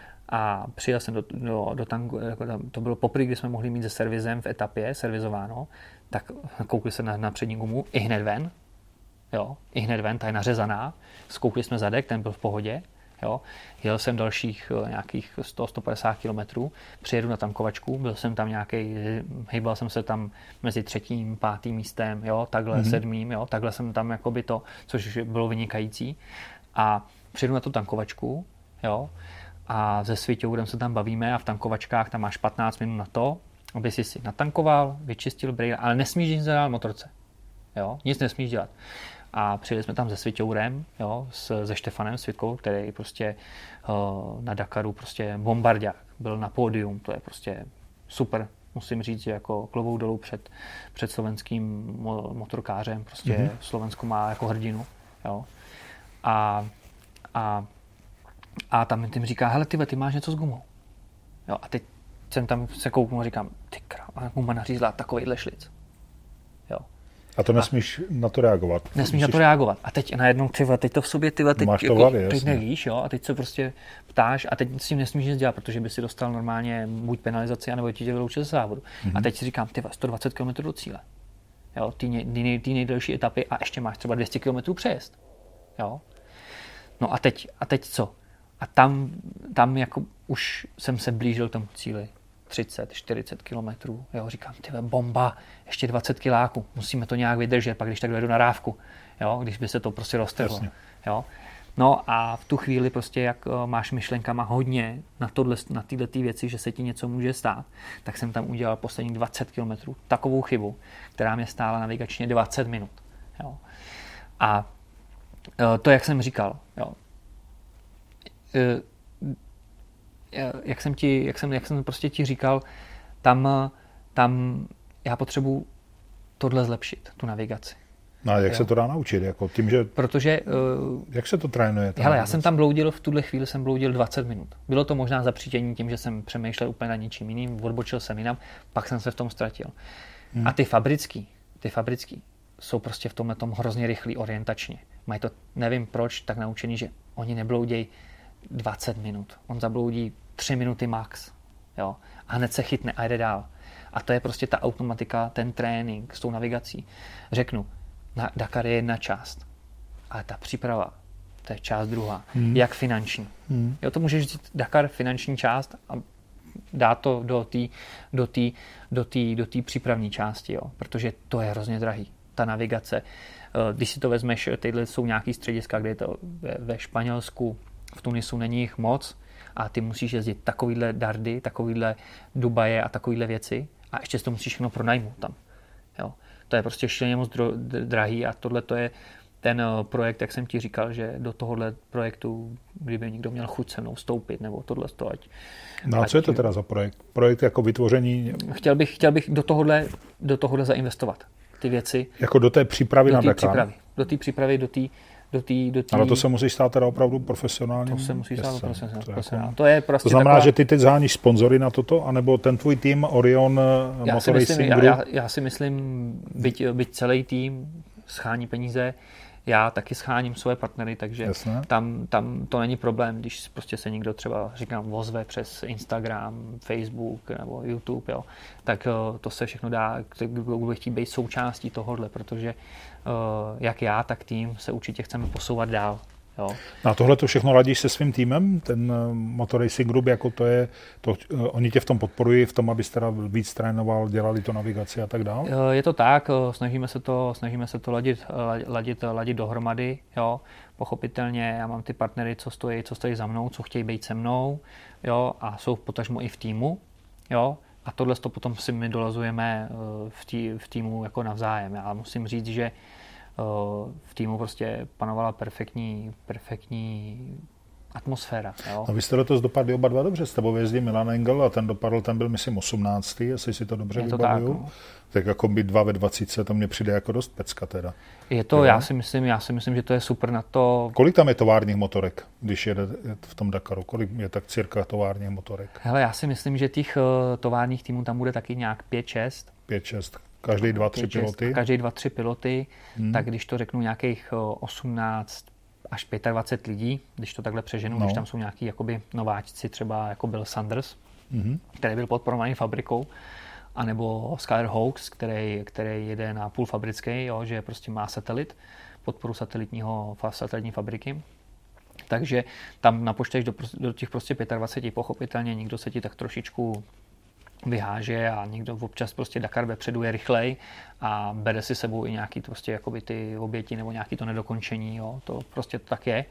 a přijel jsem do, do, do tanku, jako to bylo poprvé, kdy jsme mohli mít se servisem v etapě, servizováno, tak koukli se na, na přední gumu, i hned ven, jo, i hned ven, ta je nařezaná, zkoukli jsme zadek, ten byl v pohodě, jo, jel jsem dalších nějakých sto až sto padesát kilometrů, přijedu na tankovačku, byl jsem tam nějaký, hejbal jsem se tam mezi třetím, pátým místem, jo, takhle mm-hmm. sedmým, jo, takhle jsem tam jakoby to, což bylo vynikající a přijedu na tu tankovačku, jo, a se Sviťourem se tam bavíme a v tankovačkách tam máš patnáct minut na to, aby si si natankoval, vyčistil brýle, ale nesmíš nic dělat motorce. Jo? Nic nesmíš dělat. A přijeli jsme tam se Sviťourem, jo, s, se Štefanem Svitkou, který prostě uh, na Dakaru prostě bombardák, byl na pódium, to je prostě super. Musím říct, že jako klobouk dolů před, před slovenským mo- motorkářem, prostě mm-hmm. Slovensko má jako hrdinu. Jo? A, a A tam tím říká, hele tyve, ty máš něco s gumou. Jo, a teď jsem tam se kouknu a říkám, ty král, a guma nařízla takovejhle šlic. Jo. A to nesmíš a na to reagovat. Nesmíš Musíš... na to reagovat. A teď najednou, tyhle, teď to v sobě, tyhle, teď, Máš to jako, v hlavě, teď jasně. nevíš, jo, a teď se prostě ptáš a teď s tím nesmíš nic dělat, protože by si dostal normálně buď penalizaci, anebo ti tě vyloučil ze závodu. Mm-hmm. A teď si říkám, tyhle, sto dvacet kilometrů do cíle. Jo, ty, nej, nej, ty nejdelší etapy a ještě máš třeba dvě stě kilometrů přejezd. Jo. No a teď, a teď co? A tam, tam jako už jsem se blížil k tomu cíli. třicet, čtyřicet kilometrů. Jo, říkám, tyhle, bomba, ještě dvacet kiláků, musíme to nějak vydržet, pak když tak dojedu na rávku, jo, když by se to prostě roztrhlo. Jo. No a v tu chvíli prostě, jak máš myšlenkama hodně na, tohle, na tyhle ty věci, že se ti něco může stát, tak jsem tam udělal posledních dvacet kilometrů takovou chybu, která mě stála navigačně dvacet minut. Jo. A to, jak jsem říkal, jo, jak jsem ti, jak jsem, jak jsem prostě ti říkal, tam, tam já potřebuji tohle zlepšit, tu navigaci. No a jak jo. se to dá naučit? Jako tím, že... Protože... Uh, jak se to trénuje? Hele, já jsem tam bloudil, v tuhle chvíli jsem bloudil dvacet minut. Bylo to možná zapříčení tím, že jsem přemýšlel úplně nad něčím jiným, odbočil jsem jinam, pak jsem se v tom ztratil. Hmm. A ty fabrický, ty fabrický jsou prostě v tomhle tom hrozně rychlý orientačně. Mají to, nevím proč, tak naučený, že oni nebloudějí dvacet minut. On zabloudí tři minuty max. Jo? A hned se chytne a jde dál. A to je prostě ta automatika, ten trénink s tou navigací. Řeknu, na Dakar je jedna část, ale ta příprava, to je část druhá. Hmm. Jak finanční. Hmm. Jo, to můžeš říct Dakar finanční část a dá to do té do té do té do té přípravní části, jo? Protože to je hrozně drahý. Ta navigace. Když si to vezmeš, tyhle jsou nějaký střediska, kde je to ve, ve Španělsku, v Tunisu není jich moc a ty musíš jezdit takovýhle dardy, takovýhle Dubaje a takovýhle věci a ještě si to musíš všechno pronajmout tam. Jo? To je prostě šíleně moc drahý a tohle to je ten projekt, jak jsem ti říkal, že do tohohle projektu, kdyby někdo měl chuť se mnou vstoupit, nebo tohle to, ať... No a co je to teda za projekt? Projekt jako vytvoření... Chtěl bych, chtěl bych do tohohle, do tohohle zainvestovat. Ty věci. Jako do té přípravy do na Dakar? Přípravy, do té přípravy, do té... Do tý, do tý... Ale to se musí stát teda opravdu profesionálním? To se musí stát yes, profesionálním. To, profesionál. to, je prostě to znamená, taková... že ty teď zháníš sponzory na toto, anebo ten tvůj tým Orion já Motor si myslím, Racing já, Group? já, já si myslím, byť, byť celý tým schání peníze, já taky scháním svoje partnery, takže tam, tam to není problém, když prostě se někdo třeba, říkám, ozve přes Instagram, Facebook nebo YouTube, jo, tak to se všechno dá, kdo bude chtít být součástí tohohle, protože jak já, tak tým se určitě chceme posouvat dál. Jo. A tohle to všechno ladíš se svým týmem, ten Motor Racing Group, jako to je, to, oni tě v tom podporují, v tom, abys teda víc trénoval, dělali to navigaci a tak dál? Je to tak, snažíme se to, snažíme se to ladit, ladit, ladit dohromady, jo. Pochopitelně já mám ty partnery, co stojí, co stojí za mnou, co chtějí být se mnou, jo, a jsou potažmo i v týmu, jo. A tohle to potom si my dolazujeme v, tý, v týmu jako navzájem. Já musím říct, že v týmu prostě panovala perfektní, perfektní atmosféra. Jo. No vy jste letos dopadli oba dva dobře, s tebou jezdí Milan Engel a ten dopadl, ten byl myslím osmnáctý, jestli si to dobře vybavuju. Tak, no. Tak jako být dva ve dvacítce, to mně přijde jako dost pecka teda. Je to, já si, myslím, já si myslím, že to je super na to. Kolik tam je továrních motorek, když jede v tom Dakaru? Kolik je tak cirka továrních motorek? Hele, já si myslím, že těch továrních týmů tam bude taky nějak pět šest. pět šest. Každý dva, tři piloty? Každý dva, tři piloty, hmm. tak když to řeknu nějakých osmnáct až dvacet pět lidí, když to takhle přeženu, no. Když tam jsou nějaký jakoby nováčci, třeba jako byl Sanders, hmm. který byl podporovaný fabrikou, anebo Skyler Hawks, který, který jede na půl fabrický, jo, že prostě má satelit, podporu satelitního, satelitní fabriky. Takže tam napočteš do, do těch prostě dvacet pět, pochopitelně někdo se ti tak trošičku vyháže a někdo občas prostě Dakar vepředu je rychlej a bere si sebou i nějaký prostě jakoby ty oběti nebo nějaký to nedokončení, jo, to prostě tak je.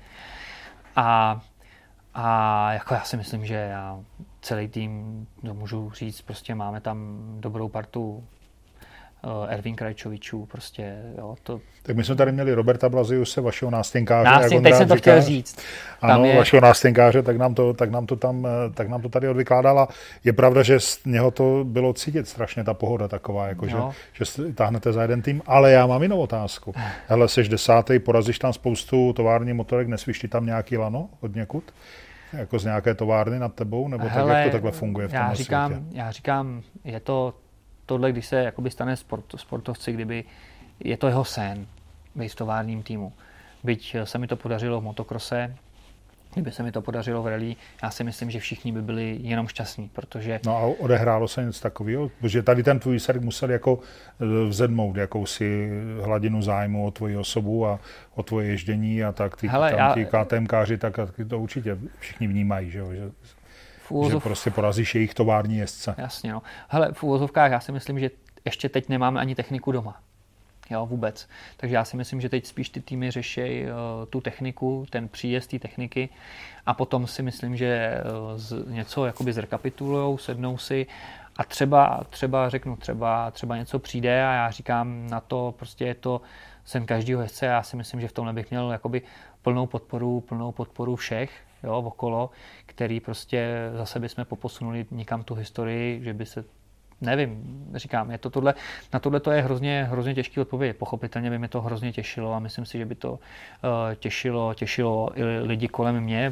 A, a jako já si myslím, že já celý tým, to můžu říct, prostě máme tam dobrou partu Ervin Krajčovičů, prostě, jo, to... Tak my jsme tady měli Roberta Blaziuse, vašeho nástěnkáře. Nástěn, teď jsem to chtěl říct. Ano, je... vašeho nástěnkáře, tak nám, to, tak, nám to tam, tak nám to tady odvykládala. Je pravda, že z něho to bylo cítit strašně, ta pohoda taková, jako že, že táhnete za jeden tým, ale já mám jinou otázku. Hele, seš desátý, porazíš tam spoustu tovární motorek, nesvíš ti tam nějaký lano od někud? Jako z nějaké továrny nad tebou, nebo Hele, tak, jak to takhle funguje v tomhle já říkám, světě? Já říkám, je to tohle, když se jakoby stane sport, sportovci, kdyby je to jeho sen být v továrním týmu. Byť se mi to podařilo v motokrose, kdyby se mi to podařilo v rally, já si myslím, že všichni by byli jenom šťastní, protože... No a odehrálo se něco takového? Protože tady ten tvůj výsledek musel jako vzedmout jakousi hladinu zájmu o tvoji osobu a o tvoje ježdění a tak. Ty, Hele, tam já... ti KTMkáři, tak to určitě všichni vnímají, že, že, úvozov... že prostě porazíš jejich tovární jezdce. Jasně, no. Hele, v úvozovkách já si myslím, že ještě teď nemáme ani techniku doma. Jo, vůbec. Takže já si myslím, že teď spíš ty týmy řeší uh, tu techniku, ten příjezd té techniky a potom si myslím, že uh, z, něco jakoby zrekapitulujou, sednou si a třeba, třeba řeknu, třeba, třeba něco přijde a já říkám na to, prostě je to sen každého jezdce a já si myslím, že v tomhle bych měl jakoby plnou podporu, plnou podporu všech, jo, okolo, který prostě zase bychom poposunuli někam tu historii, že by se nevím, říkám, je to tohle, na tohle to je hrozně, hrozně těžký odpověď. Pochopitelně by mě to hrozně těšilo a myslím si, že by to uh, těšilo, těšilo i lidi kolem mě.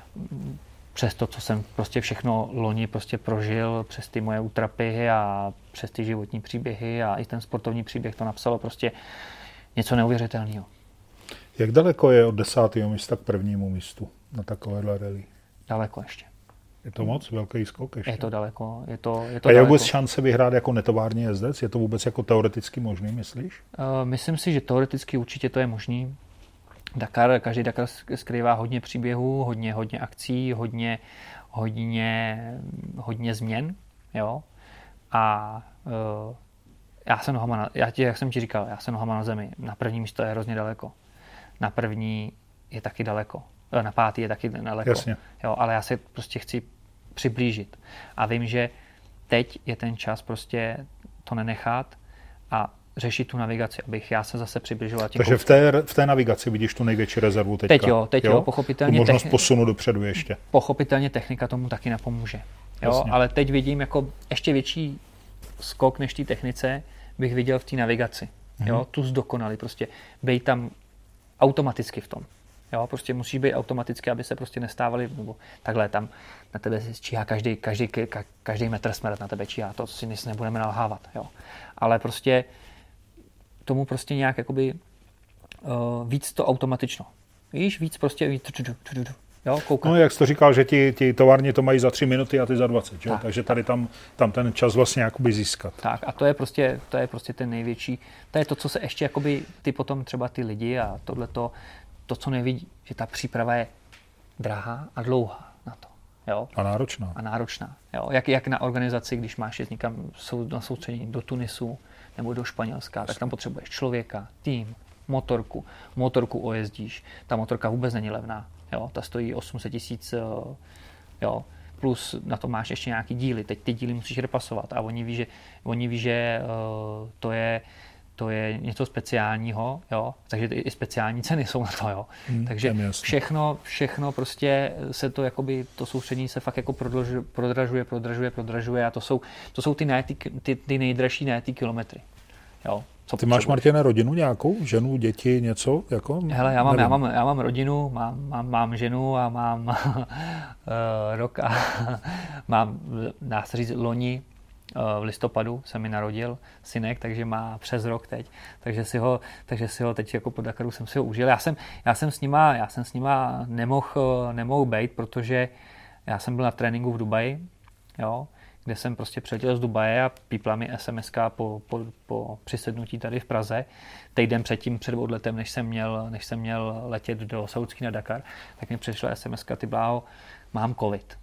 Přes to, co jsem prostě všechno loni prostě prožil, přes ty moje útrapy a přes ty životní příběhy a i ten sportovní příběh to napsalo prostě něco neuvěřitelného. Jak daleko je od desátého místa k prvnímu místu na takovéhle rally? Daleko ještě. Je to moc velký skok ještě? Je to daleko. Je to, je to a je daleko. vůbec šance vyhrát jako netovární jezdec? Je to vůbec jako teoreticky možný, myslíš? Uh, myslím si, že teoreticky určitě to je možný. Dakar, každý Dakar skrývá hodně příběhů, hodně, hodně akcí, hodně, hodně, hodně změn. Jo? A uh, já jsem nohama na, já ti, jak jsem ti říkal, já jsem nohama na zemi. Na první místo je hrozně daleko. Na první je taky daleko. Na pátý je taky daleko. Jasně. Jo, ale já se prostě chci přiblížit. A vím, že teď je ten čas prostě to nenechat a řešit tu navigaci, abych já se zase přibližoval. Takže v té, v té navigaci vidíš tu největší rezervu teďka? Teď jo, teď jo, jo pochopitelně. Tu možnost techni- posunu dopředu ještě. Pochopitelně technika tomu taky napomůže. Jo, ale teď vidím jako ještě větší skok než té technice bych viděl v té navigaci. Mhm. Jo, tu zdokonali prostě. Bej tam automaticky v tom. Jo, prostě musí být automaticky, aby se prostě nestávali, nebo takhle tam na tebe číhá každý, každý, každý metr smrt na tebe číhá, to si nic nebudeme nalhávat, jo. Ale prostě tomu prostě nějak jakoby uh, víc to automatično. Víš, víc prostě víc, jo, koukat. No, jak jsi to říkal, že ti, ti továrně to mají za tři minuty a ty za dvacet, jo? Tak. Takže tady tam, tam ten čas vlastně jakoby získat. Tak a to je prostě, to je prostě ten největší, to je to, co se ještě jakoby ty potom třeba ty lidi a tohleto, to, co nevidí, že ta příprava je drahá a dlouhá na to. Jo? A náročná. A náročná. Jo? Jak, jak na organizaci, když máš jet někam na soustředění do Tunisu nebo do Španělska, Jasně. tak tam potřebuješ člověka, tým, motorku. Motorku ojezdíš. Ta motorka vůbec není levná. Jo? Ta stojí osm set tisíc, jo? Plus na to máš ještě nějaký díly. Teď ty díly musíš repasovat a oni ví, že, oni ví, že uh, to je to je něco speciálního, jo, takže i speciální ceny jsou na to, jo. Hmm, takže všechno, všechno prostě se to jakoby, to soustředění se fakt jako prodražuje, prodražuje, prodražuje, prodražuje a to jsou, to jsou ty, ne, ty, ty, ty nejdražší ne, ty kilometry, jo. Co ty máš, Martine, rodinu nějakou? Ženu, děti, něco? Jako? Hele, já mám, já mám, já mám rodinu, mám, mám, mám ženu a mám uh, rok a mám, dá se říct, loni, v listopadu se mi narodil synek, takže má přes rok teď, takže si ho, takže si ho teď jako po Dakaru jsem si ho užil. Já jsem, já jsem s nima, já jsem s nima nemohl, nemohl být, protože já jsem byl na tréninku v Dubaji, jo, kde jsem prostě přiletěl z Dubaje a pípla mi es em eska po, po, po přisednutí tady v Praze. Týden předtím, před odletem, než jsem měl, než jsem měl letět do Saúdské na Dakar, tak mi přišla es em eska, ty bláho, mám covid.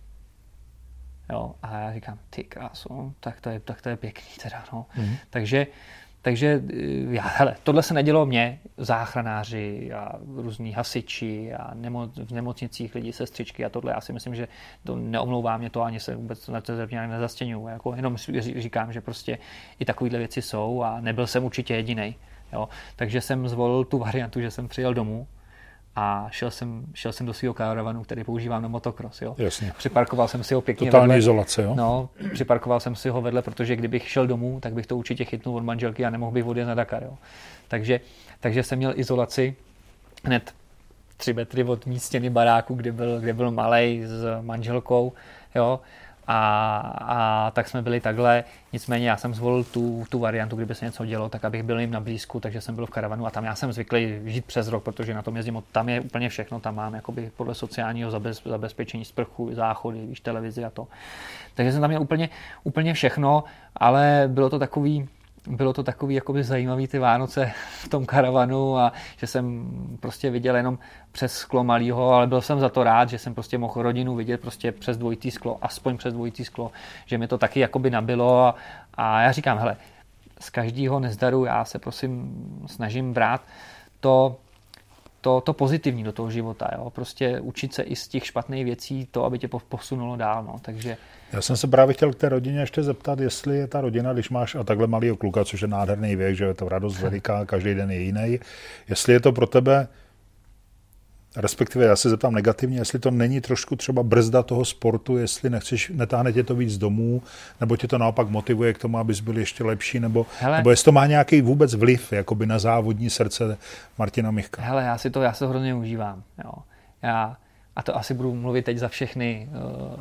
Jo, a já říkám, ty krásu, tak to je, tak to je pěkný teda, no. Mm. Takže, takže já, hele, tohle se nedělo mně, záchranáři a různí hasiči a nemo, v nemocnicích lidi, sestřičky a tohle, já si myslím, že to neomlouvá mě to, ani se vůbec na to nějak nezastěňuji, jako jenom říkám, že prostě i takovýhle věci jsou a nebyl jsem určitě jedinej, jo. Takže jsem zvolil tu variantu, že jsem přijel domů a šel jsem, šel jsem do svého karavanu, který používám na motocross, jo. Jasně. Připarkoval jsem si ho pěkně Totální vedle. izolace, jo. No, připarkoval jsem si ho vedle, protože kdybych šel domů, tak bych to určitě chytnul od manželky a nemohl bych odjet na Dakar, jo. Takže, takže jsem měl izolaci hned tři metry od mý stěny baráku, kde byl, kde byl malej s manželkou, jo. A, a tak jsme byli takhle, nicméně já jsem zvolil tu, tu variantu, kdyby se něco dělo, tak abych byl jim na blízku, takže jsem byl v karavanu a tam já jsem zvyklý žít přes rok, protože na tom jezdím, tam je úplně všechno, tam mám jakoby podle sociálního zabez, zabezpečení sprchu, záchody, víš, televizi a to. Takže jsem tam měl úplně, úplně všechno, ale bylo to takový, bylo to takový jakoby zajímavý ty Vánoce v tom karavanu a že jsem prostě viděl jenom přes sklo malýho, ale byl jsem za to rád, že jsem prostě mohl rodinu vidět prostě přes dvojitý sklo, aspoň přes dvojitý sklo, že mi to taky jakoby nabilo a, a já říkám, hele, z každého nezdaru já se prosím snažím brát to, to, to pozitivní do toho života, jo? Prostě učit se i z těch špatných věcí to, aby tě posunulo dál, no, takže já jsem se právě chtěl k té rodině ještě zeptat, jestli je ta rodina, když máš a takhle malýho kluka, což je nádherný věk, že je to radost veliká, každý den je jiný, jestli je to pro tebe, respektive já se zeptám negativně, jestli to není trošku třeba brzda toho sportu, jestli nechceš, netáhne tě to víc domů, nebo tě to naopak motivuje k tomu, abys byl ještě lepší, nebo, nebo jestli to má nějaký vůbec vliv jakoby na závodní srdce Martina Michka. Hele, já si to, já se to hrozně užívám, jo. Já A to asi budu mluvit teď za všechny,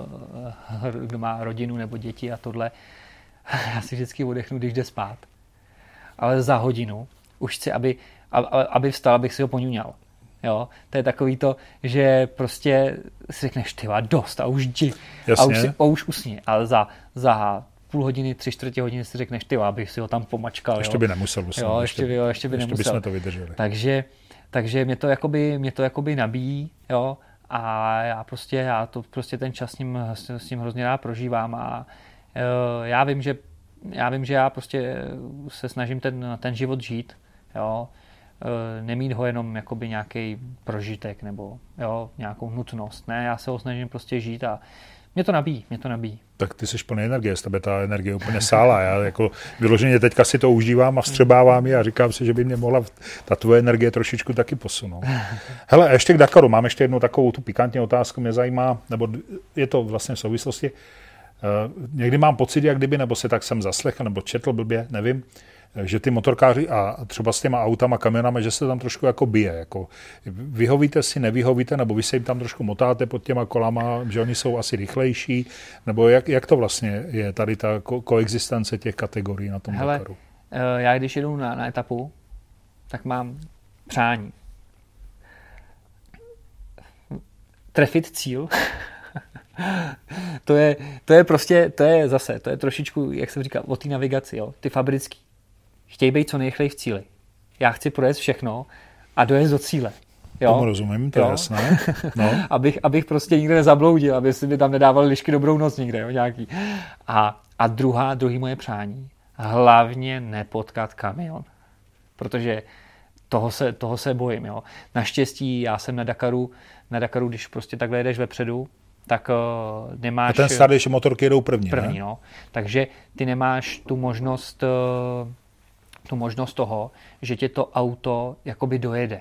kdo má rodinu nebo děti a tohle. Já si vždycky odechnu, když jde spát. Ale za hodinu už chci, aby, aby vstal, abych si ho poňuňal. Jo? To je takový to, že prostě si řekneš, ty dost a už jdi. A už, si, a už usni. Ale za, za půl hodiny, tři čtvrtě hodiny si řekneš, ty abych si ho tam pomačkal. Ještě jo? by nemusel. Musel, jo, ještě, ještě, by, jo, ještě by ještě nemusel. Bychom to vydrželi. Takže, takže mě to jakoby, mě to jakoby nabíjí, jo. A já prostě, já to prostě ten čas s ním, s ním hrozně rád prožívám a uh, já vím, že já vím, že já prostě se snažím ten, ten život žít, jo, uh, nemít ho jenom jakoby nějaký prožitek nebo jo, nějakou nutnost, ne, já se ho snažím prostě žít a mě to nabíjí, mě to nabíjí. Tak ty jsi plný energie, z tebe ta energie úplně sála. Já jako vyloženě teďka si to užívám a vstřebávám ji a říkám si, že by mě mohla ta tvoje energie trošičku taky posunout. Hele, ještě k Dakaru. Mám ještě jednu takovou tu pikantní otázku, mě zajímá, nebo je to vlastně v souvislosti. Uh, někdy mám pocit, jak kdyby, nebo se tak jsem zaslechl, nebo četl blbě, nevím, že ty motorkáři a třeba s těma autama, kamionama, že se tam trošku jako bije. Jako vyhovíte si, nevyhovíte, nebo vy se jim tam trošku motáte pod těma kolama, že oni jsou asi rychlejší, nebo jak, jak to vlastně je tady ta ko- koexistence těch kategorií na tom Hele, Dakaru? Já když jedu na, na etapu, tak mám přání. Trefit cíl. to, je, to je prostě, to je zase, to je trošičku, jak jsem říkal, o té navigaci, jo, ty fabrický. Chtějí být co nejrychleji v cíli. Já chci projet všechno a dojet do cíle. Jo? Tomu rozumím, to je jasné. No. abych, abych prostě nikde nezabloudil, aby si mi tam nedávali lišky dobrou noc nikde. Jo? Nějaký. A, a druhá, druhý moje přání. Hlavně nepotkat kamion. Protože toho se, toho se bojím. Jo? Naštěstí já jsem na Dakaru, na Dakaru, když prostě takhle jedeš vepředu, tak uh, nemáš... A ten start, že motorky jedou první, první, ne? no. Takže ty nemáš tu možnost... Uh, tu možnost toho, že tě to auto jakoby dojede.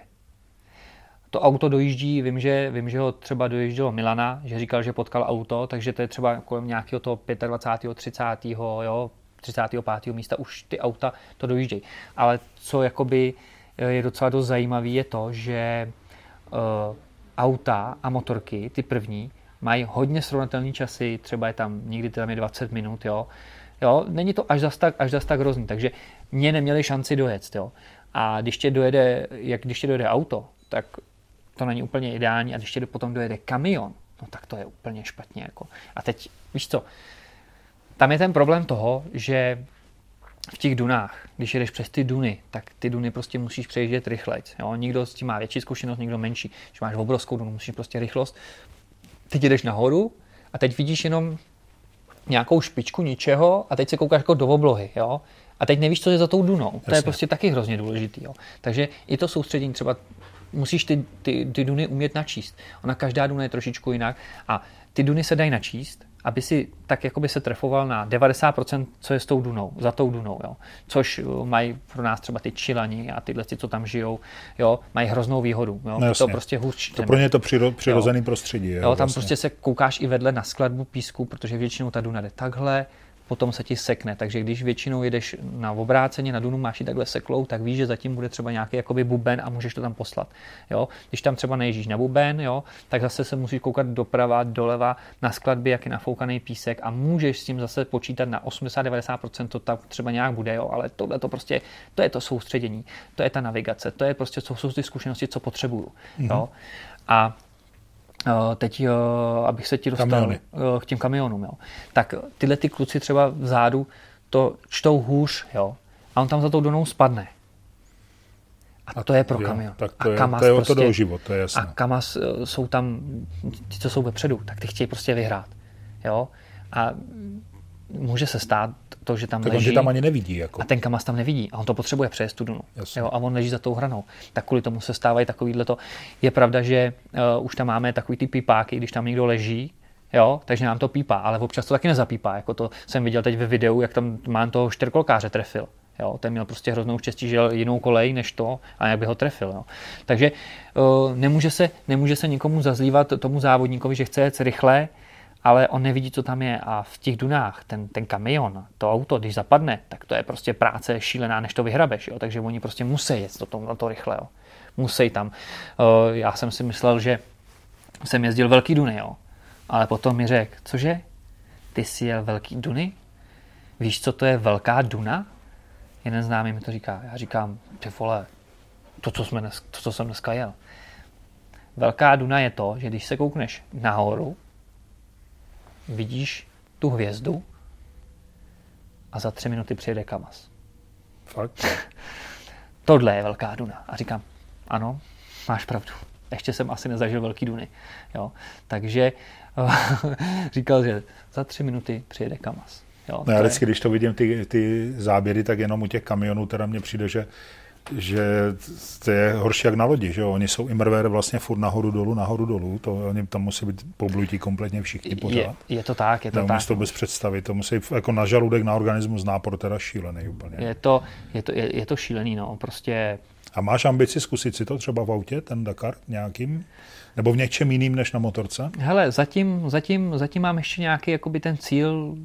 To auto dojíždí, vím, že, vím, že ho třeba dojíždělo Milana, že říkal, že potkal auto, takže to je třeba kolem nějakého toho dvacátého pátého, třicátého Jo, třicátého pátého místa už ty auta to dojíždějí. Ale co jakoby je docela dost zajímavé, je to, že uh, auta a motorky, ty první, mají hodně srovnatelné časy, třeba je tam, někdy tam je dvacet minut, jo. Jo, není to až zas tak, až zas tak hrozný, takže mě neměli šanci dojet, jo. A když tě dojede, jak když tě dojede auto, tak to není úplně ideální a když tě potom dojede kamion, no tak to je úplně špatně, jako. A teď, víš co, tam je ten problém toho, že v těch dunách, když jedeš přes ty duny, tak ty duny prostě musíš přejíždět rychlejc, jo. Někdo s tím má větší zkušenost, někdo menší. Když máš obrovskou dunu, musíš prostě rychlost. Teď jedeš nahoru a teď vidíš jenom nějakou špičku ničeho a teď se koukáš jako do oblohy, jo? A teď nevíš, co je za tou dunou. Jasně. To je prostě taky hrozně důležitý, jo? Takže i to soustředění třeba musíš ty, ty, ty duny umět načíst. Ona každá duna je trošičku jinak a ty duny se dají načíst, aby si tak jakoby se trefoval na devadesát procent, co je s tou dunou, za tou dunou, jo? Což mají pro nás třeba ty čilani a tyhle, co tam žijou, jo? Mají hroznou výhodu, jo? No, to prostě hůř. To pro ně je to přiro, přirozený jo. prostředí. Jo, jo, tam vlastně. prostě se koukáš i vedle na skladbu písku, protože většinou ta duna jde takhle, potom se ti sekne. Takže když většinou jedeš na obráceně, na Dunu máš ji takhle seklou, tak víš, že zatím bude třeba nějaký jakoby buben a můžeš to tam poslat. Jo? Když tam třeba neježíš na buben, jo, tak zase se musíš koukat doprava, doleva, na skladbě, jak je nafoukaný písek a můžeš s tím zase počítat na osmdesát až devadesát procent, to tam třeba nějak bude, jo, ale tohle to prostě, to je to soustředění, to je ta navigace, to je prostě, co jsou ty zkušenosti, co potřebuju. Mm-hmm. Jo? A teď, abych se ti dostal Kamiony. K těm kamionům, jo. Tak tyhle ty kluci třeba vzadu to čtou hůř, jo, a on tam za tou Dunou spadne. A to je pro jo, kamion. Tak to, a je, Kamaz to je o to prostě, život, to je jasné. A Kamaz jsou tam, ti, co jsou vepředu, tak ty chtějí prostě vyhrát, jo. A může se stát to, že tam tak leží. On tam ani nevidí. Jako. A ten Kamaz tam nevidí. A on to potřebuje přejet tu Dunu. Jo, a on leží za tou hranou. Tak kvůli tomu se stávají takovýhleto. Je pravda, že uh, už tam máme takový ty pípáky, když tam někdo leží, jo, takže nám to pípá, ale občas to taky nezapípá. Jako to jsem viděl teď ve videu, jak tam mám toho čtyřkolkáře trefil. Jo, ten měl prostě hroznou štěstí, že jel jinou kolej než to a jak by ho trefil. Jo. Takže uh, nemůže, se, nemůže se nikomu zazlívat tomu závodníkovi, že chce jet rychle, ale on nevidí, co tam je. A v těch Dunách ten, ten kamion, to auto, když zapadne, tak to je prostě práce šílená, než to vyhrabeš. Jo? Takže oni prostě musí jet to, to, to rychle. Jo? Musí tam. Uh, já jsem si myslel, že jsem jezdil velký Duny, jo? Ale potom mi řekl, cože? Ty jsi jel velký Duny? Víš, co to je velká Duna? Jeden známý mi to říká. Já říkám, ty vole, to, co, jsme dnes, to, co jsem dneska jel. Velká Duna je to, že když se koukneš nahoru, vidíš tu hvězdu a za tři minuty přijede Kamaz. Fakt? Tohle je velká Duna. A říkám, ano, máš pravdu. Ještě jsem asi nezažil velký Duny. Jo? Takže říkal, že za tři minuty přijede Kamaz. Jo, no já vždycky, je... když to vidím ty, ty záběry, tak jenom u těch kamionů teda mně přijde, že že to je horší jak na lodi, že jo? Oni jsou imrvér vlastně furt nahoru dolů, nahoru dolů, to oni tam musí být poblutí kompletně všichni pořád. Je, je to tak, je to Neumím tak. to bez představy, to musí jako na žaludek, na organismus nápor teda šílený úplně. Je to, je to, je, je to šílený, no, prostě. A máš ambici zkusit si to třeba v autě, ten Dakar nějakým? Nebo v něčem jiným než na motorce? Hele, zatím, zatím, zatím mám ještě nějaký jakoby ten cíl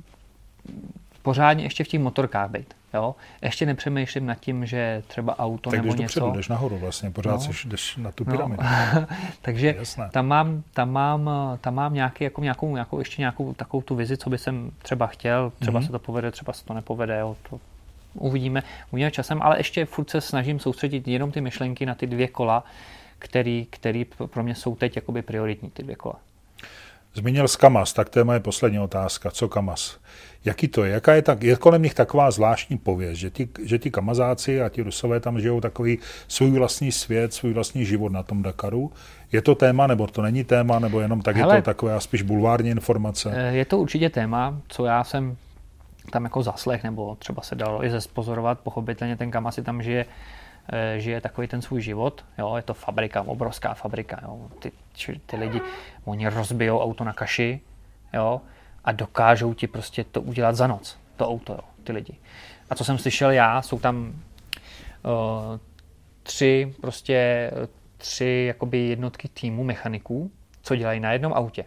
pořádně ještě v těch motorkách být. Jo? Ještě nepřemýšlím nad tím, že třeba auto tak nebo něco. Tak jdeš dopředu, jdeš nahoru vlastně, pořád no. Jsi, jdeš na tu pyramidu. No. Takže tam mám, tam mám, tam mám nějaký, jako nějakou, nějakou, ještě nějakou takovou tu vizi, co by jsem třeba chtěl. Třeba mm-hmm. se to povede, třeba se to nepovede. Jo? To uvidíme, uvidíme časem, ale ještě furt se snažím soustředit jenom ty myšlenky na ty dvě kola, který, který pro mě jsou teď jakoby prioritní, ty dvě kola. Zmínil jsi Kamaz, tak to je moje poslední otázka. Co Kamaz? Jaký to je? Jaká je, tak, je kolem nich taková zvláštní pověst, že ti, že ti Kamazáci a ti Rusové tam žijou takový svůj vlastní svět, svůj vlastní život na tom Dakaru? Je to téma, nebo to není téma, nebo jenom tak Hele, je to takové spíš bulvární informace? Je to určitě téma, co já jsem tam jako zaslech, nebo třeba se dalo i zespozorovat, pochopitelně ten Kamaz si tam žije žije takový ten svůj život, jo, je to fabrika, obrovská fabrika, jo, ty, ty lidi, oni rozbijou auto na kaši, jo, a dokážou ti prostě to udělat za noc, to auto, jo, ty lidi. A co jsem slyšel já, jsou tam uh, tři prostě, tři jakoby jednotky týmu mechaniků, co dělají na jednom autě.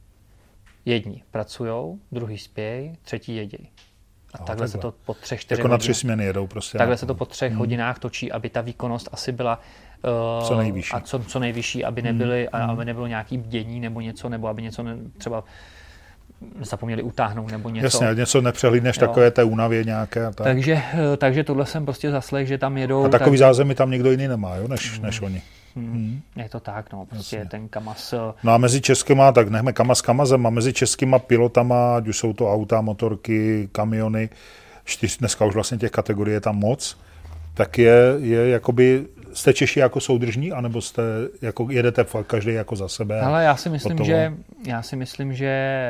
Jedni pracujou, druhý spějí, třetí jedějí. A takhle, takhle se to po třech, čtyřech jako na tři směny jedou prostě. Takhle se to po třech hmm. hodinách točí, aby ta výkonnost asi byla uh, co nejvyšší. A co, co nejvyšší, aby nebyly, hmm. aby nebylo nějaký bdění nebo něco, nebo aby něco ne, třeba zapomněli utáhnout nebo něco. Jasně, něco nepřehlídneš, jo. Takové té únavě nějaké. Tak. Takže, takže tohle jsem prostě zaslech, že tam jedou. A takový tak... zázemí tam nikdo jiný nemá, jo, než, hmm. než oni. Hmm. Hmm. Je to tak, no, prostě Jasně. ten Kamaz. No a mezi českýma, tak nechme Kamaz Kamazem, a mezi českýma pilotama, ať už jsou to auta, motorky, kamiony, čtyř, dneska už vlastně těch kategorií je tam moc, tak je, je jakoby, jste Češi jako soudržní, anebo jste, jako jedete fakt každý jako za sebe? Hele, já si myslím, že, já si myslím, že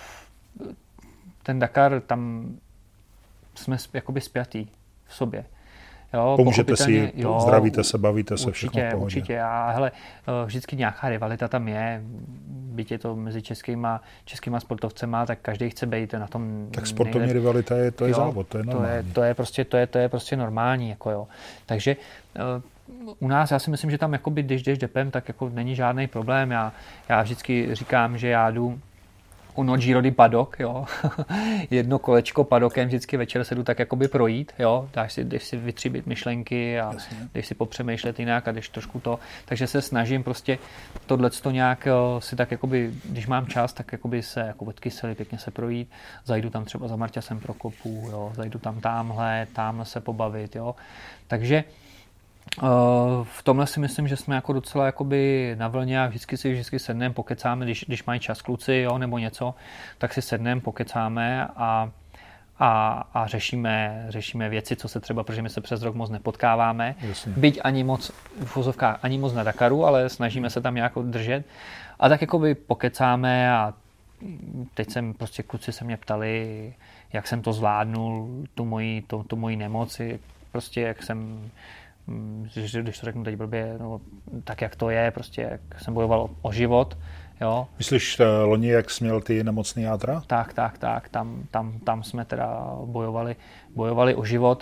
ten Dakar, tam jsme jakoby spjatý v sobě. Jo, pomůžete si, jo, zdravíte se, bavíte se, určitě, všechno v pohodě. Určitě, a hele, vždycky nějaká rivalita tam je, byť je to mezi českýma, českýma sportovcema, tak každý chce být na tom. Tak sportovní nejlep... rivalita je, to je jo, závod, to je normální. To je, to je, prostě, to je, to je prostě normální, jako jo. Takže uh, u nás, já si myslím, že tam jakoby, když jdeš depem, tak jako není žádný problém. Já, já vždycky říkám, že já jdu uno Giro di Paddock, jo. Jedno kolečko padokem, vždycky večer se jdu tak jakoby projít, jo. Dáš si, jdeš si vytříbit myšlenky a Jasně. jdeš si popřemýšlet jinak a jdeš trošku to. Takže se snažím prostě tohleto nějak si tak jakoby, když mám čas, tak jakoby se jako odkyseli, pěkně se projít. Zajdu tam třeba za Marťasem Prokopů, jo. Zajdu tam támhle, tamhle se pobavit, jo. Takže v tomhle si myslím, že jsme jako docela jakoby na vlně a vždycky si vždycky sedneme, pokecáme, když, když mají čas kluci, jo, nebo něco, tak si sedneme, pokecáme a, a, a řešíme, řešíme věci, co se třeba, protože my se přes rok moc nepotkáváme. Jasně. Byť ani moc, v uvozovkách, ani moc na Dakaru, ale snažíme se tam nějak držet. A tak jakoby pokecáme a teď jsem prostě, kluci se mě ptali, jak jsem to zvládnul, tu moji, tu, tu moji nemoci, prostě jak jsem, když to řeknu teď blbě, no, tak jak to je, prostě jak jsem bojoval o, o život, jo. Myslíš loni, jak jsi měl ty nemocný játra? Tak, tak, tak, tam, tam, tam jsme teda bojovali, bojovali o život,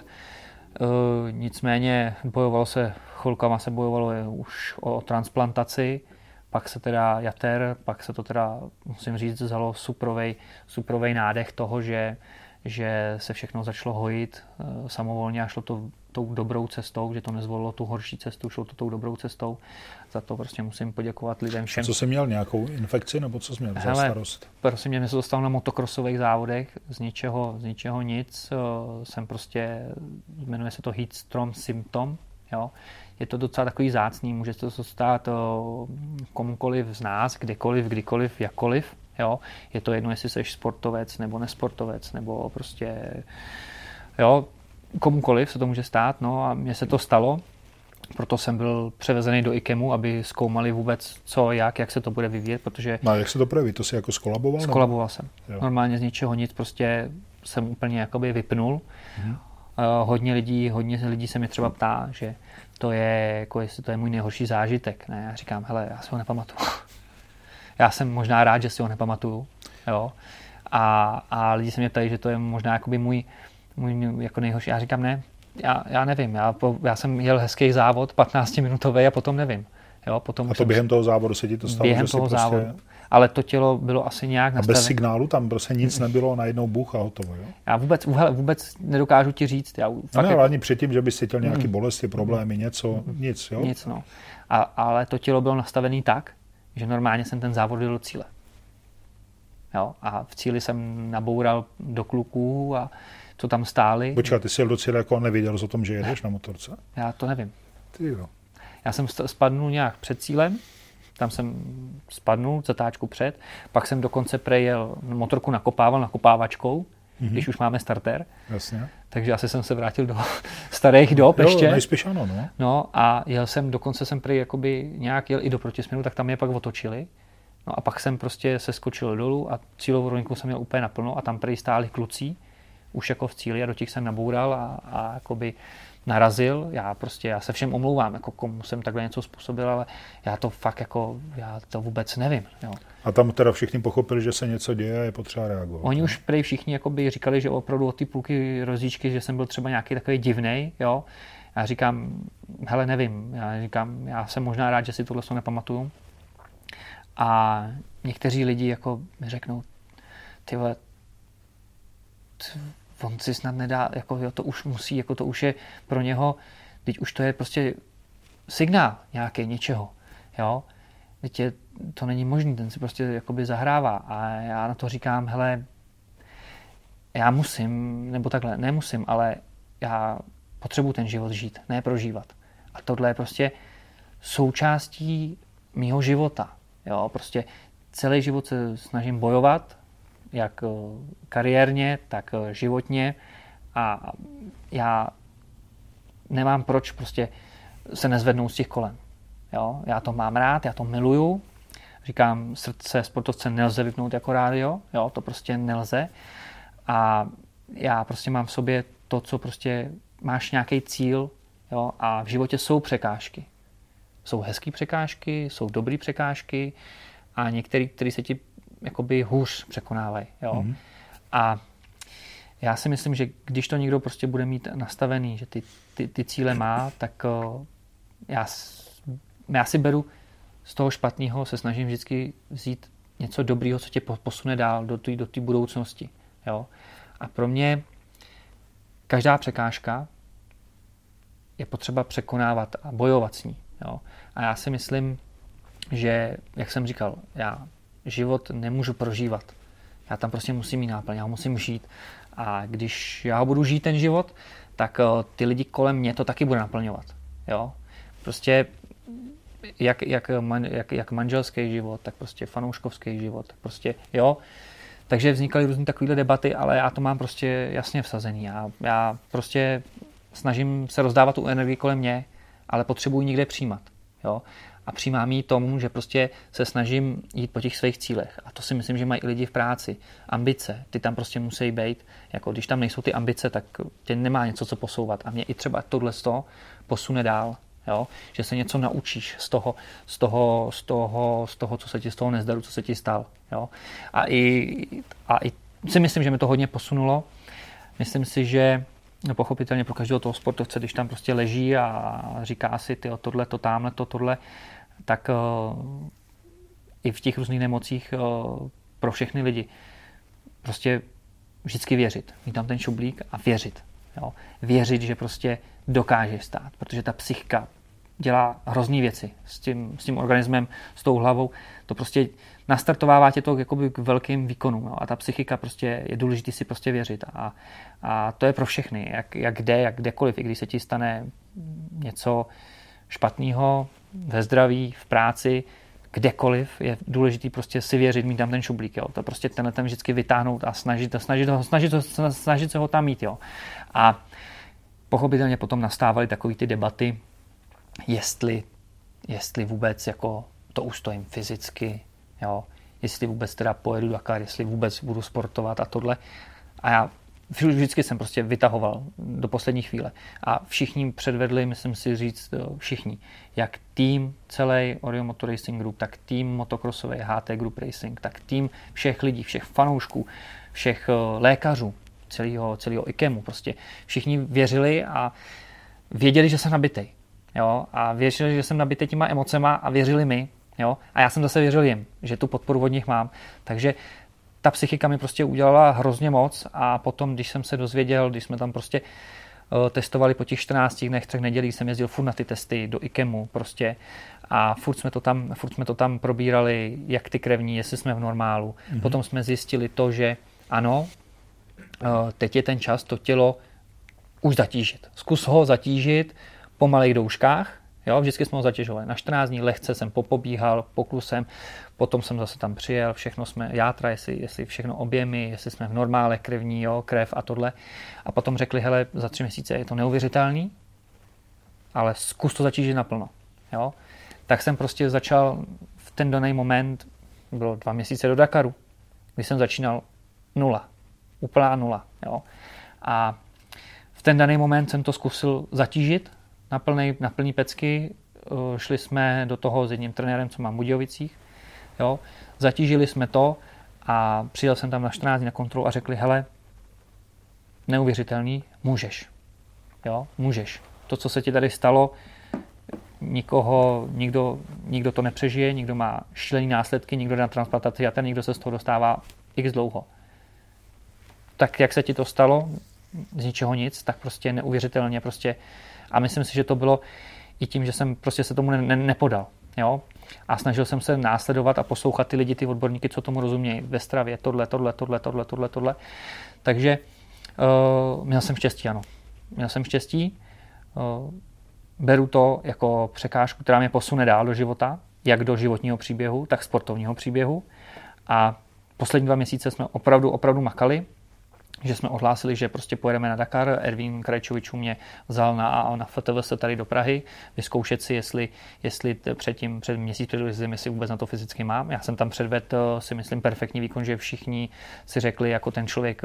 e, nicméně bojovalo se, chvilkama se bojovalo už o, o transplantaci, pak se teda jater, pak se to teda, musím říct, vzalo suprovej, suprovej nádech toho, že, že se všechno začalo hojit e, samovolně a šlo to tou dobrou cestou, že to nezvolilo tu horší cestu, šlo to tou dobrou cestou. Za to prostě musím poděkovat lidem všem. A co jsi měl, nějakou infekci, nebo co jsi měl za starost? Prostě mě se dostal na motokrosových závodech, z ničeho, z ničeho nic. Jsem prostě, jmenuje se to Heat Storm Symptom, jo. Je to docela takový vzácný, může se to stát komukoliv z nás, kdekoliv, kdykoliv, jakkoliv, jo. Je to jedno, jestli jsi sportovec nebo nesportovec, nebo prostě, jo, komukoliv se to může stát, no a mně se to stalo, proto jsem byl převezený do IKEMu, aby zkoumali vůbec co, jak, jak se to bude vyvíjet, protože... No a jak se to projeví? To jsi jako skolaboval? Skolaboval nebo? jsem. Jo. Normálně z ničeho nic, prostě jsem úplně jakoby vypnul. Mhm. Uh, hodně lidí, hodně lidí se mě třeba ptá, že to je, jako jestli to je můj nejhorší zážitek. Ne, já říkám, hele, já si ho nepamatuju. Já jsem možná rád, že si ho nepamatuju, jo. A, a lidi se mě ptají, že to je možná jakoby můj můj jako nejhorší. Já říkám, ne, já, já nevím. Já, po, já jsem jel hezký závod, patnáctiminutový a potom nevím. Jo, potom a to během toho závodu se ti to stalo? Během toho prostě... závodu. Ale to tělo bylo asi nějak nastavené. A bez signálu tam prostě nic nebylo, najednou bůh a hotovo, jo? Já vůbec, vůbec nedokážu ti říct. Já fakt no ne, jako... ani předtím, že bys cítil nějaké bolesti, problémy, něco, mm. nic, jo? Nic, no. A, ale to tělo bylo nastavené tak, že normálně jsem ten závod byl do cíle. Jo? A v cíli jsem naboural do kluků a co tam stáli. Počkat, ty jsi jel do cíle, jako nevěděl o tom, že jedeš na motorce? Já to nevím. Ty jo. Já jsem spadnul nějak před cílem, tam jsem spadnul, zatáčku před, pak jsem dokonce prejel, motorku nakopával nakopávačkou, mm-hmm. když už máme starter. Jasně. Takže asi jsem se vrátil do starých dob ještě. Jo, nejspíš ano, no. No a jel jsem, dokonce jsem prej jakoby nějak jel i do protisměru, tak tam mě pak otočili. No a pak jsem prostě se skočil dolů a cílovou rovinku jsem měl úplně naplno a tam prej stáli kluci, už jako v cíli a do těch jsem naboural a, a jakoby narazil. Já prostě, já se všem omlouvám, jako komu jsem takhle něco způsobil, ale já to fakt jako, já to vůbec nevím. Jo. A tam teda všichni pochopili, že se něco děje a je potřeba reagovat. Oni ne? už prej všichni jakoby říkali, že opravdu od ty půlky rozíčky, že jsem byl třeba nějaký takový divnej, jo. Já říkám, hele, nevím, já říkám, já jsem možná rád, že si tohle nepamatuju. A někteří lidi jako mi řeknou, ty vole, on si snad nedá, jako jo, to už musí, jako to už je pro něho, teď už to je prostě signál nějaký něčeho, jo. Teď je, to není možný, ten si prostě jakoby zahrává a já na to říkám, hele, já musím, nebo takhle, nemusím, ale já potřebuji ten život žít, ne prožívat. A tohle je prostě součástí mýho života, jo, prostě celý život se snažím bojovat, jak kariérně, tak životně a já nemám proč prostě se nezvednout z těch kolen. Jo? Já to mám rád, já to miluju. Říkám, srdce sportovce nelze vypnout jako rádio, jo? To prostě nelze. A já prostě mám v sobě to, co prostě máš nějaký cíl, jo? A v životě jsou překážky. Jsou hezký překážky, jsou dobrý překážky a některé, které se ti jakoby hůř překonávají. Jo? Mm. A já si myslím, že když to někdo prostě bude mít nastavený, že ty, ty, ty cíle má, tak uh, já, já si beru z toho špatného, se snažím vždycky vzít něco dobrýho, co tě posune dál do té do té budoucnosti. Jo? A pro mě každá překážka je potřeba překonávat a bojovat s ní. Jo? A já si myslím, že, jak jsem říkal, já život nemůžu prožívat. Já tam prostě musím mít náplň, já ho musím žít. A když já ho budu žít ten život, tak ty lidi kolem mě to taky bude naplňovat. Jo? Prostě jak, jak, man, jak, jak manželský život, tak prostě fanouškovský život. Tak prostě, jo? Takže vznikaly různé takovéhle debaty, ale já to mám prostě jasně vsazený. Já, já prostě snažím se rozdávat tu energii kolem mě, ale potřebuji někde přijímat. Jo? A přijímám ji tomu, že prostě se snažím jít po těch svých cílech. A to si myslím, že mají i lidi v práci. Ambice, ty tam prostě musí být. Jako když tam nejsou ty ambice, tak tě nemá něco, co posouvat. A mě i třeba tohle z toho posune dál. Jo? Že se něco naučíš z toho, z toho, z toho, z toho, co se ti z toho nezdaru, co se ti stalo. Jo? A, i, a i si myslím, že mi to hodně posunulo. Myslím si, že no, pochopitelně pro každého toho sportovce, když tam prostě leží a říká si tyjo, tohle, to, tamhle, to, tohle, tak uh, i v těch různých nemocích uh, pro všechny lidi prostě vždycky věřit. Mít tam ten šublík a věřit. Jo? Věřit, že prostě dokáže vstát, protože ta psychika dělá hrozný věci s tím, s tím organismem, s tou hlavou. To prostě nastartovává tě to jakoby k velkým výkonům. No? A ta psychika prostě je důležité si prostě věřit. A, a to je pro všechny, jak, jak kde, jak kdekoliv. I když se ti stane něco špatného ve zdraví, v práci, kdekoliv, je důležité prostě si věřit, mít tam ten šublík. Jo? To prostě tenhle ten vždycky vytáhnout a snažit, snažit, snažit, snažit, snažit se ho tam mít. Jo? A pochopitelně potom nastávaly takové ty debaty, jestli, jestli vůbec jako to ustojím fyzicky, jo? Jestli vůbec teda pojedu Dakar, jestli vůbec budu sportovat a tohle. A já vždycky jsem prostě vytahoval do poslední chvíle. A všichni předvedli, myslím si říct, všichni, jak tým celý Orion Motor Racing Group, tak tým motocrossový H T Group Racing, tak tým všech lidí, všech fanoušků, všech lékařů, celého, celého IKEMu prostě. Všichni věřili a věděli, že jsem nabitej. Jo? A věřili, že jsem nabitej těma emocema a věřili mi. Jo? A já jsem zase věřil jim, že tu podporu od nich mám. Takže ta psychika mi prostě udělala hrozně moc a potom, když jsem se dozvěděl, když jsme tam prostě uh, testovali po těch čtrnácti dnech, třech nedělí, jsem jezdil furt na ty testy do IKEMu prostě a furt jsme to tam, furt jsme to tam probírali, jak ty krevní, jestli jsme v normálu. Mm-hmm. Potom jsme zjistili to, že ano, uh, teď je ten čas to tělo už zatížit. Zkus ho zatížit po malých douškách. Jo, vždycky jsme ho zatěžovali. Na čtrnáct dní lehce jsem popobíhal, poklusem, potom jsem zase tam přijel, všechno jsme, játra, jestli, jestli všechno objemy, jestli jsme v normále, krevní, jo, krev a tohle. A potom řekli, hele, za tři měsíce je to neuvěřitelný, ale zkus to zatížit naplno. Jo. Tak jsem prostě začal v ten daný moment, bylo dva měsíce do Dakaru, kdy jsem začínal nula, úplná nula. Jo. A v ten daný moment jsem to zkusil zatížit, na, plný, na plný pecky, šli jsme do toho s jedním trenérem, co mám v Budějovicích, jo, zatížili jsme to a přijel jsem tam na čtrnáct dní na kontrolu a řekli, hele, neuvěřitelný, můžeš, jo, můžeš. To, co se ti tady stalo, nikoho, nikdo, nikdo to nepřežije, nikdo má šílený následky, nikdo jde na transplantaci a ten nikdo se z toho dostává x dlouho. Tak jak se ti to stalo, z ničeho nic, tak prostě neuvěřitelně prostě. A myslím si, že to bylo i tím, že jsem prostě se tomu ne- ne- nepodal. Jo? A snažil jsem se následovat a poslouchat ty lidi, ty odborníky, co tomu rozumějí ve stravě, tohle, tohle, tohle, tohle, tohle, tohle. Takže uh, měl jsem štěstí, ano. Měl jsem štěstí. Uh, beru to jako překážku, která mě posune dál do života, jak do životního příběhu, tak sportovního příběhu. A poslední dva měsíce jsme opravdu, opravdu makali, že jsme ohlásili, že prostě pojedeme na Dakar. Ervín Krajčovičů mě vzal na, na F T V S tady do Prahy, vyzkoušet si, jestli, jestli předtím, před měsíc před jezdem, jestli vůbec na to fyzicky mám. Já jsem tam předvedl, si myslím, perfektní výkon, že všichni si řekli, jako ten člověk,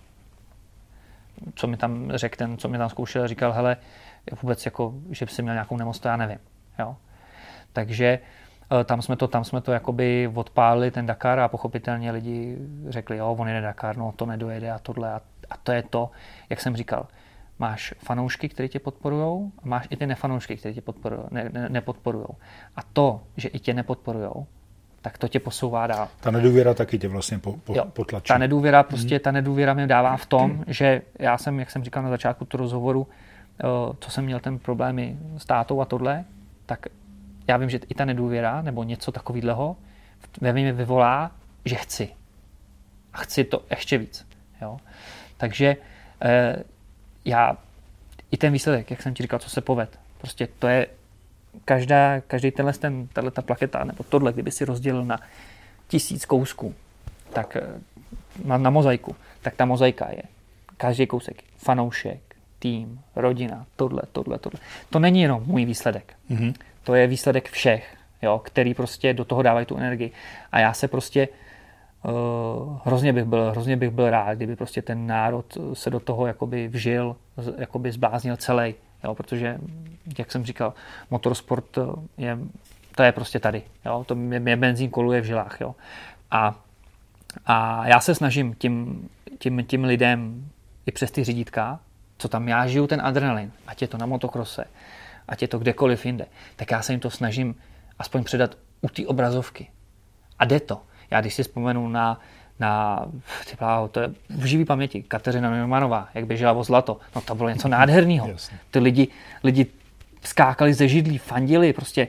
co mi tam řekl, ten, co mi tam zkoušel, říkal, hele, vůbec jako, že jsem měl nějakou nemoc, to já nevím. Jo? Takže tam jsme to, tam jsme to jakoby odpálili ten Dakar a pochopitelně lidi řekli, jo, on jede Dakar, no to nedojede a tohle a, a to je to, jak jsem říkal, máš fanoušky, kteří tě podporujou a máš i ty nefanoušky, kteří tě podporujou, ne, ne, nepodporujou. A to, že i tě nepodporujou, tak to tě posouvá dál. Ta nedůvěra taky tě vlastně po, po, potlačí. Ta nedůvěra prostě, ta nedůvěra mě dává v tom, že já jsem, jak jsem říkal na začátku toho rozhovoru, co jsem měl ten problémy s tátou a tohle, tak já vím, že i ta nedůvěra nebo něco takového ve mně vyvolá, že chci. A chci to ještě víc. Jo? Takže eh, já i ten výsledek, jak jsem ti říkal, co se poved, prostě to je každá, každý tenhle, ten, tato plaketa nebo tohle, kdyby si rozdělil na tisíc kousků, tak na, na mozaiku, tak ta mozaika je každý kousek, fanoušek, tým, rodina, tohle, tohle, tohle. To není jenom můj výsledek. Mm-hmm. To je výsledek všech, jo, který prostě do toho dávají tu energii. A já se prostě uh, hrozně bych byl, hrozně bych byl rád, kdyby prostě ten národ se do toho jakoby vžil, jakoby zbláznil celý, jo, protože, jak jsem říkal, motorsport je, to je prostě tady, jo, to je, je benzín koluje v žilách, jo. A, a já se snažím tím, tím, tím lidem i přes ty řídítka, co tam já žiju, ten adrenalin, ať je to na motokrose, ať je to kdekoliv jinde, tak já se jim to snažím aspoň předat u té obrazovky. A jde to. Já když si vzpomenu na, na ty pláho, to je v živý paměti, Kateřina Neumannová, jak běžela o zlato, no to bylo něco nádherného. Ty lidi, lidi skákali ze židlí, fandili, prostě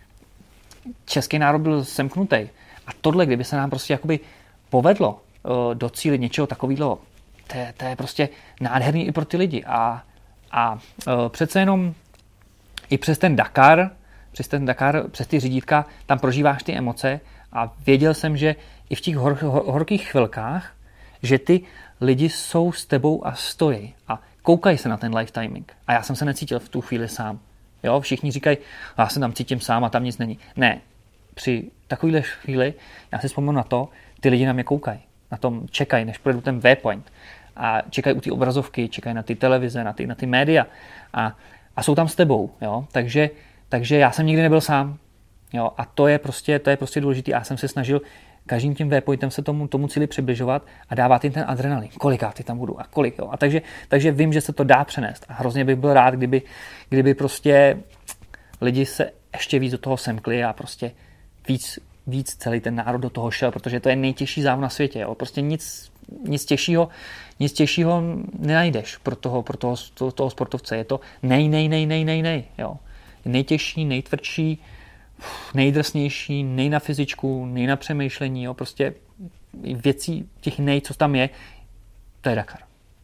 český národ byl semknutý. A tohle, kdyby se nám prostě jakoby povedlo uh, docílit něčeho takového, to je, to je prostě nádherný i pro ty lidi. A, a uh, přece jenom i přes ten Dakar, přes ten Dakar, přes ty řídítka, tam prožíváš ty emoce a věděl jsem, že i v těch hor, hor, horkých chvilkách, že ty lidi jsou s tebou a stojí a koukají se na ten live timing. A já jsem se necítil v tu chvíli sám. Jo, všichni říkají, já se tam cítím sám a tam nic není. Ne, při takovéhle chvíli, já si vzpomenu na to, ty lidi na mě koukají, na tom čekají, než projedu ten waypoint a čekají u té obrazovky, čekají na ty televize, na ty, na ty média a, a jsou tam s tebou, jo, takže, takže já jsem nikdy nebyl sám, jo, a to je prostě, to je prostě důležité. Já jsem se snažil každým tím waypointem se tomu, tomu cíli přibližovat a dávat jim ten adrenalin, kolikrát ty tam budu a kolik, jo, a takže, takže vím, že se to dá přenést a hrozně bych byl rád, kdyby, kdyby prostě lidi se ještě víc do toho semkli a prostě víc, víc celý ten národ do toho šel, protože to je nejtěžší závod na světě. Jo. Prostě nic, nic, těžšího, nic těžšího nenajdeš pro toho, pro toho, toho, toho sportovce. Je to nej, nej, nej, nej, nej, nej. Jo. Nejtěžší, nejtvrdší, nejdrsnější, nej na fyzičku, nej na přemýšlení. Jo. Prostě věcí těch nej, co tam je, to je Dakar.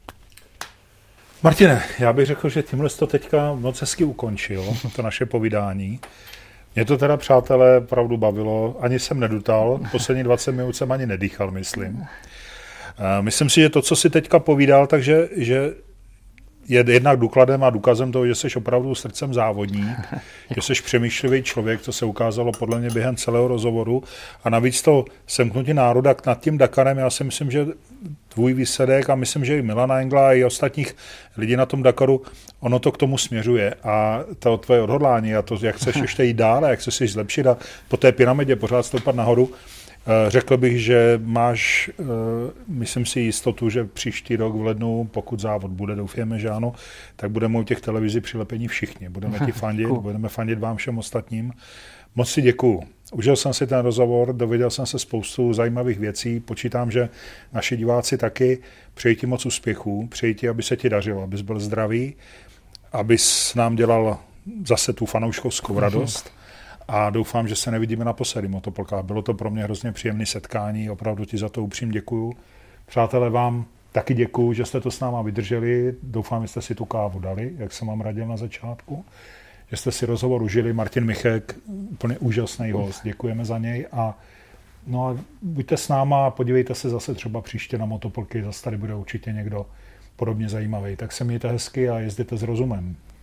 Martine, já bych řekl, že tímhle to teďka moc hezky ukončil, to naše povídání. Mě to teda, přátelé, pravdu bavilo. Ani jsem nedutal. Poslední dvacet minut jsem ani nedýchal, myslím. Myslím si, že to, co si teďka povídal, takže že je jednak důkladem a důkazem toho, že jsi opravdu srdcem závodník, že jsi přemýšlivý člověk, to se ukázalo podle mě během celého rozhovoru. A navíc to semknutí národa nad tím Dakarem, já si myslím, že tvůj výsledek a myslím, že i Milana Engla a i ostatních lidí na tom Dakaru, ono to k tomu směřuje. A to tvoje odhodlání a to, jak chceš ještě jít dál a jak chceš si zlepšit a po té pyramidě pořád stoupat nahoru, řekl bych, že máš, myslím si, jistotu, že příští rok v lednu, pokud závod bude, doufáme, že ano, tak budeme u těch televizí přilepení všichni. Budeme ti fandit, budeme fandit vám všem ostatním. Moc si děkuju. Užil jsem si ten rozhovor, dověděl jsem se spoustu zajímavých věcí, počítám, že naši diváci taky. Přeji ti moc úspěchů, přeji ti, aby se ti dařilo, abys byl zdravý, abys nám dělal zase tu fanouškovskou radost. A doufám, že se nevidíme naposledy, Motopolka. Bylo to pro mě hrozně příjemné setkání, opravdu ti za to upřímně děkuju. Přátelé, vám taky děkuju, že jste to s náma vydrželi. Doufám, že jste si tu kávu dali, jak jsem vám radil na začátku. Že jste si rozhovor užili. Martin Michek, úplně úžasný host, děkujeme za něj. A, no a buďte s náma a podívejte se zase třeba příště na Motopolky, zase tady bude určitě někdo podobně zajímavý. Tak se mějte hezky a jezděte s rozumem.